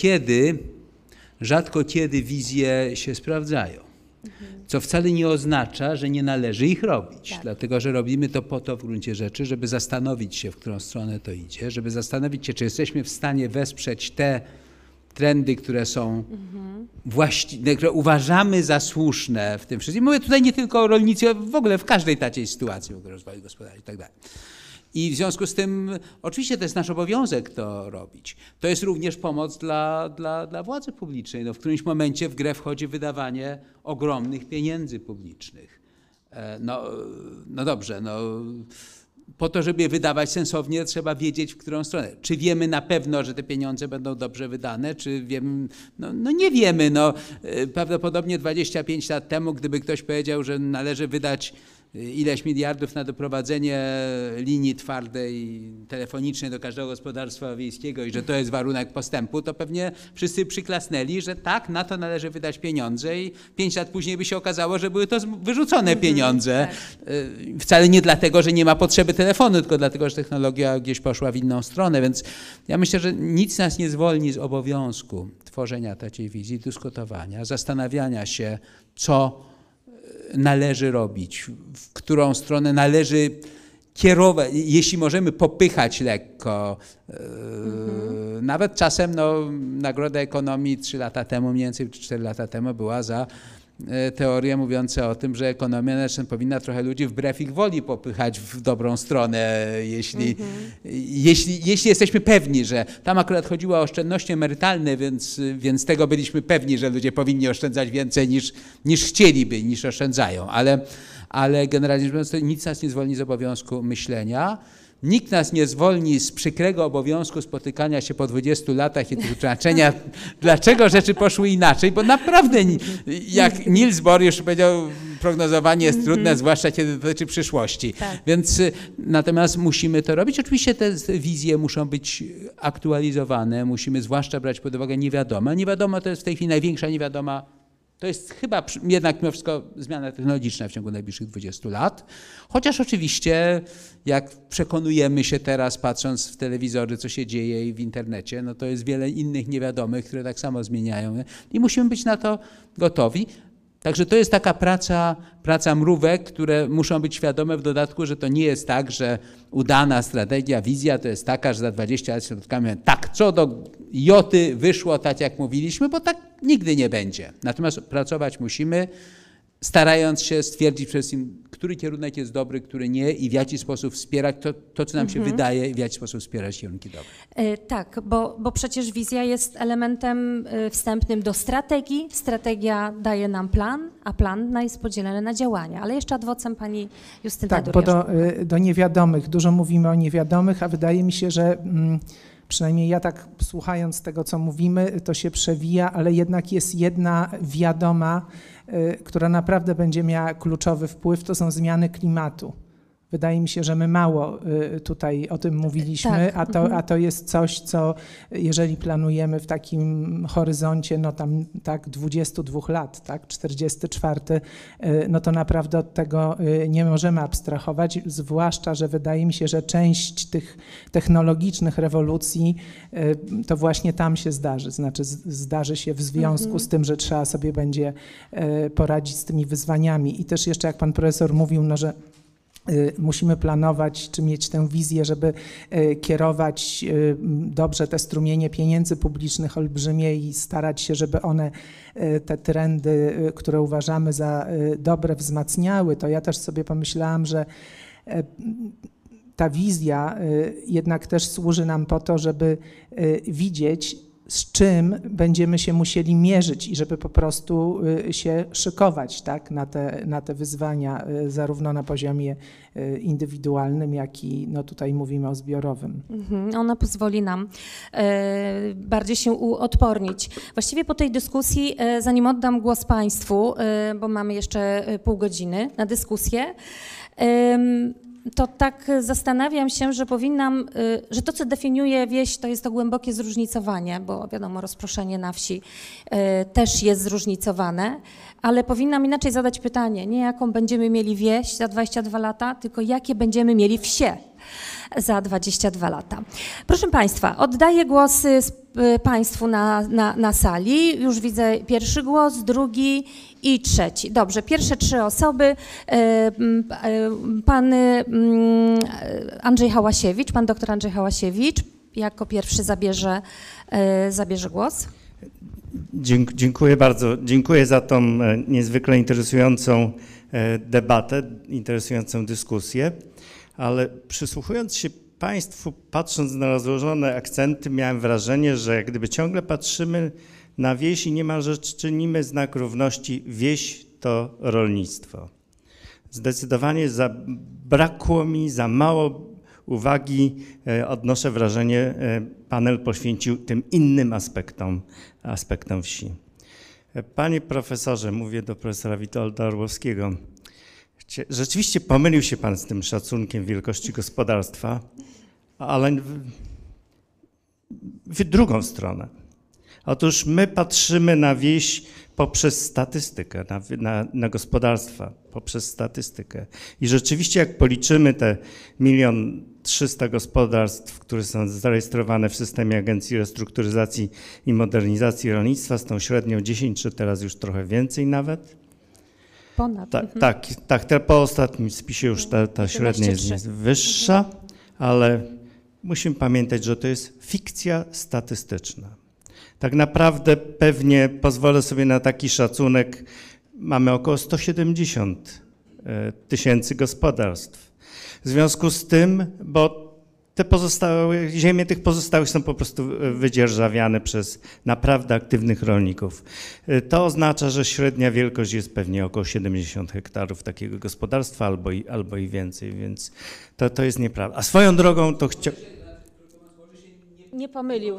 rzadko kiedy wizje się sprawdzają. Co wcale nie oznacza, że nie należy ich robić, dlatego że robimy to po to w gruncie rzeczy, żeby zastanowić się, w którą stronę to idzie, żeby zastanowić się, czy jesteśmy w stanie wesprzeć te trendy, które są właściwe, które uważamy za słuszne w tym wszystkim. Mówię tutaj nie tylko o rolnictwie, w ogóle w każdej takiej sytuacji, w ogóle rozwoju gospodarki i tak dalej. I w związku z tym oczywiście to jest nasz obowiązek to robić. To jest również pomoc dla władzy publicznej. W którymś momencie w grę wchodzi wydawanie ogromnych pieniędzy publicznych. No dobrze, po to, żeby je wydawać sensownie, trzeba wiedzieć, w którą stronę. Czy wiemy na pewno, że te pieniądze będą dobrze wydane, czy wiemy, nie wiemy. Prawdopodobnie 25 lat temu, gdyby ktoś powiedział, że należy wydać ileś miliardów na doprowadzenie linii twardej telefonicznej do każdego gospodarstwa wiejskiego i że to jest warunek postępu, to pewnie wszyscy przyklasnęli, że tak, na to należy wydać pieniądze i 5 lat później by się okazało, że były to wyrzucone pieniądze. Wcale nie dlatego, że nie ma potrzeby telefonu, tylko dlatego, że technologia gdzieś poszła w inną stronę, więc ja myślę, że nic nas nie zwolni z obowiązku tworzenia takiej wizji, dyskutowania, zastanawiania się, co należy robić, w którą stronę należy kierować, jeśli możemy popychać lekko. Nawet czasem Nagroda Ekonomii 3 lata temu, mniej więcej 4 lata temu była za teorie mówiące o tym, że ekonomia powinna trochę ludzi wbrew ich woli popychać w dobrą stronę, jeśli jesteśmy pewni, że tam akurat chodziło o oszczędności emerytalne, więc tego byliśmy pewni, że ludzie powinni oszczędzać więcej niż chcieliby, niż oszczędzają, ale generalnie rzecz biorąc, nic nas nie zwolni z obowiązku myślenia. Nikt nas nie zwolni z przykrego obowiązku spotykania się po 20 latach i tłumaczenia, dlaczego rzeczy poszły inaczej, bo naprawdę, jak Niels Bohr już powiedział, prognozowanie jest trudne, zwłaszcza kiedy dotyczy przyszłości. Tak. Więc natomiast musimy to robić. Oczywiście te wizje muszą być aktualizowane, musimy zwłaszcza brać pod uwagę niewiadome. Niewiadoma to jest w tej chwili największa niewiadoma To jest chyba jednak mimo wszystko zmiana technologiczna w ciągu najbliższych 20 lat. Chociaż oczywiście, jak przekonujemy się teraz, patrząc w telewizory, co się dzieje i w internecie, no to jest wiele innych niewiadomych, które tak samo zmieniają i musimy być na to gotowi. Także to jest taka praca mrówek, które muszą być świadome w dodatku, że to nie jest tak, że udana strategia, wizja to jest taka, że za 20 lat środkami tak, co do joty wyszło tak, jak mówiliśmy, bo tak nigdy nie będzie. Natomiast pracować musimy, starając się stwierdzić przede wszystkim, który kierunek jest dobry, który nie i w jaki sposób wspierać to co nam się wydaje i w jaki sposób wspierać kierunki dobre. Tak, bo przecież wizja jest elementem wstępnym do strategii. Strategia daje nam plan, a plan jest podzielony na działania. Ale jeszcze ad vocem pani Justyna Tak, bo Duriasz. do niewiadomych, dużo mówimy o niewiadomych, a wydaje mi się, że przynajmniej ja tak słuchając tego, co mówimy, to się przewija, ale jednak jest jedna wiadoma, która naprawdę będzie miała kluczowy wpływ, to są zmiany klimatu. Wydaje mi się, że my mało tutaj o tym mówiliśmy, Tak. a to jest coś, co jeżeli planujemy w takim horyzoncie, no tam tak 22 lat, tak, 44, no to naprawdę od tego nie możemy abstrahować, zwłaszcza, że wydaje mi się, że część tych technologicznych rewolucji to właśnie tam się zdarzy, znaczy zdarzy się w związku z tym, że trzeba sobie będzie poradzić z tymi wyzwaniami. I też jeszcze jak pan profesor mówił, no, że musimy planować, czy mieć tę wizję, żeby kierować dobrze te strumienie pieniędzy publicznych olbrzymie i starać się, żeby one te trendy, które uważamy za dobre, wzmacniały. To ja też sobie pomyślałam, że ta wizja jednak też służy nam po to, żeby widzieć, z czym będziemy się musieli mierzyć i żeby po prostu się szykować, tak, na te wyzwania, zarówno na poziomie indywidualnym, jak i no tutaj mówimy o zbiorowym. Ona pozwoli nam bardziej się uodpornić. Właściwie po tej dyskusji, zanim oddam głos Państwu, bo mamy jeszcze pół godziny na dyskusję, to tak zastanawiam się, że powinnam, że to, co definiuje wieś, to jest to głębokie zróżnicowanie, bo wiadomo, rozproszenie na wsi też jest zróżnicowane, ale powinnam inaczej zadać pytanie, nie jaką będziemy mieli wieś za 22 lata, tylko jakie będziemy mieli wsie za 22 lata. Proszę Państwa, oddaję głos Państwu na sali. Już widzę pierwszy głos, drugi i trzeci. Dobrze, pierwsze 3 osoby. Pan Andrzej Hałasiewicz, pan doktor Andrzej Hałasiewicz jako pierwszy zabierze głos. Dziękuję bardzo. Dziękuję za tą niezwykle interesującą debatę, interesującą dyskusję, ale przysłuchując się Państwu, patrząc na rozłożone akcenty, miałem wrażenie, że jak gdyby ciągle patrzymy na wieś i niemalże czynimy znak równości wieś to rolnictwo. Zdecydowanie zabrakło mi, za mało uwagi, odnoszę wrażenie, panel poświęcił tym innym aspektom wsi. Panie profesorze, mówię do profesora Witolda Orłowskiego, rzeczywiście pomylił się pan z tym szacunkiem wielkości gospodarstwa, ale w drugą stronę. Otóż my patrzymy na wieś poprzez statystykę, na gospodarstwa poprzez statystykę. I rzeczywiście jak policzymy te 1 300 000 gospodarstw, które są zarejestrowane w systemie Agencji Restrukturyzacji i Modernizacji Rolnictwa, z tą średnią 10, czy teraz już trochę więcej nawet. Ponad. Tak, po ostatnim spisie już ta średnia jest wyższa, ale musimy pamiętać, że to jest fikcja statystyczna. Tak naprawdę pewnie pozwolę sobie na taki szacunek, mamy około 170 000 gospodarstw. W związku z tym, bo ziemie tych pozostałych są po prostu wydzierżawiane przez naprawdę aktywnych rolników. To oznacza, że średnia wielkość jest pewnie około 70 hektarów takiego gospodarstwa albo i więcej, więc to jest nieprawda. A swoją drogą to Nie pomylił.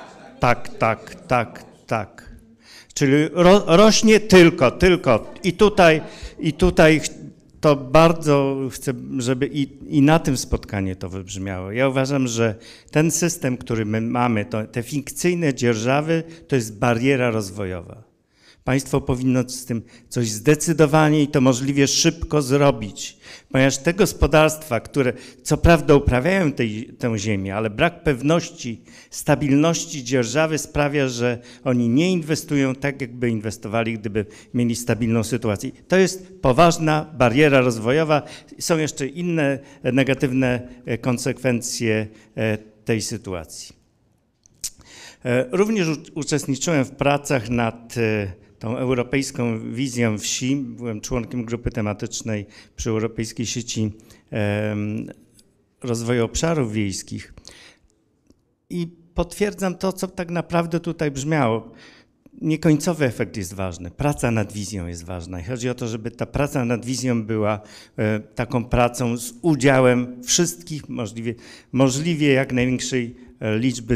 Tak. Czyli rośnie tylko. I tutaj to bardzo chcę, żeby i na tym spotkaniu to wybrzmiało. Ja uważam, że ten system, który my mamy, te fikcyjne dzierżawy, to jest bariera rozwojowa. Państwo powinno z tym coś zdecydowanie i to możliwie szybko zrobić, ponieważ te gospodarstwa, które co prawda uprawiają tę ziemię, ale brak pewności, stabilności dzierżawy sprawia, że oni nie inwestują tak, jakby inwestowali, gdyby mieli stabilną sytuację. To jest poważna bariera rozwojowa. Są jeszcze inne negatywne konsekwencje tej sytuacji. Również uczestniczyłem w pracach nad tą europejską wizją wsi. Byłem członkiem grupy tematycznej przy Europejskiej Sieci Rozwoju Obszarów Wiejskich i potwierdzam to, co tak naprawdę tutaj brzmiało. Niekońcowy efekt jest ważny, praca nad wizją jest ważna i chodzi o to, żeby ta praca nad wizją była taką pracą z udziałem wszystkich, możliwie jak największej liczby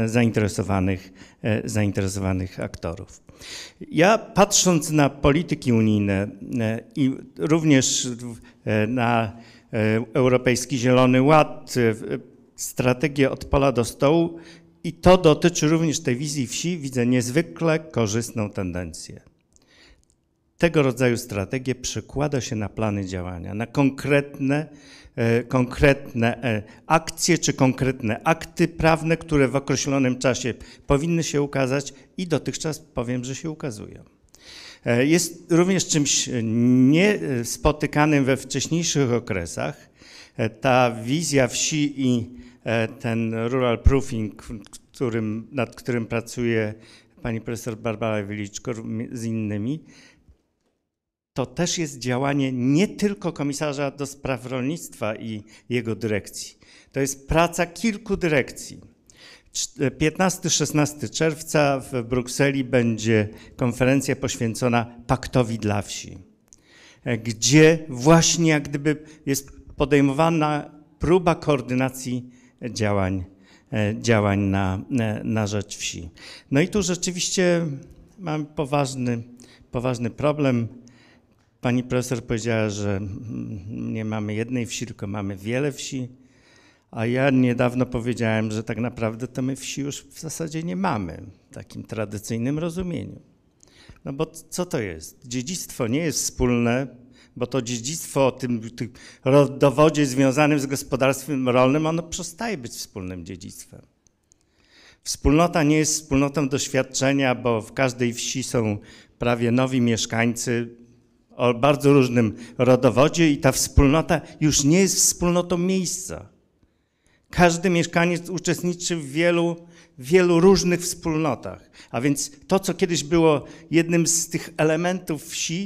zainteresowanych aktorów. Ja patrząc na polityki unijne i również na Europejski Zielony Ład, strategię od pola do stołu, i to dotyczy również tej wizji wsi, widzę niezwykle korzystną tendencję. Tego rodzaju strategie przekłada się na plany działania, na konkretne akcje czy konkretne akty prawne, które w określonym czasie powinny się ukazać i dotychczas powiem, że się ukazują. Jest również czymś niespotykanym we wcześniejszych okresach. Ta wizja wsi i ten rural proofing, nad którym pracuje pani profesor Barbara Wieliczko z innymi, to też jest działanie nie tylko komisarza do spraw rolnictwa i jego dyrekcji. To jest praca kilku dyrekcji. 15-16 czerwca w Brukseli będzie konferencja poświęcona Paktowi dla Wsi, gdzie właśnie jak gdyby jest podejmowana próba koordynacji działań na rzecz wsi. No i tu rzeczywiście mamy poważny problem. Pani profesor powiedziała, że nie mamy jednej wsi, tylko mamy wiele wsi, a ja niedawno powiedziałem, że tak naprawdę to my wsi już w zasadzie nie mamy w takim tradycyjnym rozumieniu. No bo co to jest? Dziedzictwo nie jest wspólne, bo to dziedzictwo o tym dowodzie związanym z gospodarstwem rolnym, ono przestaje być wspólnym dziedzictwem. Wspólnota nie jest wspólnotą doświadczenia, bo w każdej wsi są prawie nowi mieszkańcy o bardzo różnym rodowodzie i ta wspólnota już nie jest wspólnotą miejsca. Każdy mieszkaniec uczestniczy w wielu różnych wspólnotach, a więc to, co kiedyś było jednym z tych elementów wsi,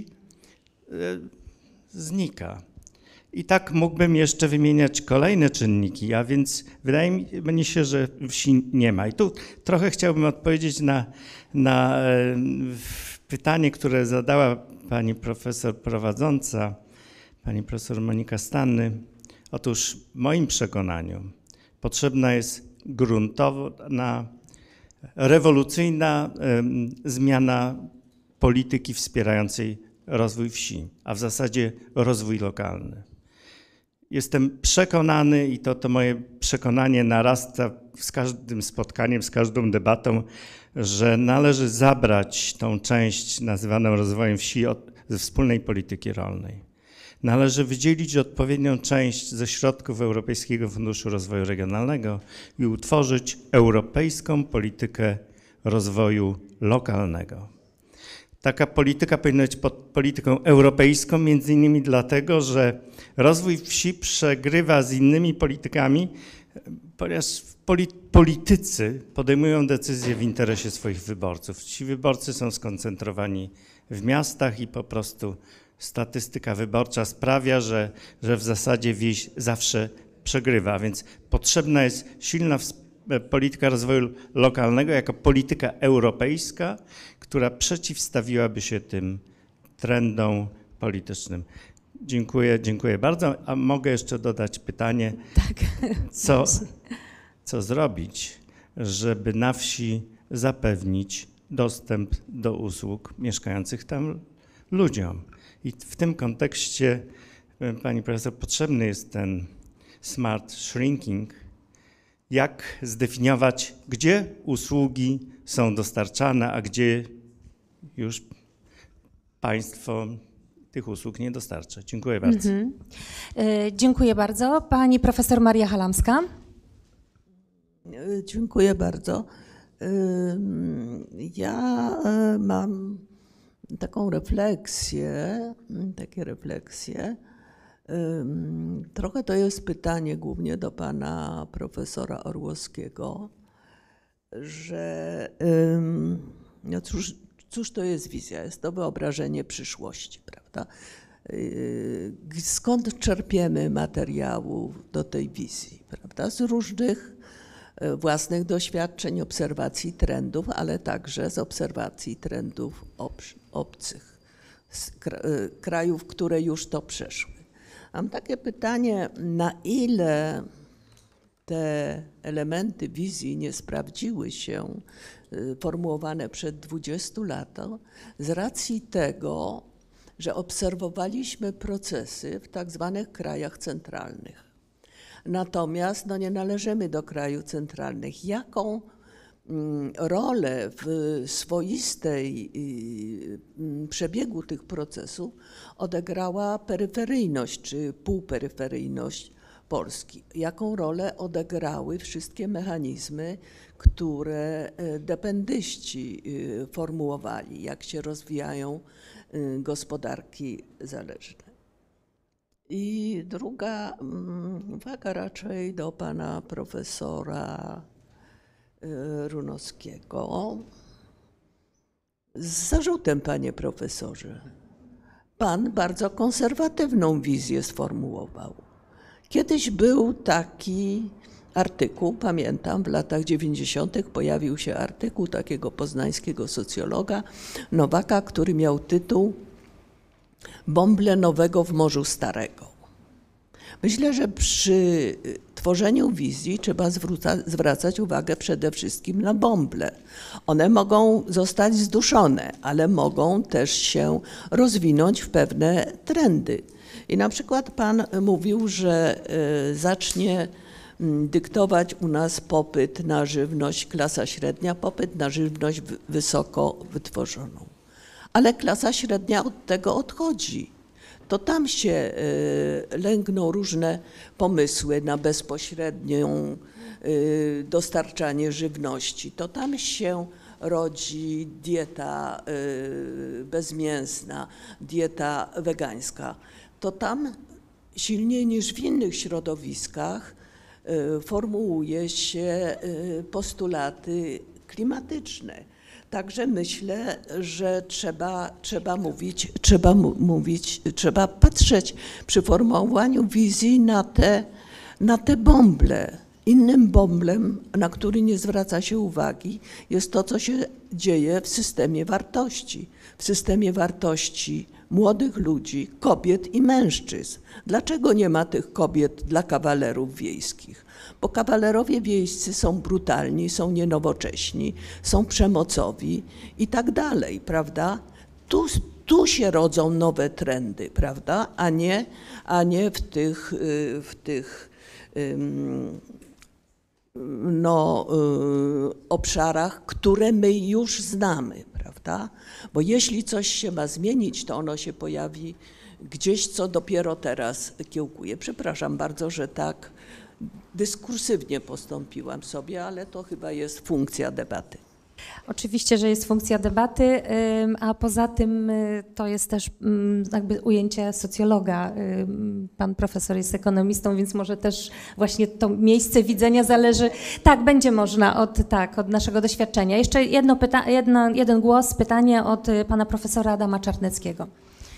znika. I tak mógłbym jeszcze wymieniać kolejne czynniki, a więc wydaje mi się, że wsi nie ma. I tu trochę chciałbym odpowiedzieć na pytanie, które zadała pani profesor prowadząca, pani profesor Monika Stanny. Otóż w moim przekonaniu potrzebna jest gruntowna, rewolucyjna zmiana polityki wspierającej rozwój wsi, a w zasadzie rozwój lokalny. Jestem przekonany i to moje przekonanie narasta z każdym spotkaniem, z każdą debatą, że należy zabrać tą część nazywaną rozwojem wsi ze wspólnej polityki rolnej. Należy wydzielić odpowiednią część ze środków Europejskiego Funduszu Rozwoju Regionalnego i utworzyć europejską politykę rozwoju lokalnego. Taka polityka powinna być polityką europejską, między innymi dlatego, że rozwój wsi przegrywa z innymi politykami, ponieważ politycy podejmują decyzje w interesie swoich wyborców. Ci wyborcy są skoncentrowani w miastach i po prostu statystyka wyborcza sprawia, że w zasadzie wieś zawsze przegrywa, a więc potrzebna jest silna polityka rozwoju lokalnego jako polityka europejska, która przeciwstawiłaby się tym trendom politycznym. Dziękuję bardzo. A mogę jeszcze dodać pytanie, Tak. Co zrobić, żeby na wsi zapewnić dostęp do usług mieszkających tam ludziom. I w tym kontekście, pani profesor, potrzebny jest ten smart shrinking. Jak zdefiniować, gdzie usługi są dostarczane, a gdzie już państwo tych usług nie dostarcza. Dziękuję bardzo. Dziękuję bardzo. Pani profesor Maria Halamska. Dziękuję bardzo. Ja mam takie refleksje. Trochę to jest pytanie głównie do pana profesora Orłowskiego, że no cóż to jest wizja? Jest to wyobrażenie przyszłości, prawda? Skąd czerpiemy materiału do tej wizji, prawda? Z różnych własnych doświadczeń, obserwacji trendów, ale także z obserwacji trendów obcych, z krajów, które już to przeszły. Mam takie pytanie, na ile te elementy wizji nie sprawdziły się formułowane przed 20 laty z racji tego, że obserwowaliśmy procesy w tak zwanych krajach centralnych. Natomiast no, nie należymy do krajów centralnych. Jaką rolę w swoistej przebiegu tych procesów odegrała peryferyjność czy półperyferyjność Polski? Jaką rolę odegrały wszystkie mechanizmy, które dependyści formułowali, jak się rozwijają gospodarki zależne? I druga uwaga raczej do pana profesora Runowskiego. Z zarzutem, panie profesorze, pan bardzo konserwatywną wizję sformułował. Kiedyś był taki artykuł, pamiętam, w latach 90. pojawił się artykuł takiego poznańskiego socjologa Nowaka, który miał tytuł Bąble nowego w morzu starego. Myślę, że przy tworzeniu wizji trzeba zwracać uwagę przede wszystkim na bąble. One mogą zostać zduszone, ale mogą też się rozwinąć w pewne trendy. I na przykład pan mówił, że zacznie dyktować u nas popyt na żywność klasa średnia, popyt na żywność wysoko wytworzoną. Ale klasa średnia od tego odchodzi. To tam się lęgną różne pomysły na bezpośrednią dostarczanie żywności. To tam się rodzi dieta bezmięsna, dieta wegańska. To tam silniej niż w innych środowiskach formułuje się postulaty klimatyczne. Także myślę, że trzeba patrzeć przy formułowaniu wizji na te bąble. Innym bąblem, na który nie zwraca się uwagi, jest to, co się dzieje w systemie wartości młodych ludzi, kobiet i mężczyzn. Dlaczego nie ma tych kobiet dla kawalerów wiejskich? Bo kawalerowie wiejscy są brutalni, są nienowocześni, są przemocowi i tak dalej, prawda? Tu się rodzą nowe trendy, prawda? A nie w tych obszarach, które my już znamy, prawda? Bo jeśli coś się ma zmienić, to ono się pojawi gdzieś, co dopiero teraz kiełkuje. Przepraszam bardzo, że tak dyskursywnie postąpiłam sobie, ale to chyba jest funkcja debaty. Oczywiście, że jest funkcja debaty, a poza tym to jest też jakby ujęcie socjologa. Pan profesor jest ekonomistą, więc może też właśnie to miejsce widzenia zależy. Tak, będzie można od naszego doświadczenia. Jeszcze jeden głos, pytanie od pana profesora Adama Czarneckiego.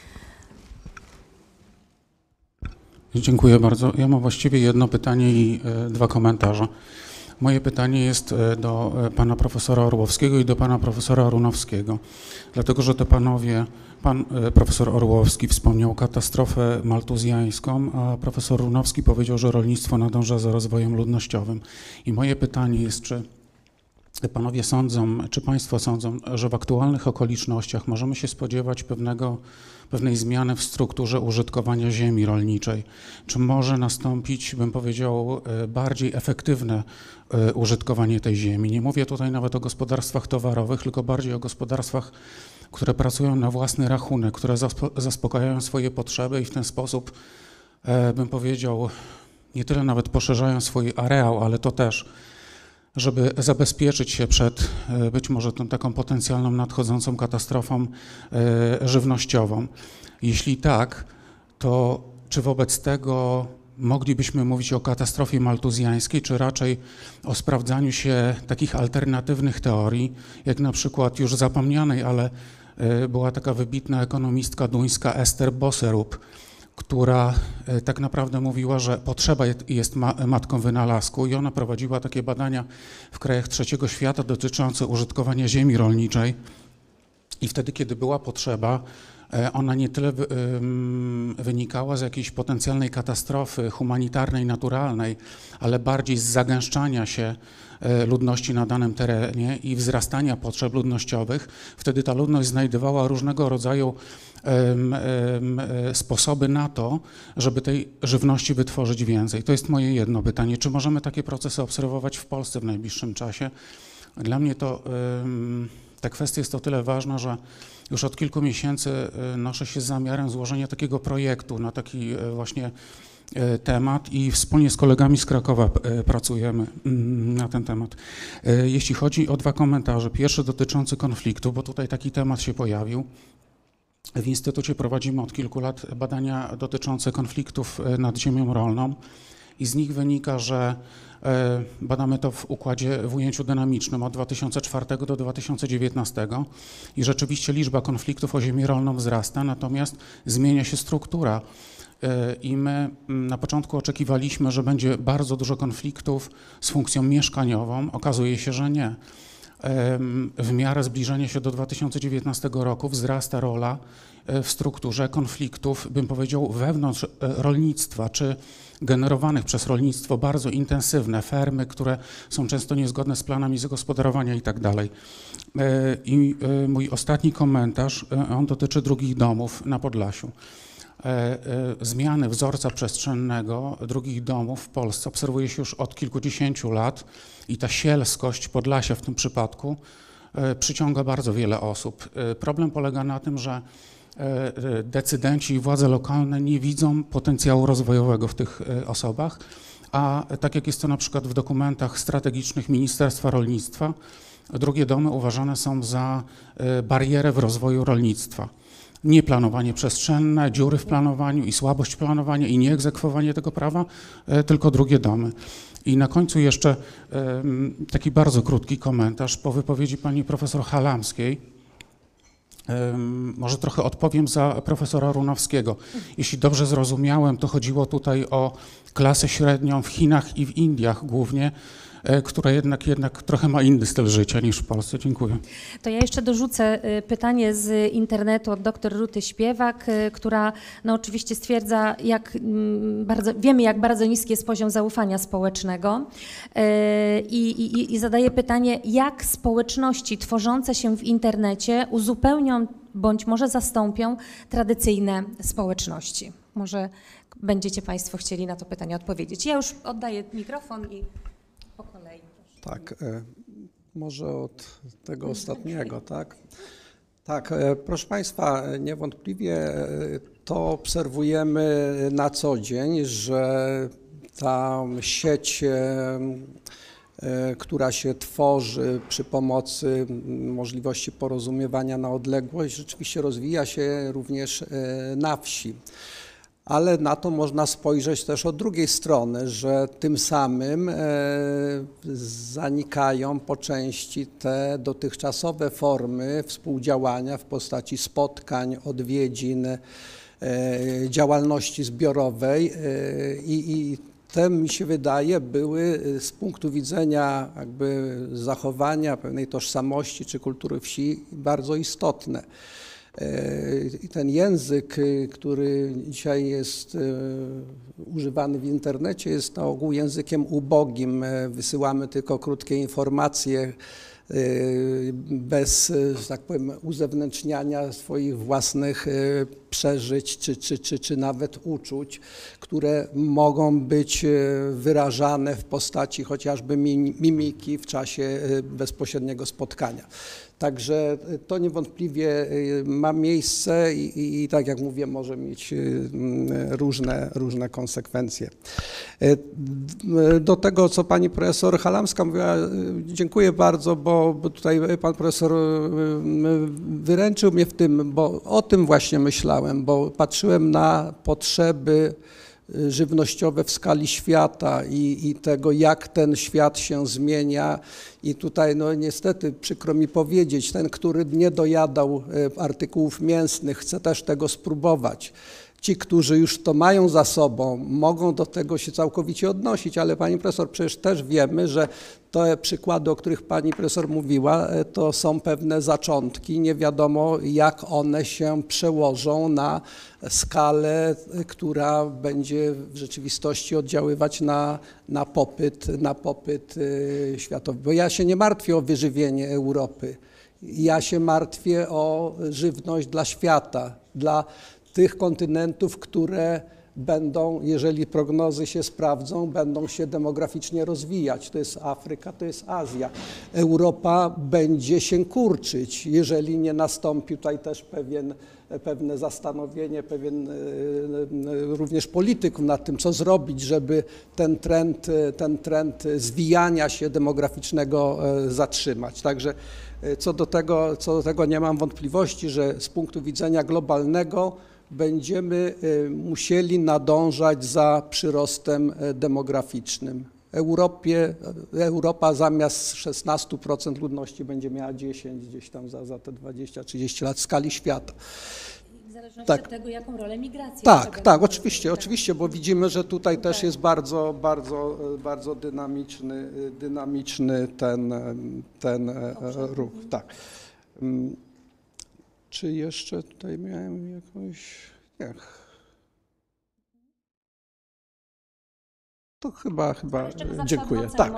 Dziękuję bardzo. Ja mam właściwie jedno pytanie i dwa komentarze. Moje pytanie jest do pana profesora Orłowskiego i do pana profesora Runowskiego, dlatego że te panowie, pan profesor Orłowski wspomniał katastrofę maltuzjańską, a profesor Runowski powiedział, że rolnictwo nadąża za rozwojem ludnościowym. I moje pytanie jest, czy panowie sądzą, czy państwo sądzą, że w aktualnych okolicznościach możemy się spodziewać pewnej zmiany w strukturze użytkowania ziemi rolniczej? Czy może nastąpić, bym powiedział, bardziej efektywne użytkowanie tej ziemi? Nie mówię tutaj nawet o gospodarstwach towarowych, tylko bardziej o gospodarstwach, które pracują na własny rachunek, które zaspokajają swoje potrzeby i w ten sposób, bym powiedział, nie tyle nawet poszerzają swój areał, ale to też, żeby zabezpieczyć się przed być może tą taką potencjalną nadchodzącą katastrofą żywnościową. Jeśli tak, to czy wobec tego moglibyśmy mówić o katastrofie maltuzjańskiej, czy raczej o sprawdzaniu się takich alternatywnych teorii, jak na przykład już zapomnianej, ale była taka wybitna ekonomistka duńska Esther Boserup, która tak naprawdę mówiła, że potrzeba jest matką wynalazku i ona prowadziła takie badania w krajach trzeciego świata dotyczące użytkowania ziemi rolniczej i wtedy, kiedy była potrzeba, ona nie tyle wynikała z jakiejś potencjalnej katastrofy humanitarnej, naturalnej, ale bardziej z zagęszczania się ludności na danym terenie i wzrastania potrzeb ludnościowych. Wtedy ta ludność znajdowała różnego rodzaju sposoby na to, żeby tej żywności wytworzyć więcej. To jest moje jedno pytanie. Czy możemy takie procesy obserwować w Polsce w najbliższym czasie? Dla mnie to ta kwestia jest o tyle ważna, że już od kilku miesięcy noszę się z zamiarem złożenia takiego projektu na taki właśnie temat i wspólnie z kolegami z Krakowa pracujemy na ten temat. Jeśli chodzi o dwa komentarze, pierwszy dotyczący konfliktu, bo tutaj taki temat się pojawił. W Instytucie prowadzimy od kilku lat badania dotyczące konfliktów nad ziemią rolną i z nich wynika, że badamy to w układzie w ujęciu dynamicznym od 2004 do 2019 i rzeczywiście liczba konfliktów o ziemię rolną wzrasta, natomiast zmienia się struktura. I my na początku oczekiwaliśmy, że będzie bardzo dużo konfliktów z funkcją mieszkaniową. Okazuje się, że nie. W miarę zbliżenia się do 2019 roku wzrasta rola w strukturze konfliktów, bym powiedział, wewnątrz rolnictwa, czy generowanych przez rolnictwo bardzo intensywne, fermy, które są często niezgodne z planami zagospodarowania i tak dalej. I mój ostatni komentarz, on dotyczy drugich domów na Podlasiu. Zmiany wzorca przestrzennego drugich domów w Polsce obserwuje się już od kilkudziesięciu lat i ta sielskość Podlasia w tym przypadku przyciąga bardzo wiele osób. Problem polega na tym, że decydenci i władze lokalne nie widzą potencjału rozwojowego w tych osobach, a tak jak jest to na przykład w dokumentach strategicznych Ministerstwa Rolnictwa, drugie domy uważane są za barierę w rozwoju rolnictwa. Nie planowanie przestrzenne, dziury w planowaniu i słabość planowania i nieegzekwowanie tego prawa, tylko drugie domy. I na końcu jeszcze taki bardzo krótki komentarz po wypowiedzi pani profesor Halamskiej. Może trochę odpowiem za profesora Runowskiego. Jeśli dobrze zrozumiałem, to chodziło tutaj o klasę średnią w Chinach i w Indiach głównie, która jednak trochę ma inny styl życia niż w Polsce. Dziękuję. To ja jeszcze dorzucę pytanie z internetu od dr Ruty Śpiewak, która no oczywiście stwierdza, wiemy, jak bardzo niski jest poziom zaufania społecznego i zadaje pytanie, jak społeczności tworzące się w internecie uzupełnią bądź może zastąpią tradycyjne społeczności. Może będziecie Państwo chcieli na to pytanie odpowiedzieć. Ja już oddaję mikrofon i po kolei. Tak, może od tego ostatniego, tak? Tak, proszę Państwa, niewątpliwie to obserwujemy na co dzień, że ta sieć, która się tworzy przy pomocy możliwości porozumiewania na odległość, rzeczywiście rozwija się również na wsi. Ale na to można spojrzeć też od drugiej strony, że tym samym zanikają po części te dotychczasowe formy współdziałania w postaci spotkań, odwiedzin, działalności zbiorowej i te, mi się wydaje, były z punktu widzenia jakby zachowania pewnej tożsamości czy kultury wsi bardzo istotne. Ten język, który dzisiaj jest używany w internecie, jest na ogół językiem ubogim. Wysyłamy tylko krótkie informacje bez, że tak powiem, uzewnętrzniania swoich własnych przeżyć czy nawet uczuć, które mogą być wyrażane w postaci chociażby mimiki w czasie bezpośredniego spotkania. Także to niewątpliwie ma miejsce i tak jak mówię, może mieć różne konsekwencje. Do tego, co pani profesor Halamska mówiła, dziękuję bardzo, bo tutaj pan profesor wyręczył mnie w tym, bo o tym właśnie myślałem, bo patrzyłem na potrzeby żywnościowe w skali świata i tego, jak ten świat się zmienia. I tutaj no niestety przykro mi powiedzieć, ten, który nie dojadał artykułów mięsnych, chce też tego spróbować. Ci, którzy już to mają za sobą, mogą do tego się całkowicie odnosić, ale pani profesor, przecież też wiemy, że te przykłady, o których pani profesor mówiła, to są pewne zaczątki. Nie wiadomo, jak one się przełożą na skalę, która będzie w rzeczywistości oddziaływać na popyt światowy. Bo ja się nie martwię o wyżywienie Europy. Ja się martwię o żywność dla świata, dla tych kontynentów, które będą, jeżeli prognozy się sprawdzą, będą się demograficznie rozwijać. To jest Afryka, to jest Azja. Europa będzie się kurczyć, jeżeli nie nastąpi tutaj też pewne zastanowienie, również polityków nad tym, co zrobić, żeby ten trend zwijania się demograficznego zatrzymać. Także co do tego nie mam wątpliwości, że z punktu widzenia globalnego będziemy musieli nadążać za przyrostem demograficznym. Europa zamiast 16% ludności będzie miała 10 gdzieś tam za te 20-30 lat w skali świata. W zależności od tego, jaką rolę migracja. Tak, oczywiście, bo widzimy, że tutaj też jest bardzo dynamiczny ten ruch. Tak. Czy jeszcze tutaj miałem jakąś... Nie. To chyba dziękuję. Tak.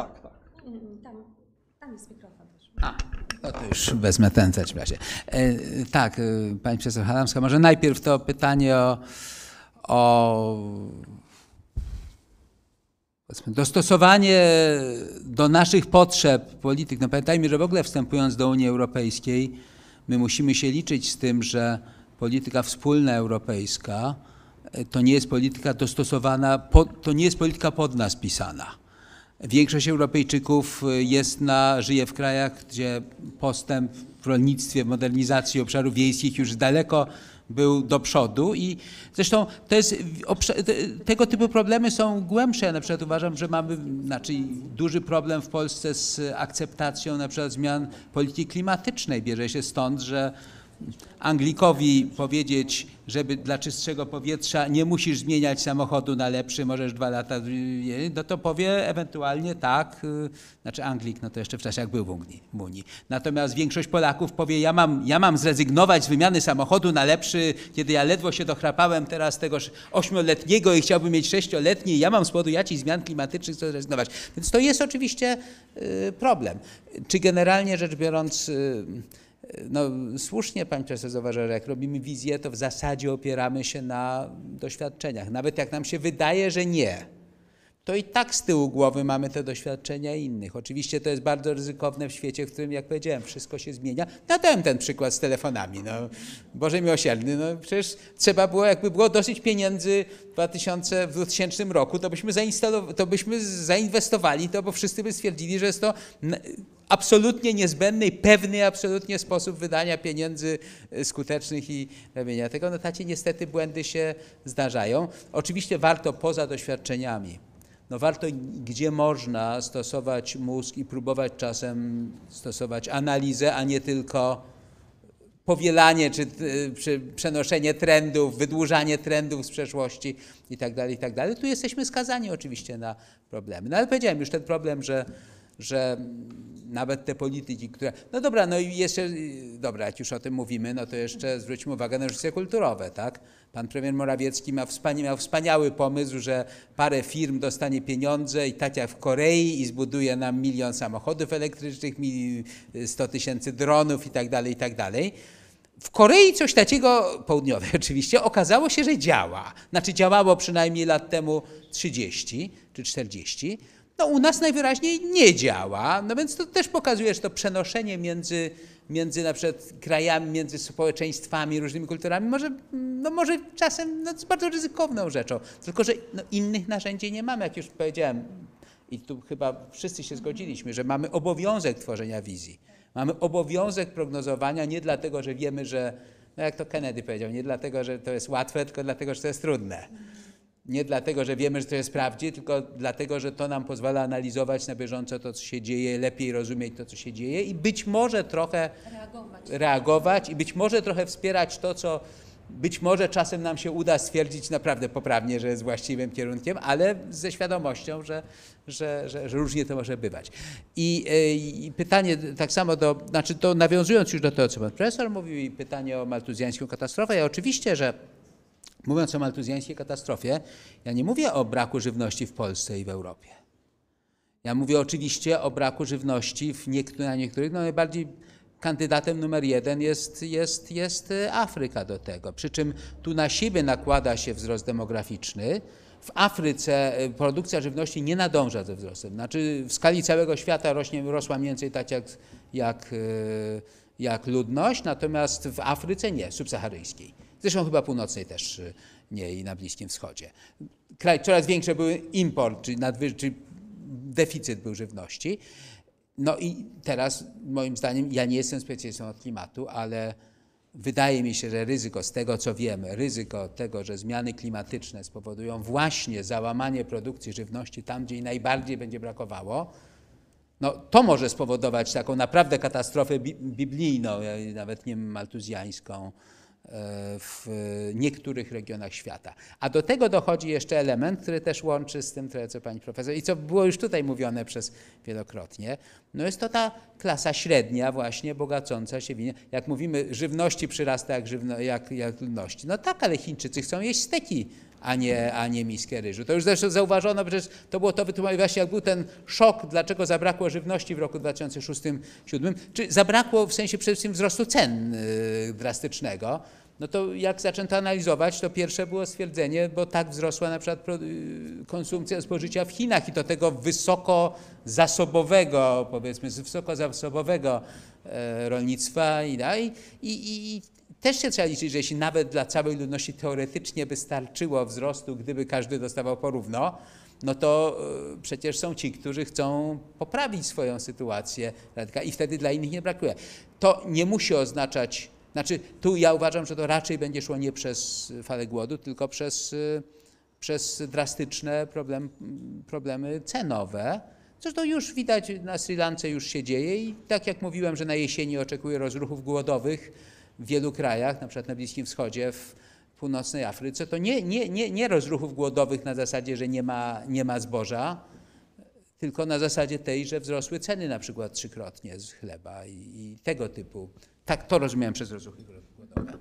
Tam jest mikrofon też. No to już wezmę ten w takim razie. Tak, pani profesor Halamska, może najpierw to pytanie o dostosowanie do naszych potrzeb polityk. No pamiętajmy, że w ogóle wstępując do Unii Europejskiej, my musimy się liczyć z tym, że polityka wspólna europejska to nie jest polityka dostosowana, to nie jest polityka pod nas pisana. Większość Europejczyków żyje w krajach, gdzie postęp w rolnictwie, w modernizacji obszarów wiejskich już daleko był do przodu i zresztą tego typu problemy są głębsze. Ja na przykład uważam, że mamy duży problem w Polsce z akceptacją na przykład zmian polityki klimatycznej. Bierze się stąd, że Anglikowi powiedzieć, żeby dla czystszego powietrza nie musisz zmieniać samochodu na lepszy, możesz 2 lata, no to powie ewentualnie tak, Anglik, no to jeszcze w czasie jak był w Unii. Natomiast większość Polaków powie, ja mam zrezygnować z wymiany samochodu na lepszy, kiedy ja ledwo się dochrapałem teraz tegoż 8-letniego i chciałbym mieć 6-letni, ja mam z powodu jakichś zmian klimatycznych chcę zrezygnować. Więc to jest oczywiście problem. Czy generalnie rzecz biorąc, no słusznie pani profesor zauważyła, że jak robimy wizję, to w zasadzie opieramy się na doświadczeniach. Nawet jak nam się wydaje, że nie, to i tak z tyłu głowy mamy te doświadczenia innych. Oczywiście to jest bardzo ryzykowne w świecie, w którym, jak powiedziałem, wszystko się zmienia. Dałem ten przykład z telefonami. No, Boże miłosierny, no przecież trzeba było, jakby było dosyć pieniędzy w 2000 roku, to byśmy zainwestowali to, bo wszyscy by stwierdzili, że jest to absolutnie niezbędny i pewny absolutnie sposób wydania pieniędzy skutecznych i robienia tego. No tacie niestety błędy się zdarzają. Oczywiście warto poza doświadczeniami, no warto gdzie można stosować mózg i próbować czasem stosować analizę, a nie tylko powielanie czy przenoszenie trendów, wydłużanie trendów z przeszłości i tak dalej, i tak dalej. Tu jesteśmy skazani oczywiście na problemy. No ale powiedziałem już ten problem, że że nawet te polityki, które... No dobra, no i jeszcze, dobra, jak już o tym mówimy, no to jeszcze zwróćmy uwagę na różnice kulturowe, tak? Pan premier Morawiecki miał wspaniały pomysł, że parę firm dostanie pieniądze i tak jak w Korei i zbuduje nam 1 milion samochodów elektrycznych, 100 000 dronów i tak dalej, i tak dalej. W Korei coś takiego, południowej oczywiście, okazało się, że działa. Znaczy działało przynajmniej lat temu 30 czy 40. No u nas najwyraźniej nie działa, no więc to też pokazuje, że to przenoszenie między na przykład krajami, między społeczeństwami, różnymi kulturami może czasem jest bardzo ryzykowną rzeczą. Tylko że innych narzędzi nie mamy, jak już powiedziałem. I tu chyba wszyscy się zgodziliśmy, że mamy obowiązek tworzenia wizji. Mamy obowiązek prognozowania nie dlatego, że wiemy, że, no jak to Kennedy powiedział, nie dlatego, że to jest łatwe, tylko dlatego, że to jest trudne. Nie dlatego, że wiemy, że to jest prawdziwe, tylko dlatego, że to nam pozwala analizować na bieżąco to, co się dzieje, lepiej rozumieć to, co się dzieje i być może trochę reagować i być może trochę wspierać to, co być może czasem nam się uda stwierdzić naprawdę poprawnie, że jest właściwym kierunkiem, ale ze świadomością, że różnie to może bywać. I pytanie tak samo znaczy to nawiązując już do tego, co pan profesor mówił i pytanie o maltuzjańską katastrofę, ja oczywiście, że mówiąc o maltuzjańskiej katastrofie, ja nie mówię o braku żywności w Polsce i w Europie. Ja mówię oczywiście o braku żywności na niektórych, no najbardziej kandydatem numer 1 jest Afryka do tego. Przy czym tu na siebie nakłada się wzrost demograficzny. W Afryce produkcja żywności nie nadąża ze wzrostem. Znaczy w skali całego świata rosła mniej więcej tak jak ludność, natomiast w Afryce nie, subsaharyjskiej. Zresztą chyba północnej też nie i na Bliskim Wschodzie. Coraz większy był import, czy deficyt był żywności. No i teraz moim zdaniem, ja nie jestem specjalistą od klimatu, ale wydaje mi się, że ryzyko z tego, co wiemy, ryzyko tego, że zmiany klimatyczne spowodują właśnie załamanie produkcji żywności tam, gdzie jej najbardziej będzie brakowało, no to może spowodować taką naprawdę katastrofę biblijną, nawet nie maltuzjańską, w niektórych regionach świata. A do tego dochodzi jeszcze element, który też łączy z tym, co pani profesor, i co było już tutaj mówione wielokrotnie, no jest to ta klasa średnia właśnie bogacąca się, jak mówimy, żywności przyrasta jak ludności. No tak, ale Chińczycy chcą jeść steki, a nie miskę ryżu. To już zresztą zauważono, przecież to było to wytłumaczone właśnie, jak był ten szok, dlaczego zabrakło żywności w roku 2006-2007, czy zabrakło w sensie przede wszystkim wzrostu cen drastycznego, no to jak zaczęto analizować, to pierwsze było stwierdzenie, bo tak wzrosła na przykład konsumpcja spożycia w Chinach i to tego wysoko zasobowego rolnictwa i też się trzeba liczyć, że jeśli nawet dla całej ludności teoretycznie by starczyło wzrostu, gdyby każdy dostawał porówno, no to przecież są ci, którzy chcą poprawić swoją sytuację i wtedy dla innych nie brakuje. To nie musi oznaczać, znaczy tu ja uważam, że to raczej będzie szło nie przez falę głodu, tylko przez drastyczne problemy cenowe. Zresztą już widać, na Sri Lance już się dzieje i tak jak mówiłem, że na jesieni oczekuję rozruchów głodowych w wielu krajach, na przykład na Bliskim Wschodzie, w północnej Afryce, to nie rozruchów głodowych na zasadzie, że nie ma zboża, tylko na zasadzie tej, że wzrosły ceny na przykład 3-krotnie z chleba i tego typu. Tak to rozumiałem przez rozruchy głodowe.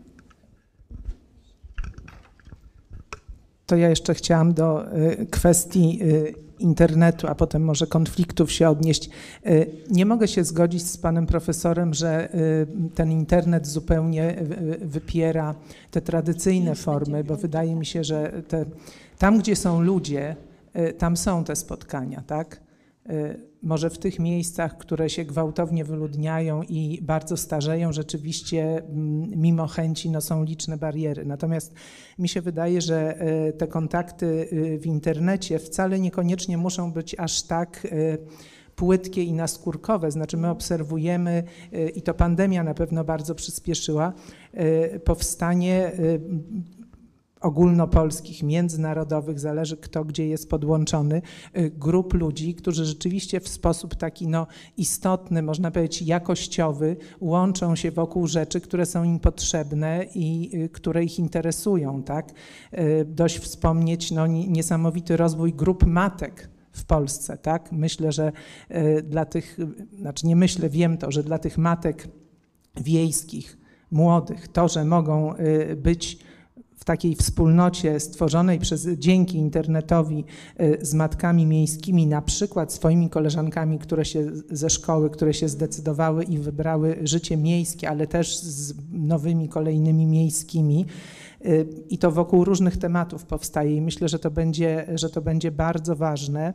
To ja jeszcze chciałam do kwestii internetu, a potem może konfliktów się odnieść. Nie mogę się zgodzić z panem profesorem, że ten internet zupełnie wypiera te tradycyjne formy, bo wydaje mi się, że tam, gdzie są ludzie, tam są te spotkania, tak? Może w tych miejscach, które się gwałtownie wyludniają i bardzo starzeją, rzeczywiście mimo chęci są liczne bariery. Natomiast mi się wydaje, że te kontakty w internecie wcale niekoniecznie muszą być aż tak płytkie i naskórkowe. Znaczy my obserwujemy, i to pandemia na pewno bardzo przyspieszyła, powstanie ogólnopolskich, międzynarodowych, zależy kto gdzie jest podłączony, grup ludzi, którzy rzeczywiście w sposób taki istotny, można powiedzieć jakościowy, łączą się wokół rzeczy, które są im potrzebne i które ich interesują. Tak? Dość wspomnieć niesamowity rozwój grup matek w Polsce, tak? Myślę, że dla tych, znaczy nie myślę, wiem to, że dla tych matek wiejskich, młodych, to, że mogą być w takiej wspólnocie stworzonej dzięki internetowi z matkami miejskimi, na przykład swoimi koleżankami, które się ze szkoły, które się zdecydowały i wybrały życie miejskie, ale też z nowymi, kolejnymi miejskimi. I to wokół różnych tematów powstaje i myślę, że to będzie bardzo ważne.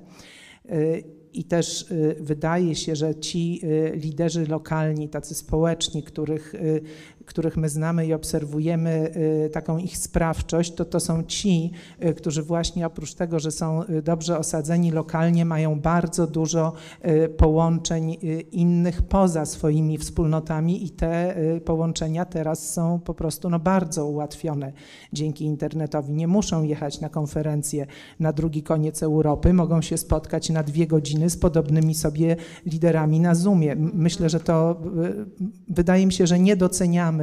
I też wydaje się, że ci liderzy lokalni, tacy społeczni, których my znamy i obserwujemy taką ich sprawczość, to są ci, którzy właśnie oprócz tego, że są dobrze osadzeni lokalnie, mają bardzo dużo połączeń innych poza swoimi wspólnotami i te połączenia teraz są po prostu bardzo ułatwione dzięki internetowi. Nie muszą jechać na konferencję na drugi koniec Europy, mogą się spotkać na 2 godziny z podobnymi sobie liderami na Zoomie. Myślę, że to wydaje mi się, że nie doceniamy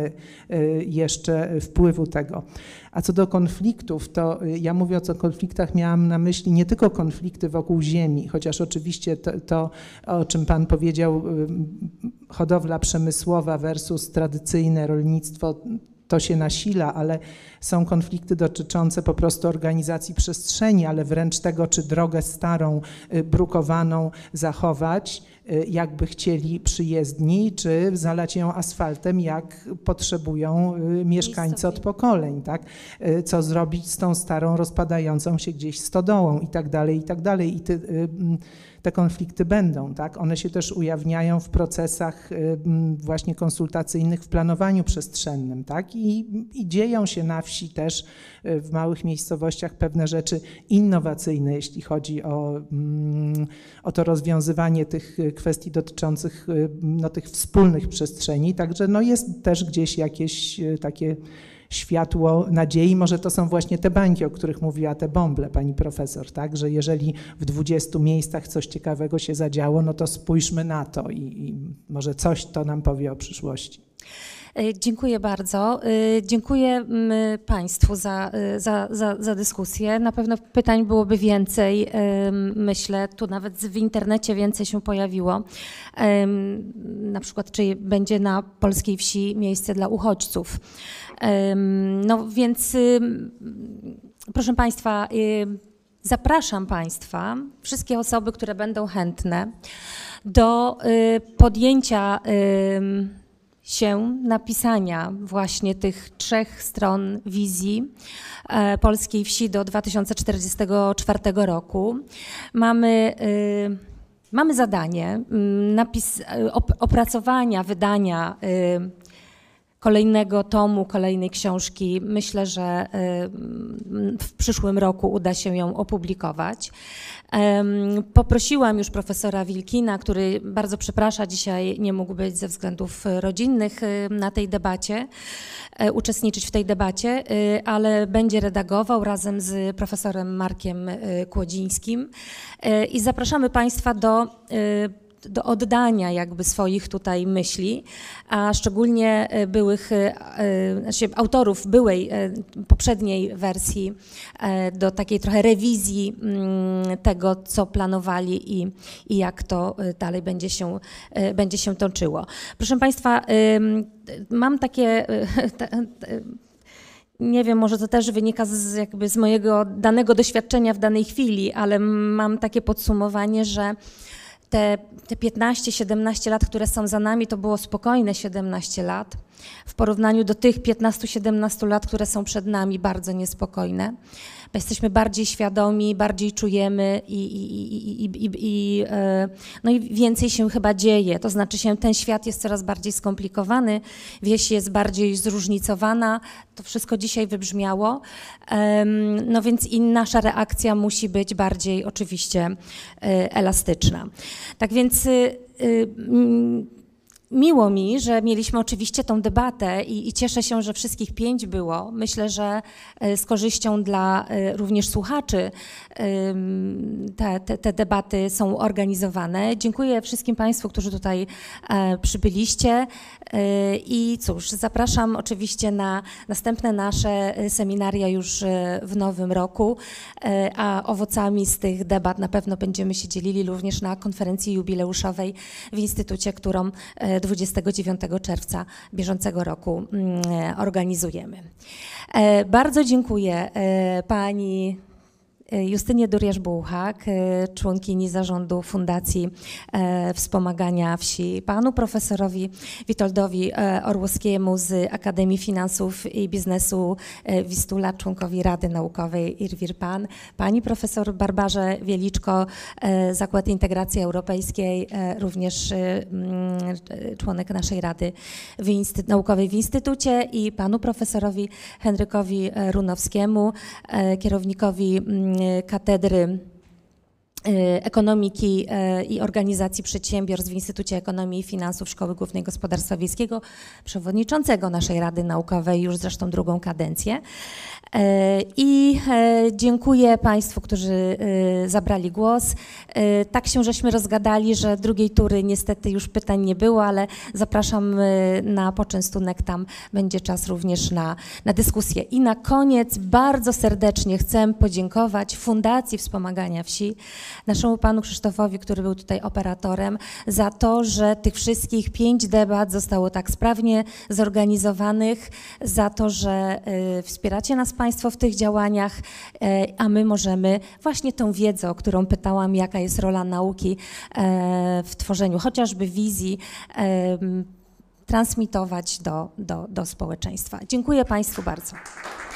jeszcze wpływu tego. A co do konfliktów, to ja mówiąc o konfliktach miałam na myśli nie tylko konflikty wokół ziemi, chociaż oczywiście to o czym Pan powiedział, hodowla przemysłowa versus tradycyjne rolnictwo, to się nasila, ale są konflikty dotyczące po prostu organizacji przestrzeni, ale wręcz tego, czy drogę starą, brukowaną zachować, jakby chcieli przyjezdni, czy zalać ją asfaltem, jak potrzebują mieszkańcy od pokoleń, tak? Co zrobić z tą starą, rozpadającą się gdzieś stodołą i tak dalej, i tak dalej. I te konflikty będą, tak? One się też ujawniają w procesach właśnie konsultacyjnych w planowaniu przestrzennym, tak? I dzieją się na wsi też w małych miejscowościach pewne rzeczy innowacyjne, jeśli chodzi o to rozwiązywanie tych kwestii dotyczących tych wspólnych przestrzeni. Także jest też gdzieś jakieś takie światło nadziei. Może to są właśnie te bańki, o których mówiła te bąble, pani profesor, tak? Że jeżeli w 20 miejscach coś ciekawego się zadziało, no to spójrzmy na to i może coś to nam powie o przyszłości. Dziękuję bardzo. Dziękuję Państwu za dyskusję. Na pewno pytań byłoby więcej. Myślę, tu nawet w internecie więcej się pojawiło. Na przykład, czy będzie na polskiej wsi miejsce dla uchodźców. No więc, proszę Państwa, zapraszam Państwa, wszystkie osoby, które będą chętne, do podjęcia się napisania właśnie tych 3 stron wizji polskiej wsi do 2044 roku. Mamy zadanie opracowania, wydania kolejnego tomu, kolejnej książki. Myślę, że w przyszłym roku uda się ją opublikować. Poprosiłam już profesora Wilkina, który bardzo przeprasza, dzisiaj nie mógł być ze względów rodzinnych na tej debacie, uczestniczyć w tej debacie, ale będzie redagował razem z profesorem Markiem Kłodzińskim i zapraszamy Państwa do oddania jakby swoich tutaj myśli, a szczególnie autorów byłej, poprzedniej wersji do takiej trochę rewizji tego, co planowali i jak to dalej będzie się toczyło. Proszę Państwa, mam takie... Nie wiem, może to też wynika z mojego danego doświadczenia w danej chwili, ale mam takie podsumowanie, że te 15-17 lat, które są za nami, to było spokojne 17 lat w porównaniu do tych 15-17 lat, które są przed nami, bardzo niespokojne. Bo jesteśmy bardziej świadomi, bardziej czujemy i więcej się chyba dzieje. To znaczy ten świat jest coraz bardziej skomplikowany, wieś jest bardziej zróżnicowana. To wszystko dzisiaj wybrzmiało. No więc i nasza reakcja musi być bardziej oczywiście elastyczna. Tak więc Miło mi, że mieliśmy oczywiście tą debatę i cieszę się, że wszystkich 5 było. Myślę, że z korzyścią dla również słuchaczy te debaty są organizowane. Dziękuję wszystkim Państwu, którzy tutaj przybyliście i cóż, zapraszam oczywiście na następne nasze seminaria już w nowym roku, a owocami z tych debat na pewno będziemy się dzielili również na konferencji jubileuszowej w Instytucie, którą 29 czerwca bieżącego roku organizujemy. Bardzo dziękuję pani Justynie Duriasz-Bułhak, członkini zarządu Fundacji Wspomagania Wsi, panu profesorowi Witoldowi Orłowskiemu z Akademii Finansów i Biznesu Wistula, członkowi Rady Naukowej IRWIR-PAN, pani profesor Barbarze Wieliczko, Zakład Integracji Europejskiej, również członek naszej Rady Naukowej w Instytucie, i panu profesorowi Henrykowi Runowskiemu, kierownikowi Katedry Ekonomiki i Organizacji Przedsiębiorstw w Instytucie Ekonomii i Finansów Szkoły Głównej Gospodarstwa Wiejskiego, przewodniczącego naszej Rady Naukowej, już zresztą drugą kadencję. I dziękuję Państwu, którzy zabrali głos. Tak się żeśmy rozgadali, że drugiej tury niestety już pytań nie było, ale zapraszam na poczęstunek, tam będzie czas również na dyskusję. I na koniec bardzo serdecznie chcę podziękować Fundacji Wspomagania Wsi, naszemu panu Krzysztofowi, który był tutaj operatorem, za to, że tych wszystkich 5 debat zostało tak sprawnie zorganizowanych, za to, że wspieracie nas Państwo w tych działaniach, a my możemy właśnie tą wiedzę, o którą pytałam, jaka jest rola nauki w tworzeniu chociażby wizji, transmitować do społeczeństwa. Dziękuję Państwu bardzo.